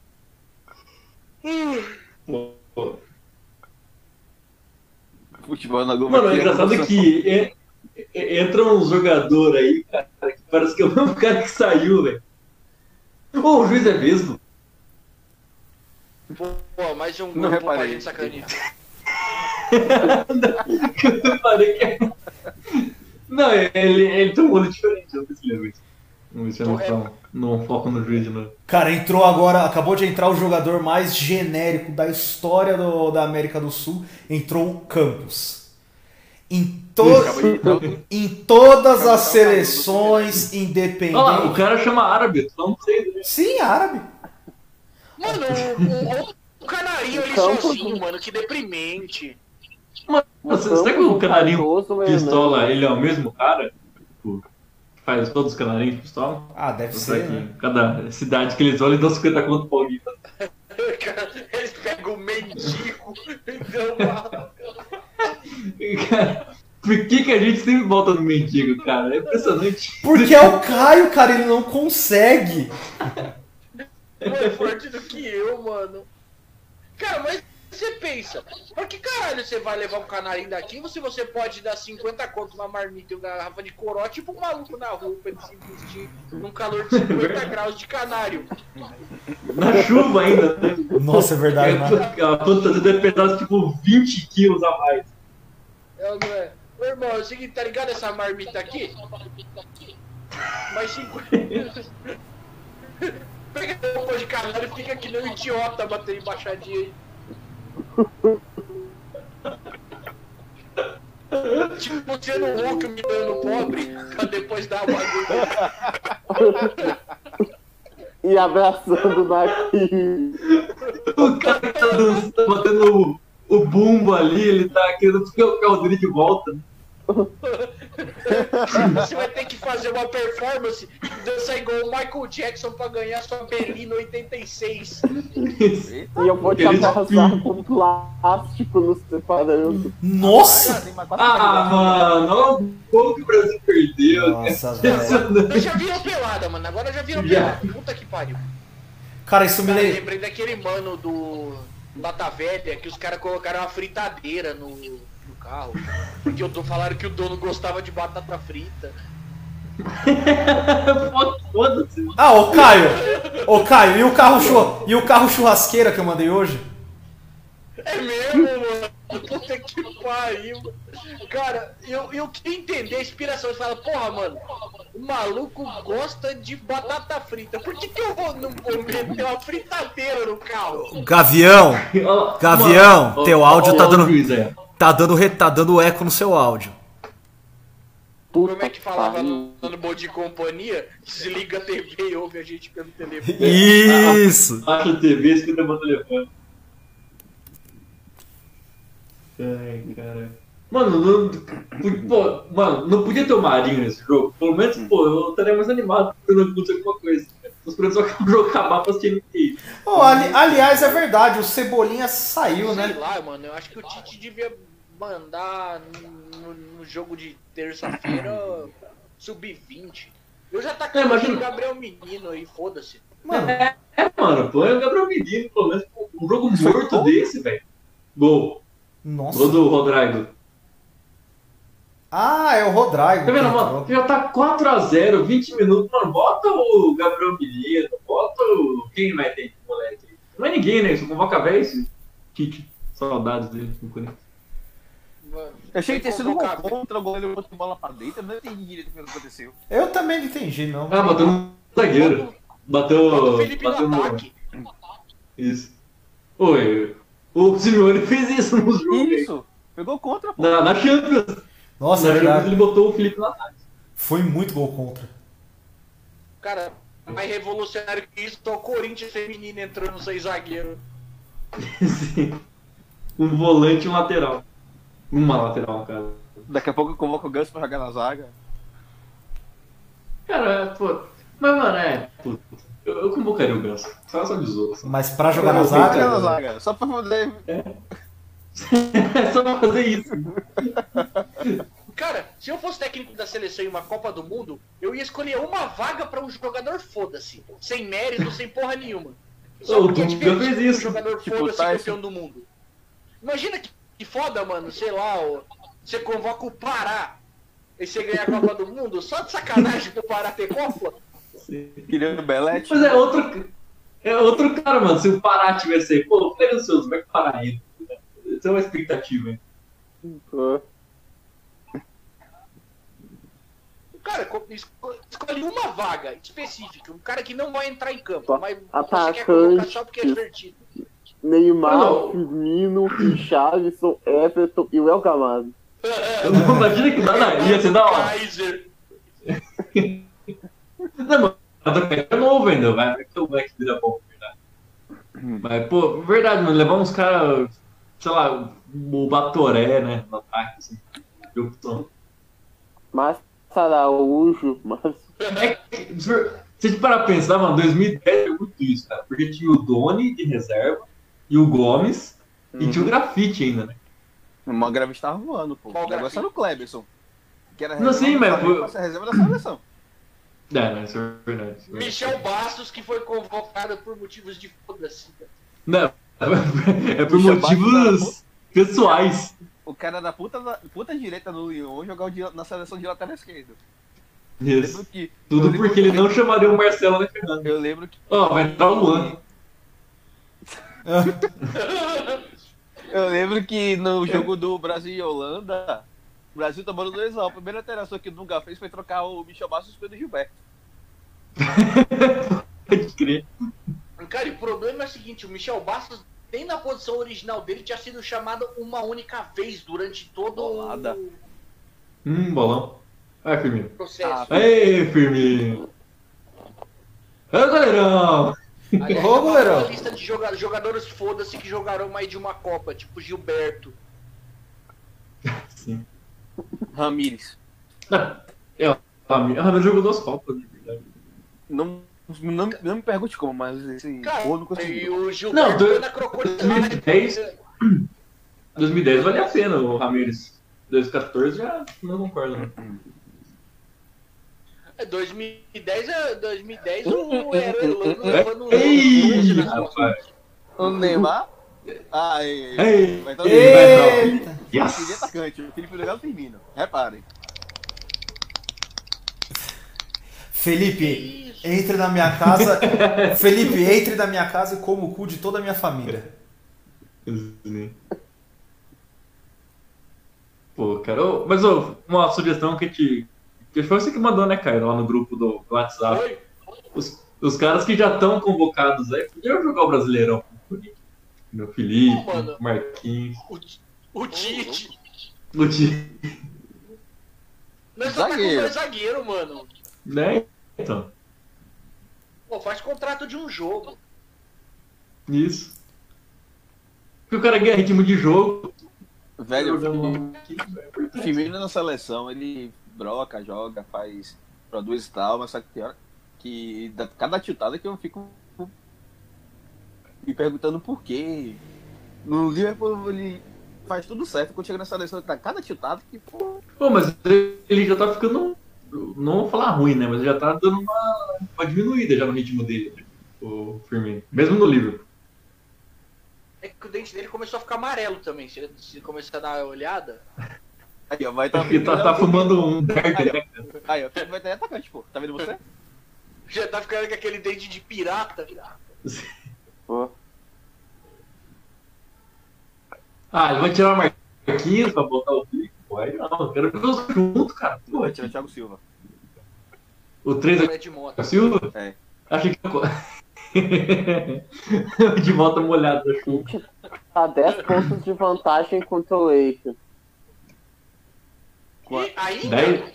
Pô, pô. Futebol na Globo. Mano, é aqui engraçado emoção. que é- é- entra um jogador aí, cara, que parece que é o mesmo cara que saiu, velho. Ô, o juiz é mesmo? Pô, mais um Não grupo pra reparei. gente sacanear. Eu falei que é- Não, ele, ele tem um olho diferente, eu não sei se lembra isso. Vamos ver se eu não, falo- não foco no juiz de novo. Cara, entrou agora, acabou de entrar o jogador mais genérico da história do- da América do Sul. Entrou o Campos. Em, to- Acabou de entrar o- em todas Acabou as de entrar o seleções Olha lá, o independentes. cara chama árabe, tu não sei. Né? Sim, árabe. Mano, o, o, o canarinho ali Campo- sozinho, mano, que deprimente. Mano, você- será que o canarinho Cardoso, meu pistola, irmão. ele é o mesmo cara? Tipo, que faz todos os canarinhos pistola? Ah, deve Ou será ser, que né? cada cidade que eles olham dão cinquenta conto pra alguém? Cara, eles pegam o mendigo então, lá. Cara, por que, que a gente sempre volta no mendigo, cara? É impressionante. Porque é o Caio, cara, ele não consegue. Mais forte do que eu, mano. Cara, mas você pensa, por que caralho você vai levar um canarinho daqui se você pode dar cinquenta conto uma marmita e uma garrafa de corote pro maluco na rua pra ele se vestir num calor de cinquenta graus de canário? Na chuva ainda, né? Nossa, é verdade, né? A fantasia deve pesar tipo vinte quilos a mais. É, não é? Meu irmão, é o seguinte, tá ligado essa marmita aqui? Mais cinquenta... Pega a roupa de canário e fica que nem um idiota batendo embaixadinha aí. Tipo você no Hulk me dando pobre pra depois dar uma bagulho. E abraçando daqui. O cara que tá, dançando, tá batendo o, o bumbo ali, ele tá querendo que o carro dele de volta. Você vai ter que fazer uma performance e dançar igual o Michael Jackson pra ganhar sua Belina oitenta e seis. E eu vou te Aqueles abraçar pin- com plástico nos separando. Nossa! Ah, mano, olha o gol que o Brasil perdeu. Nossa, velho. Eu já viram pelada, mano. Agora já viram Já. pelada. Puta que pariu. Cara, isso me Cara, eu lembra. lembrei daquele mano do Bata Velha que os caras colocaram uma fritadeira no, no carro. Porque eu tô falaram que o dono gostava de batata frita. Foda-se. Ah, ô Caio! Ô Caio, e o carro, churra... e o carro churrasqueira que eu mandei hoje? É mesmo, mano. Puta que pariu. Cara, eu, eu queria entender a inspiração. Você fala, porra, mano, o maluco gosta de batata frita. Por que, que eu vou, não vou meter uma fritadeira no carro? Gavião! Ó, Gavião, mano, teu ó, áudio ó, tá ó, dando- o juiz aí. Tá dando, re... tá dando eco no seu áudio. Puta Como é que falava pariu. no, no bom de companhia? Desliga a T V e ouve a gente pelo telefone. Isso! Baixa a T V, escuta meu telefone. Ai, cara. Mano, não, pô, mano, não podia ter o Marinho nesse jogo. Pelo menos, pô, eu estaria mais animado quando acontecer alguma coisa. Os problemas só o jogo acabar pra assistir N B A. Oh, ali- aliás, é verdade, o Cebolinha saiu, Sei né? lá, mano, eu acho que o Tite devia mandar no, no jogo de terça-feira sub vinte. Eu já tá É, imagina- querendo o Gabriel Menino aí, foda-se. Mano, É, mano, põe o Gabriel Menino, pelo menos um jogo morto desse, velho. Gol. nossa. Gol do Rodrigo. Ah, é o Rodrigo. Tá vendo, que mano? entrou. Já tá quatro a zero, vinte minutos, mano. Bota o Gabriel Menino, bota o. Quem vai ter esse moleque? Não é ninguém, né? Só convoca velho esse Tite. Saudades dele no Corinthians. Mano, Eu achei que ter sido um gol convocar- contra, o goleiro botou a bola pra dentro, eu não entendi direito o que aconteceu. Eu também não entendi, não. Ah, bateu no zagueiro. Bateu. Bota o Felipe bateu no no. ataque. Isso. Oi. O Simeone fez isso no jogo. hein? Isso! Pegou contra, pô. Na, na Champions. Nossa, na é Champions verdade. ele botou o Felipe no ataque. Foi muito gol contra. Cara, mais revolucionário que isso, só o Corinthians feminino entrando sem zagueiro. Sim. Um volante e um lateral. Uma lateral, cara. Daqui a pouco eu convoco o Ganso pra jogar na zaga. Cara, pô. Mas, mano, é. Pô, eu, eu convocaria o Ganso. Só só de zoa. Só. Mas pra jogar na Eu vou Jogar na zaga. zaga, só pra poder. É só pra fazer isso. Cara, se eu fosse técnico da seleção em uma Copa do Mundo, eu ia escolher uma vaga pra um jogador foda-se. Sem mérito, sem porra nenhuma. Ô, o porque é Dunga diferente fez de um isso. jogador Tipo, foda-se Tyson. campeão do mundo. Imagina que, que foda, mano, sei lá, ó, você convoca o Pará e você ganha a Copa do Mundo, só de sacanagem pro Pará ter Copa. Querendo o Belete. Mas é outro. É outro cara, mano. Se o Pará tivesse aí, pô, pega os seus, vai parar aí. Isso é uma expectativa, hein? Ah, Cara, co- esco- escolhe uma vaga específica, um cara que não vai entrar em campo, Só mas você atacante. quer colocar só porque é divertido. Neymar, Não. Firmino, Richarlison, Everton e o El Gamado. Não, imagina que dá na. Ia ser da hora. Kaiser. Não, mano. A do é novo ainda, vai. Vai que o moleque vira bom, verdade. Mas, pô, verdade, mano. Levar uns caras, sei lá, o Batoré, né? No ataque, assim. De opção. Márcio Araújo, Márcio. É que, se você parar pra pensar, mano, dois mil e dez foi muito isso, cara. Porque tinha o Doni de reserva e o Gomes e tinha o Grafite ainda, né? O Mangrave estava voando, pô. O Qual negócio grafite? era o Kleberson. Que era Não, sim, do mas Flamengo, foi- pra ser reserva da seleção. É, não, isso é verdade. Isso é verdade. Michel Bastos, que foi convocado por motivos de foda-se. Não, É por Michel motivos pessoais. O cara da puta, puta direita do Lyon jogar o de- na seleção de lateral esquerdo. Isso. Lembro que, eu Tudo lembro porque ele que- não chamaria o Marcelo né, Fernando? Eu lembro que. Ó, vai entrar o Luan. Eu lembro que no jogo do Brasil e Holanda, o Brasil tomando dois a um. A primeira alteração que o Dunga fez foi trocar o Michel Bastos pelo Gilberto. Pode crer. Cara, e o problema é o seguinte, o Michel Bastos, nem na posição original dele, tinha sido chamado uma única vez durante todo Bolada. o Hum, bolão. Vai, Firmino. processo. Ei, Firmino. Ô, goleirão. Aliás, Ô, é uma goleirão. boa lista de joga- jogadores foda-se que jogaram mais de uma Copa, tipo Gilberto. Sim. Ramires. É, o Ramiro jogou duas Copas, na verdade. Não, não, não me pergunte como, mas esse Cara, gol não e conseguiu. o Gilberto Não, do- foi na crocodilagem. dois mil e dez. dois mil e dez valia a pena o Ramires. dois mil e quatorze já não concordo. Né? É, dois mil e dez, é, dois mil e dez o era levando Ei, um rapaz. O Neymar? Ah, ei, ei, Ei, vai entrar o ei, vai entrar. Eita. Felipe Yes. atacante, o Felipe Lugar Firmino. Reparem. Felipe, entre na minha casa. Felipe, entre na minha casa e coma o cu de toda a minha família. Pô, cara, ô, mas ô, uma sugestão que te. Que foi você que mandou, né, Caio, lá no grupo do WhatsApp. Foi? Os, os caras que já estão convocados aí, podiam jogar o Brasileirão. O Felipe, Não, mano. o Marquinhos, O, o Tite. o Ti. Nós só tá com Zagueiro. dois zagueiros, mano. Né? Então, Pô, faz contrato de um jogo. isso. Porque o cara ganha ritmo de jogo. Velho, o jogando Firmino- Firmino na seleção, ele broca, joga, faz, produz e tal, mas só que tem hora que dá cada chutada que eu fico me perguntando por quê. No Liverpool ele faz tudo certo, quando chega na seleção ele tá cada chutada que, pô, Pô, mas ele já tá ficando. Não vou falar ruim, né? Mas ele já tá dando uma, uma diminuída já no ritmo dele, né, o Firmino. Mesmo no Liverpool. É que o dente dele começou a ficar amarelo também. Se ele, se ele começar a dar uma olhada. aí ó, vai estar Ele tá, tá fumando um Dark, né, cara? Aí ó, vai estar atacante, pô, tá vendo você? Já tá ficando com aquele dente de pirata. Pô. Ah, ele vai tirar o Marquinhos pra botar o Felipe? Pô, aí não, eu quero ver os dois juntos, cara. Pô, Vai tirar o Thiago Silva. o três É de moto. é o Silva? É. Achei que. De volta molhado da chuva. Tá dez pontos de vantagem contra o Lakers. E ainda? Daí,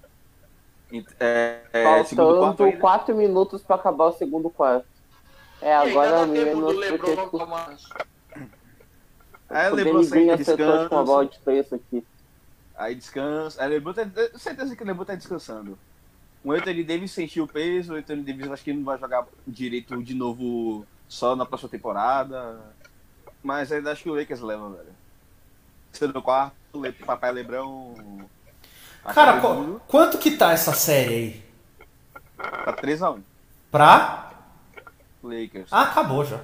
É, é, segundo quarto Faltando ainda. quatro minutos pra acabar o segundo quarto. É, E ainda agora dá o tempo do menos Lebron porque tomar. Aí o lembrou Danny Green sempre acertou com a bola descansa. de três aqui. Aí descansa. Aí Lebron tá, eu tenho certeza que o Lebron tá descansando. O Anthony Davis sentiu o peso, o Anthony Davis acho que não vai jogar direito de novo só na próxima temporada. Mas ainda acho que o Lakers leva, velho. Sendo quarto, Le- papai Lebrão. Cara, acaba qu- indo quanto que tá essa série aí? pra três a um. Pra? Lakers. Ah, acabou já.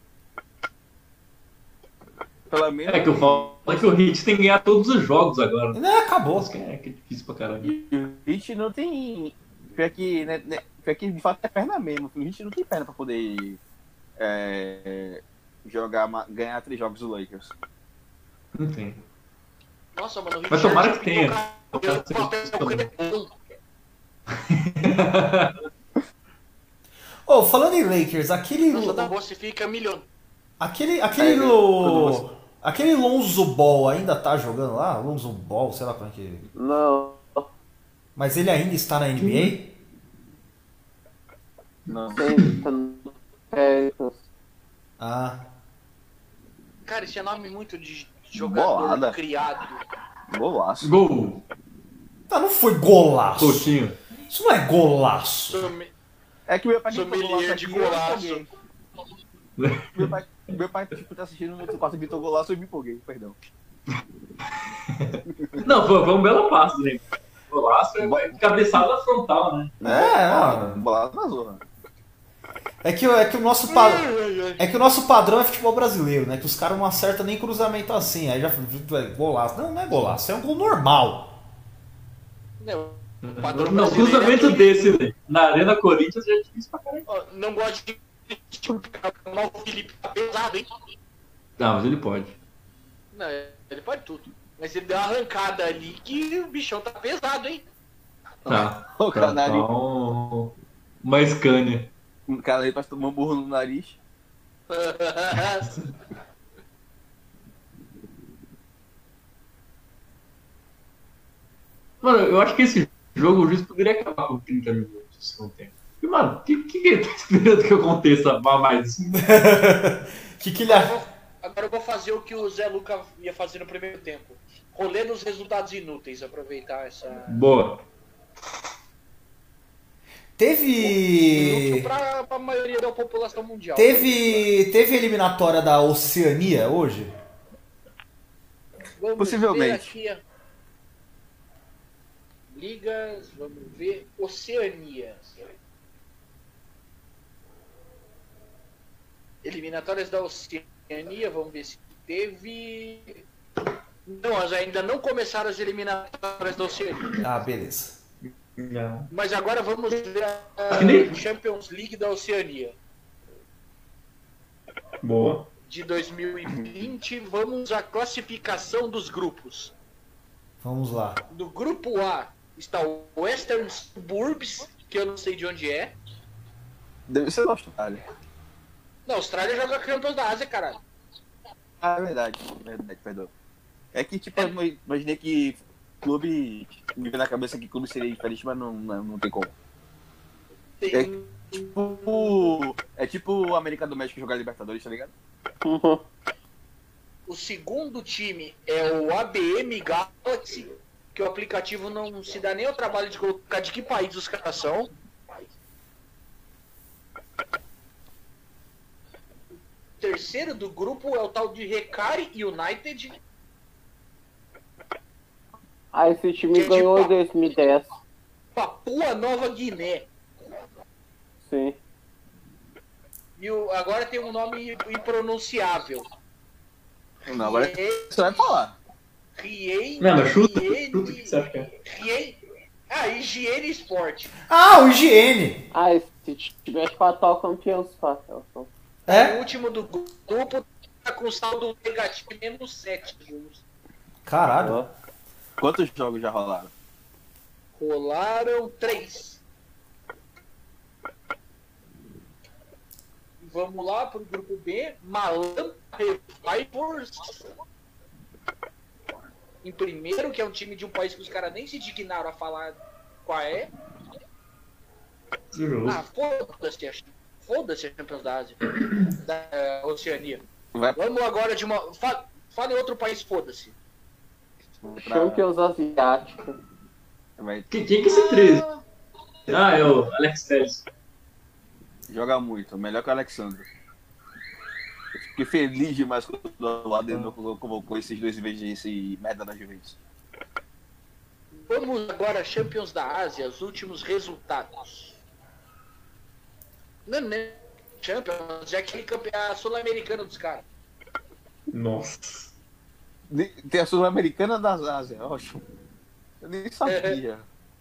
Pelo menos. é que eu falo é que o Heat tem que ganhar todos os jogos agora. É, acabou. Nossa, que é, que é difícil pra caralho. E o Heat não tem. Pior que, né, né, pior que de fato é perna mesmo. O Heat não tem perna pra poder é, jogar, ma- ganhar três jogos do Lakers. Não tem. Nossa, mano, o Mas tomara que Richard tenha. pintou o cabelo, papel canetão. Ô, falando em Lakers, aquele. Nossa, da boa, você fica milhão. Aquele. Aquele. É, Lo- aquele Lonzo Ball ainda tá jogando lá? Lonzo Ball, sei lá como é que. Não. Mas ele ainda está na N B Não. Tem, tá no Pelicans. A? Ah. Cara, esse é nome muito de jogador Bolada. criado. Golaço. Gol! Ah, não foi golaço. Coutinho. Isso não é golaço. Some- É que meu pai gritou Sommelier golaço de aqui, eu golaço. empolguei. Meu pai, meu pai tipo, tá assistindo no outro quarto e gritou golaço e eu me empolguei, perdão. Não, foi, foi um belo passo, né? Golaço é cabeçada frontal, né? É, ó, não. Bolado na zona. É que, é que o nosso pa- É que o nosso padrão é futebol brasileiro, né? Que os caras não acertam nem cruzamento assim. Aí já é golaço. Não, não é golaço, é um gol normal. Não, o padrão Não, brasileiro cruzamento é que- desse, velho. Na Arena Corinthians já é difícil pra caralho. Ó, não gosto de mas o Felipe tá pesado, hein? Não, mas ele pode. Não, ele pode tudo. Mas ele deu uma arrancada ali que o bichão tá pesado, hein? Tá. O Tá, canário. tá um... Uma Scania. O cara aí parece tomar um burro no nariz. Mano, eu acho que esse jogo o juiz poderia acabar com trinta minutos, não tem. E, mano, o que, que ele tá esperando que aconteça a mais? que que ele Agora eu acha? vou- Agora eu vou fazer o que o Zé Luca ia fazer no primeiro tempo. Rolê nos resultados inúteis, aproveitar essa. Boa. Teve. Inútil pra, pra maioria da população mundial. Teve. Teve eliminatória da Oceania hoje? Vamos Possivelmente. ver aqui, ó. Ligas, vamos ver. Oceania. Eliminatórias da Oceania, vamos ver se teve. Não, mas ainda não começaram as eliminatórias da Oceania. Ah, beleza. Não. Mas agora vamos ver a Que nem- Champions League da Oceania Boa. de dois mil e vinte. Vamos à classificação dos grupos. Vamos lá. No grupo A está o Western Suburbs, que eu não sei de onde é. Deve ser da Austrália. Não, a Austrália joga Campeões da Ásia, caralho. Ah, é verdade. Verdade, perdão. É que, tipo, eu imaginei que clube. Me veio na cabeça que clube seria diferente, mas não, não, não tem como. Tem- Tipo. É tipo o América do México jogar Libertadores, tá ligado? O segundo time é o A B M Galaxy, que o aplicativo não se dá nem o trabalho de colocar de que país os caras são. O terceiro do grupo é o tal de Recare United. Ah, esse time Gente, ganhou em pá. dois mil e dez. Papua Nova Guiné. Sim. E o, agora tem um nome impronunciável. Não, agora Rie- você vai falar. Rien, Não, mas chuta, Rien- chuta, o que você acha que é? Rien- Ah, Higiene Sport. Ah, o Higiene! Ah, esse time é tipo a atual campeão, Fatel. O É? último do grupo tá com saldo negativo menos sete gols. Caralho. Quantos jogos já rolaram? Rolaram três. Vamos lá pro grupo B. Malam Revivers. Em primeiro, que é um time de um país que os caras nem se dignaram a falar qual é. Ah, foda-se. a- Foda-se a Champions da Ásia. Da eh, Oceania. Vai Vamos agora de uma. Fa- Fala em outro país, foda-se. pra... Champions Asiático. Vai Quem, quem que é esse treze? Ah, é o Alex Telles. jogar muito. Melhor que o Alexandre. Eu fiquei feliz demais quando o Adenor convocou esses dois em vez de esse merda da Juventus. Vamos agora Champions da Ásia, os últimos resultados. Não, não. Champions, já que é a Sul-Americana dos caras. Nossa. Nem- Tem a Sul-Americana da Ásia, ótimo. Eu nem sabia.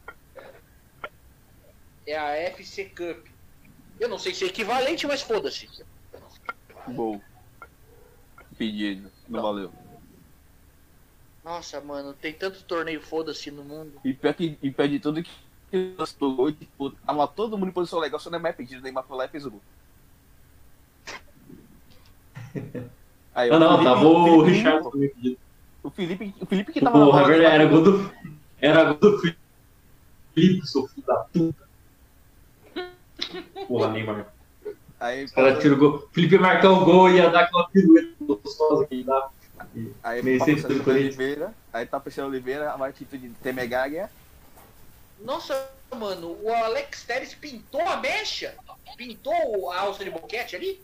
É a F C Cup. Eu não sei se é equivalente, mas foda-se. Gol. Pedido. Não valeu. Nossa, mano, tem tanto torneio foda-se no mundo. E pior, que, e pior de tudo que lançou, tipo, tava todo mundo em posição legal, só o Neymar pedido, o Neymar foi lá e fez o gol. Aí, Não, o não, Felipe- tava o Felipe- Richard também pedido. O Felipe, o Felipe que tava Porra, bola, era, era gol do. Era gol do Felipe, seu filho da puta. Porra, Neymar. Aí, Os caras tiram o gol. Felipe ia marcar o gol e ia dar aquela pirueta gostosa que ele dá. aí meio passa sempre o pelo Corinthians. Oliveira, aí tá pensando Oliveira, vai atitude de Temegaga. Nossa, mano, o Alex Telles pintou a mecha? Pintou a alça de boquete ali?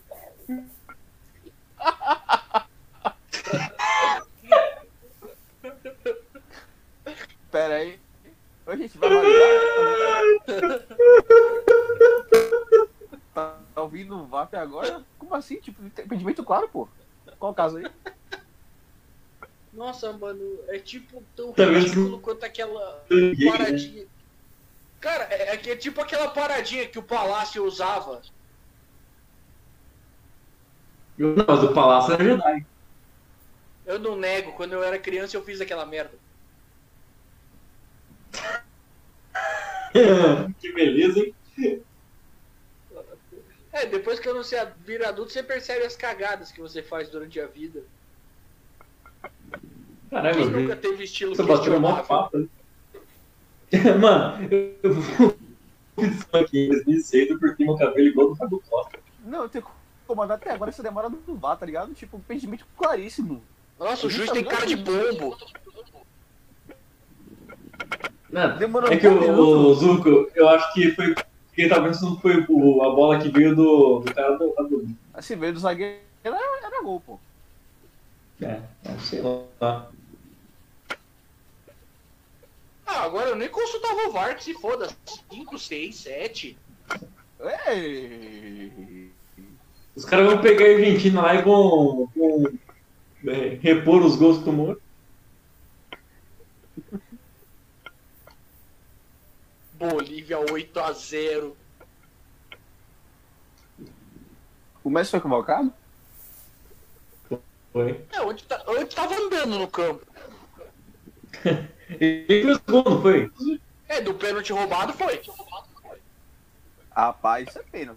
Pera aí. Ô, gente, vai validar. Tá, tá ouvindo o V V A R agora? Como assim? Tipo, impedimento claro, pô. Qual o caso aí? Nossa, mano, é tipo tão Tá vendo? ridículo quanto aquela paradinha. Cara, é, é, é tipo aquela paradinha que o Palácio usava. Não, mas o Palácio era Jedi. Eu não nego, quando eu era criança eu fiz aquela merda. Que beleza, hein? É, depois que eu não sei vira adulto, você percebe as cagadas que você faz durante a vida. Caralho, Quem meu nunca Deus. teve estilo Você bateu mó questionável? papo. né? Mano, eu vou isso aqui em dois mil e seis, eu cortei meu cabelo igual do Fábio Costa. Não, eu tenho que comandar até agora essa demora do V A R, tá ligado? Tipo, impedimento claríssimo. Nossa, o juiz tem cara de pombo. Não, Demorou é que um o, minuto. o Zuko, eu acho que foi. Quem tá vendo se não foi o, a bola que veio do, do cara do. do Assim, veio do zagueiro, era, era gol, pô. é, sei lá. Ah, agora eu nem consultava o V A R, que se foda. cinco, seis, sete. Ei. Os caras vão pegar a Argentina lá e vão, vão é, repor os gols que tomou. Bolívia oito a zero. O Messi foi convocado? Foi. É, onde, tá, onde tava andando no campo. Ele fez gol, não foi? É, do pênalti roubado foi. Rapaz, isso é pena.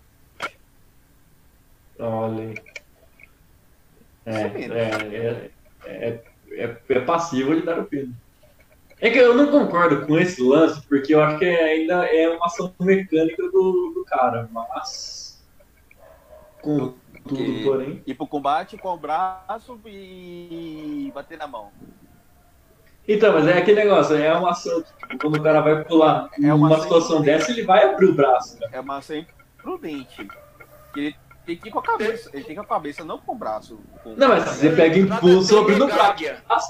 Olha aí. É, Isso é, é, é, é, é passivo de dar o pênalti. É que eu não concordo com esse lance, porque eu acho que ainda é uma ação mecânica do, do cara, mas. Com tudo, Que porém. ir pro combate com o braço e bater na mão. Então, mas é aquele negócio, é uma ação que, tipo, quando o cara vai pular É uma numa ação situação imprudente. dessa, ele vai abrir o braço, cara. É uma ação imprudente. Ele tem que ir com a cabeça. Ele tem que ir com a cabeça, não com o braço. Com- Não, mas você pega impulso abrindo o braço.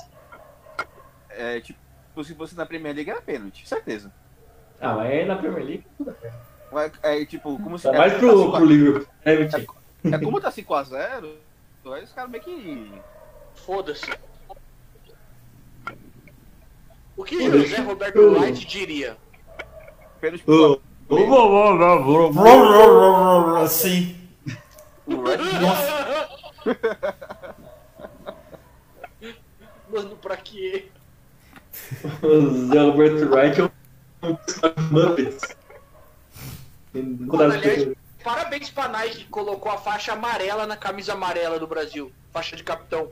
É tipo, se fosse na Premier League era pênalti, certeza. Ah, mas é na Premier League, tudo bem. É, é tipo, como se. Tá é, mais tá pro, cinco a- pro Liverpool. É, mentira. é como tá cinco a zero, aí os caras meio que. Foda-se. O que Pô, José deixa Roberto eu- Wright diria? Pênalti pro Assim. o Red Mano, pra quê? O Zé Roberto Wright é um personagem Muppets. Não dá Mano, pra- aliás, parabéns pra Nike que colocou a faixa amarela na camisa amarela do Brasil. Faixa de capitão.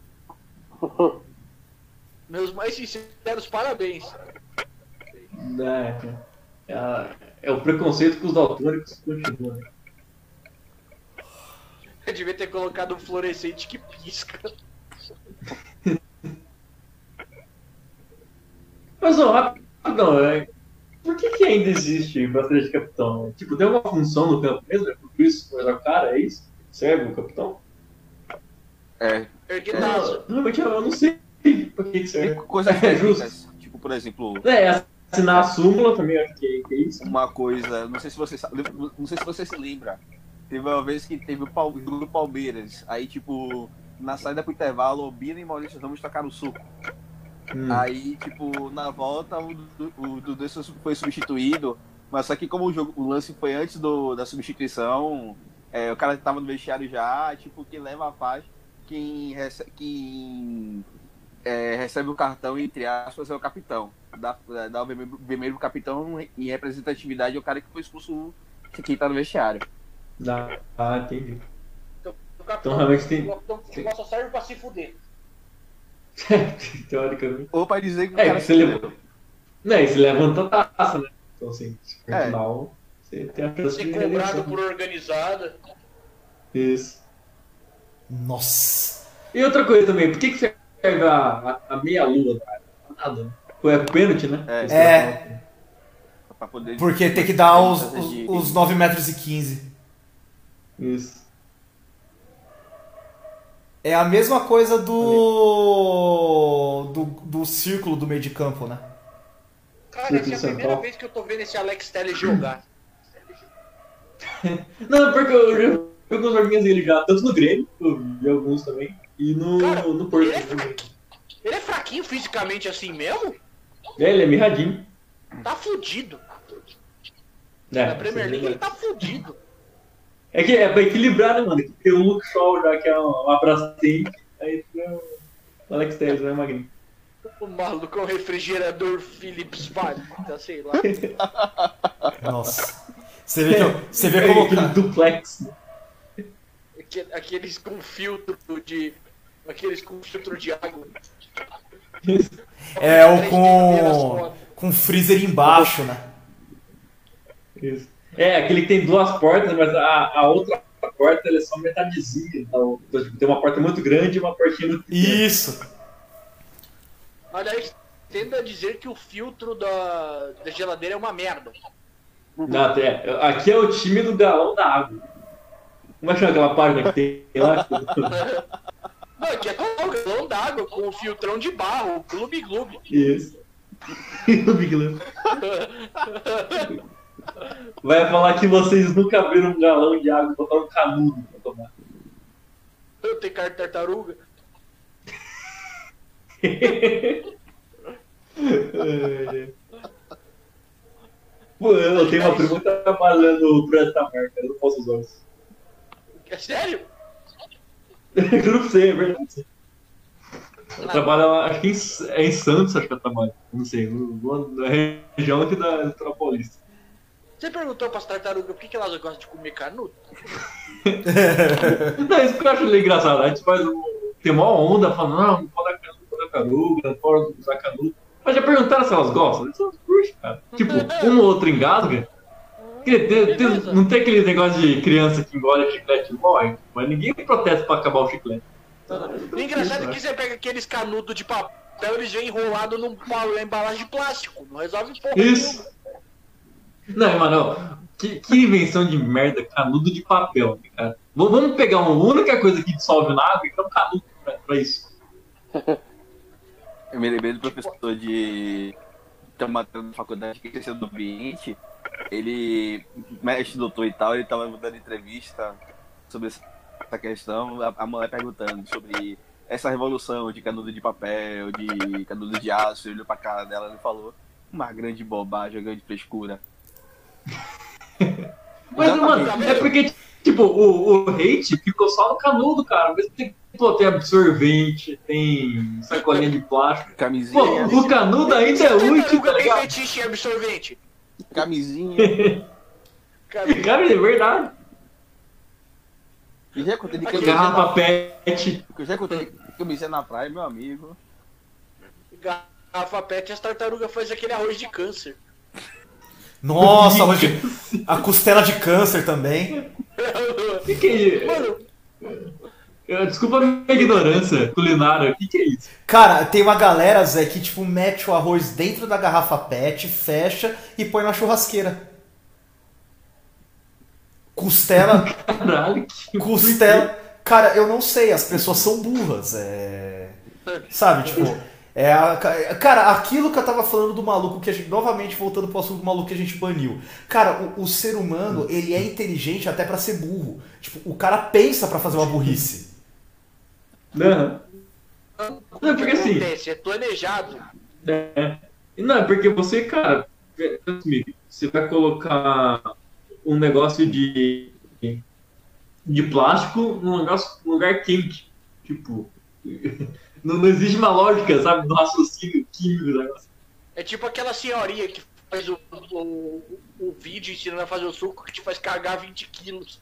Meus mais sinceros parabéns. É, é, a- é o preconceito com os daltônicos que continua, né? Eu devia ter colocado um fluorescente que pisca. Mas, ó, rapidão, é, por que, que ainda existe bastante capitão? Tipo, tem alguma função no campo mesmo? É por isso, mas o cara, é isso? Serve o capitão? É, Ergue É, taça. realmente eu não sei por que, que tem serve. coisas É justo. técnicas, tipo, por exemplo, É, assinar a súmula também, acho que, que é isso. uma coisa, não sei se você sabe, não sei se você se lembra. Teve uma vez que teve o Pal- o jogo do Palmeiras, aí tipo, na saída pro intervalo, o Bino e Maurício Ramos tacaram o suco. Hum. Aí, tipo, na volta o Du- o Dudu foi substituído, mas só que como o, jogo, o lance foi antes do, da substituição, é, o cara tava no vestiário já, tipo, quem leva a faixa, quem, rece quem é, recebe o cartão, entre aspas, é o capitão. Dá, dá o vermelho vermelho pro capitão em representatividade é o cara que foi expulso, quem tá no vestiário. Dá. Ah, entendi. Então, o capitão, Então, realmente tem- o capitão de futebol só serve pra se fuder. Teoricamente. Ou pra dizer que o É, cara que você levou. Não, e você levanta a taça, né? Então, assim, no É. final, você tem a chance Ser de cobrado redenção. por organizada. Isso. Nossa. E outra coisa também, por que, que serve a, a, a meia-lua, cara? Nada. Foi a pênalti, né? É. Esse É. pra poder... Porque tem que dar os, Fazer os, de- os nove metros e quinze. Isso. É a mesma coisa do, do. do círculo do meio de campo, né? Cara, essa é a Círculo primeira central. vez que eu tô vendo esse Alex Telles jogar. Não, porque eu, eu Pegou os joguinhos dele já, tanto no Grêmio, eu vi alguns também, e no, Cara, no Porto. ele é, fraquinho, ele é fraquinho fisicamente assim mesmo? É, ele é mirradinho. Tá fudido. É, Na Premier isso é League ele verdade. tá fudido. É que é pra equilibrar, né, mano? Tem o Luke Shaw já, que é um, um abracente, aí tem o Alex Telles, né, magrinho? O maluco é um refrigerador Philips Varita, sei lá. Nossa. Você vê, que eu- você vê É como. aquele duplex. Aque- Aqueles com filtro de. Aqueles com filtro de água. É o Três cadeiras com. fora. Com freezer embaixo, né? Isso. É, aquele que tem duas portas, mas a, a outra porta ela é só metadezinha. Então, então, tipo, tem uma porta muito grande e uma portinha muito pequena. Isso. Aliás, tenda a dizer que o filtro da, da geladeira é uma merda. Não, é, aqui é o time do galão da água. Como é que chama aquela página que tem lá? Não, aqui é o galão d'água com o filtrão de barro, o Clube Gloob. Isso. O Big Lamb. Vai falar que vocês nunca viram um galão de água e botaram um canudo pra tomar. Eu tenho carne de tartaruga. Pô, eu tenho uma prima que tá trabalhando pra essa marca, eu não posso usar isso. É sério? Juro pra você, é verdade. Eu trabalho lá, acho que em, é em Santos, acho que eu trabalho. Não sei, no- na região aqui da da Paulista. Você perguntou pras tartarugas por que, que elas gostam de comer canudo? Não, isso que eu acho engraçado. A gente faz um, tem uma onda falando, não, não pode dar canudo, não pode dar canudo, não pode usar canudo. Mas já perguntaram se elas gostam? Eles não curtem, cara. Tipo, um ou outro engasga. Tem- tem- tem- não tem aquele negócio de criança que engole chiclete e morre, mas ninguém protesta pra acabar o chiclete. O engraçado é que você pega aqueles canudos de papel, eles vêm enrolados num pau- na embalagem de plástico. Não resolve porra Isso. Não, mano, que, que invenção de merda, canudo de papel, né, cara. V- Vamos pegar uma única coisa que dissolve na água e criar um canudo pra, pra isso. Eu me lembrei do professor de tem uma matéria na faculdade que cresceu do ambiente. Ele, mestre doutor e tal, ele tava dando entrevista sobre essa questão, a, a mulher perguntando sobre essa revolução de canudo de papel, de canudo de aço, ele olhou pra cara dela e falou uma grande bobagem, uma grande frescura. Mas, mano, é porque, tipo, o, o hate ficou só no canudo, cara. Mas tem, pô, tem absorvente, tem sacolinha de plástico. Pô, Camisinha, o canudo ainda é útil, tá tem ligado? fetiche em absorvente. camisinha. Cara, Cara, é verdade. E já contei de camisinha Garrafa na, pet. eu já contei de camisinha na praia, meu amigo. garrafa pet, as tartarugas fazem aquele arroz de câncer. Nossa, mas a costela de câncer também. O que, que é isso? Mano, Eu- Desculpa a minha ignorância culinária. O que, que é isso? Cara, tem uma galera, Zé, que tipo mete o arroz dentro da garrafa pet, fecha e põe na churrasqueira. Costela, Caralho, que. costela. Cara, eu não sei, as pessoas são burras. É. Sabe, tipo. É a, cara, aquilo que eu tava falando do maluco que a gente. Novamente voltando pro assunto do maluco que a gente baniu. Cara, o, o ser humano, ele é inteligente até pra ser burro. Tipo, o cara pensa pra fazer uma burrice. Não. o Não, que porque assim- acontece? É planejado. É. Não, é porque você, cara, pensa comigo, você vai colocar um negócio de, de plástico num, negócio, num lugar quente. Tipo, não, não existe uma lógica, sabe, do raciocínio químico do negócio. É tipo aquela senhorinha que faz o, o, o vídeo ensinando a fazer o suco que te faz cagar vinte quilos.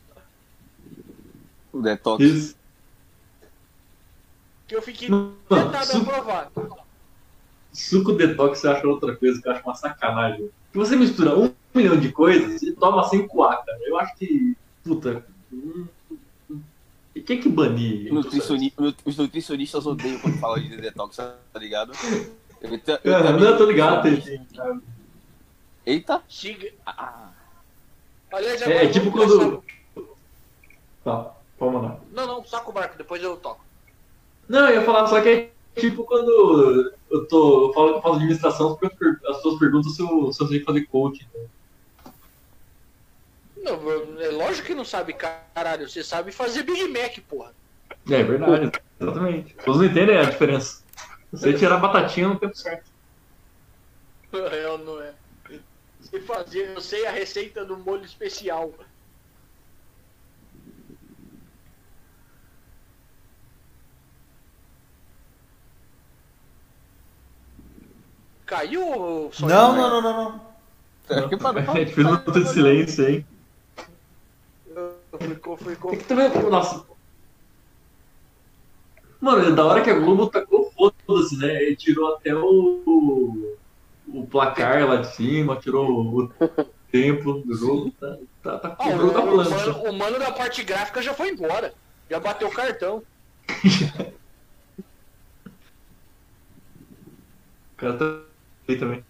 O detox. Isso. Que eu fiquei Não, tentado a suco- provar. Suco detox eu acho outra coisa que eu acho uma sacanagem. Que você mistura um milhão de coisas e toma sem coar, cara. Eu acho que, puta, hum, e quem que banir? Nutricioni- Os nutricionistas odeiam quando falam de detox, tá ligado? Eu te- eu Cara, também- não, eu tô ligado. tem- Eita! Siga. Ah, Aliás, É, agora é tipo vamos quando. começar- Tá, vamos lá. Não, não, saca o barco, depois eu toco. Não, eu ia falar só que é tipo quando eu tô. Eu falo que eu faço administração, porque as pessoas perguntam se eu, se eu sei fazer coaching. Não, Não, é lógico que não sabe, caralho. Você sabe fazer Big Mac, porra. É verdade, exatamente. Vocês não entendem a diferença. Você tirar a batatinha no tempo certo. Eu não é. Sei fazer, eu sei a receita do molho especial. Caiu o sonho? Não, não, não, não, não. Que parou. A gente fez um minuto de silêncio aí. Ficou, ficou. É que também, nossa. Mano, da hora que a Globo tacou foda-se, né? Ele tirou até o, o, o placar lá de cima, tirou o tempo do jogo. Tá, tá, tá, Ah, o o, jogo tá o, rolando. mano, só. o mano da parte gráfica já foi embora. Já bateu o cartão. O cara tá aí também.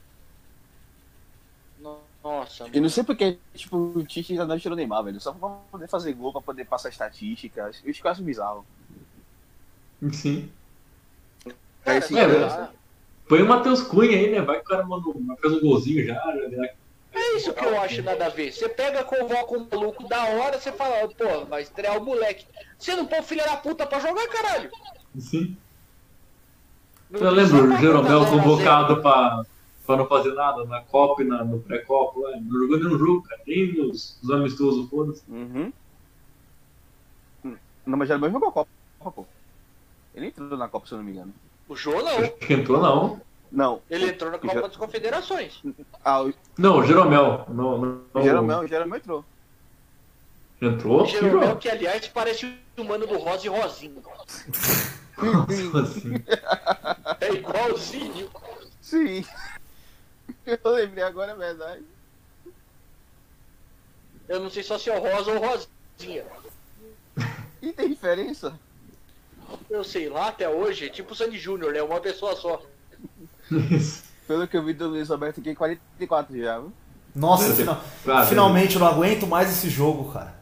Nossa, E não sei porque, tipo, o Tite ainda não tirou o Neymar, velho. Só pra poder fazer gol, pra poder passar estatísticas. Eu acho que eu acho bizarro. Sim. cara, É, sim, sei é, lá. Põe o Matheus Cunha aí, né? Vai que o cara manda um, faz um golzinho já. já É isso que eu acho nada a ver. Você pega, convoca um maluco da hora, você fala, pô, vai estrear o moleque. Você não põe filha da puta pra jogar, caralho. Sim. Não Eu precisa lembro o pra Jeromel botar zero a convocado zero. pra, pra não fazer nada na Copa e na, no pré-Copa. lá. Não jogou nenhum jogo, cara. Nem nos, nos amistosos, foda-se. Uhum. Não, mas já não jogou a Copa, pô. Ele entrou na Copa, se eu não me engano. O Jô não. Acho que entrou, não. Não. Ele entrou na Copa Já- das Confederações. Ah, o Não, o Jeromel. Não, não, não. Jeromel, o Jeromel entrou. Entrou? Que Jeromel, jogo? que aliás parece o mano do Rosa e Rosinho. Nossa, assim. É igualzinho. Sim. Eu lembrei agora, é verdade. Eu não sei só se é o Rosa ou Rosinha. E tem diferença? Eu sei lá até hoje, é tipo o Sandy Júnior, né? Uma pessoa só. Isso. Pelo que eu vi do Luiz Roberto aqui, é quarenta e quatro já, viu? Nossa, final- Ah, finalmente eu não aguento mais esse jogo, cara.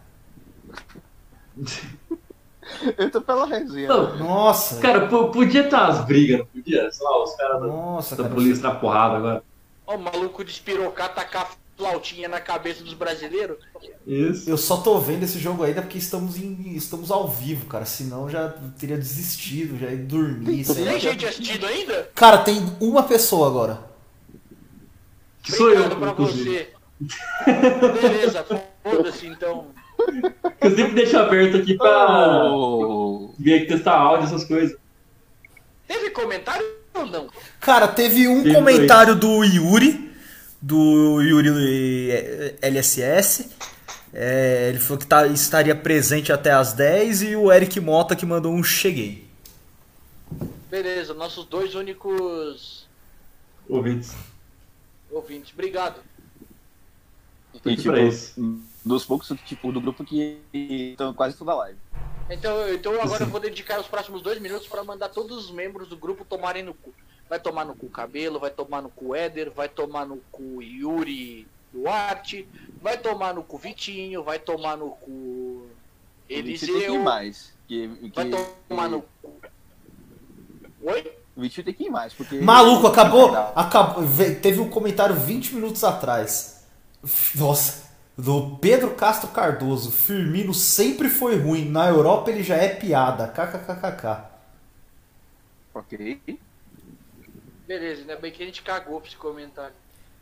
Eu tô pela resenha. Não, Nossa. cara, po- podia estar as brigas, não podia? Sei lá, os caras da, Nossa, da cara. polícia na porrada agora. Ó, o maluco de espirocar, tacar flautinha na cabeça dos brasileiros. Isso. Eu só tô vendo esse jogo ainda porque estamos, em, estamos ao vivo, cara. Senão eu já teria desistido, já ia dormir. sei lá. Tem gente assistindo ainda? Cara, tem uma pessoa agora. Que sou eu, Obrigado pra inclusive. você. Beleza, foda-se então. Eu sempre deixo aberto aqui pra Oh. ver, testar áudio, essas coisas. Teve comentário ou não? Cara, teve um Teve comentário do Yuri, do Yuri eh, L S S. É, ele falou que tá- estaria presente até as dez e o Eric Mota que mandou um cheguei. Beleza, nossos dois únicos Ouvintes. ouvintes. Obrigado. E, Aqui pra tipo, isso. dos poucos, tipo, do grupo que estão quase toda live. Então, então agora eu vou dedicar os próximos dois minutos pra mandar todos os membros do grupo tomarem no cu. Vai tomar no cu Cabelo, vai tomar no cu Éder, vai tomar no cu Yuri Duarte, vai tomar no cu Vitinho, vai tomar no cu Eliseu. Tem que ir Eliseu, mais. Que, que, vai tomar no cu... Oi? O Vitinho tem que ir mais, porque... Maluco, acabou, acabou. ve- Teve um comentário vinte minutos atrás. Nossa, do Pedro Castro Cardoso. Firmino sempre foi ruim. Na Europa ele já é piada. KKKKK. Ok. Beleza, ainda bem que a gente cagou pra esse comentário.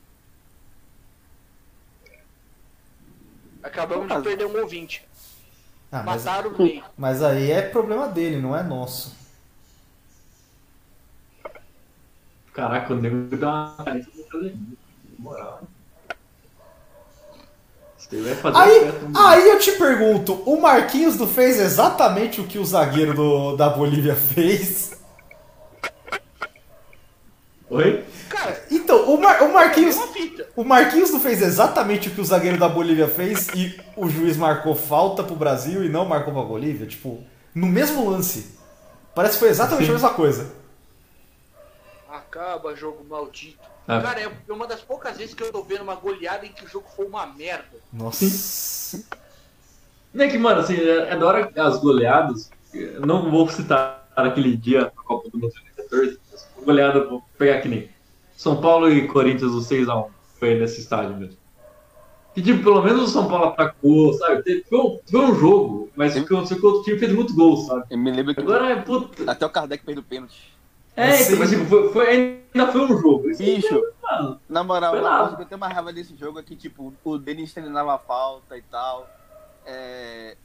Acabamos de perder um ouvinte. Ah, mas, Mataram o Ney. mas aí é problema dele, não é nosso. Caraca, o nego dá uma carência pra fazer isso. Moral. Você vai fazer Aí, certo, né? aí eu te pergunto, o Marquinhos não fez exatamente o que o zagueiro do- da Bolívia fez? Oi? Cara, Então, o, Mar- o Marquinhos... uma fita. O Marquinhos não fez exatamente o que o zagueiro da Bolívia fez e o juiz marcou falta pro Brasil e não marcou pra Bolívia? Tipo, no mesmo lance. Parece que foi exatamente a mesma coisa. Acaba, jogo maldito. Ah. Cara, é uma das poucas vezes que eu tô vendo uma goleada em que o jogo foi uma merda. Nossa. Não é que, mano, assim, é, é da hora que as goleadas. Eu não vou citar aquele dia na Copa do Mundo de dois mil e quatorze. Mas goleada, vou pegar que nem São Paulo e Corinthians, o seis a um. Foi nesse estádio mesmo. que, tipo, pelo menos o São Paulo atacou, sabe? Teve- Foi um, foi um jogo, mas o que aconteceu que o outro time fez muito gol, sabe? Eu me lembro que Agora, puta. até o Kardec perdeu pênalti. É, Sim. então, mas tipo, foi, foi- ainda foi um jogo. Isso aí, Bicho, mano, na moral, Foi uma nada. coisa que eu tenho mais raiva desse jogo é que, tipo, o Denis treinava a falta e tal. É.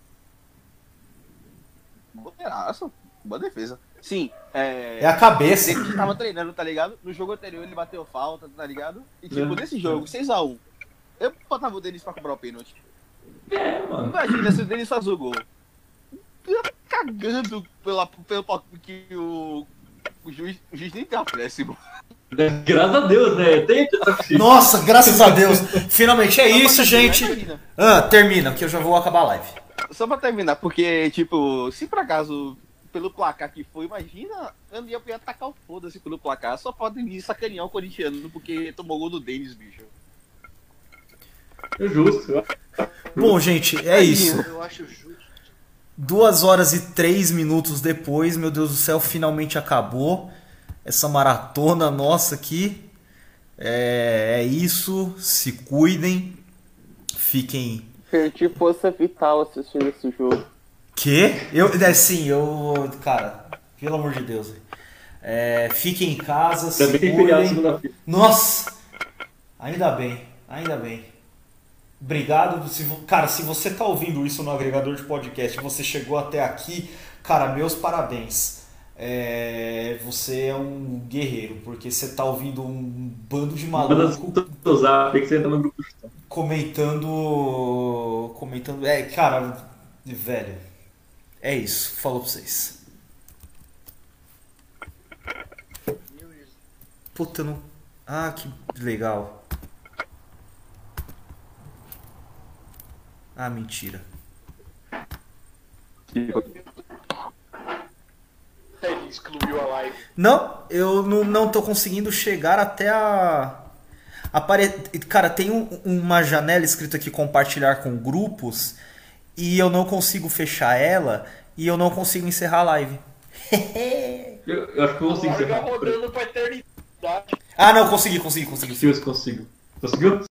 Boteiraço. Boa defesa. Sim, é. É a cabeça. Ele estava treinando, tá ligado? No jogo anterior ele bateu falta, tá ligado? E tipo, É. nesse jogo, seis a um, eu botava o Denis pra cobrar o pênalti. é, mano. Imagina se o Denis faz o gol. Eu cagando pela, pelo que o, o, juiz, o juiz nem tem acréscimo. Graças a Deus, né? Tem Nossa, graças a Deus. Finalmente é isso, gente. Termina. Ah, termina, que eu já vou acabar a live. Só pra terminar, porque, tipo, se por acaso, pelo placar que foi, imagina, eu ia ia atacar o foda-se pelo placar. Só pode ir sacanear o corintiano, porque tomou gol do Denis, bicho. É justo. Bom, gente, é isso. Eu acho justo. Duas horas e três minutos depois, meu Deus do céu, finalmente acabou essa maratona nossa aqui. É, é isso. Se cuidem. Fiquem. Perdi força vital assistindo esse jogo. Quê? Eu, é, sim, eu. Cara, pelo amor de Deus. É, fiquem em casa, se Também tem feriado cuidem. segunda-feira. Nossa! Ainda bem, ainda bem. Obrigado. Se, vo- cara, se você tá ouvindo isso no agregador de podcast e você chegou até aqui, cara, meus parabéns. É, você é um guerreiro, porque você tá ouvindo um bando de Manda as maluco contas do Zap, tem que você entra no grupo do Chutão. comentando. Comentando. É, cara, velho. É isso. Falou pra vocês. Puta, eu não. Ah, que legal. Ah, mentira. Ele excluiu a live. Não, eu não, não tô conseguindo chegar até a. Apare... Cara, tem um- uma janela escrita aqui compartilhar com grupos e eu não consigo fechar ela e eu não consigo encerrar a live. Eu, eu acho que eu consigo Larga encerrar. rodando pra eternidade. Ah, não, consegui, consegui, consegui. Deixa eu ver se consigo. Conseguiu?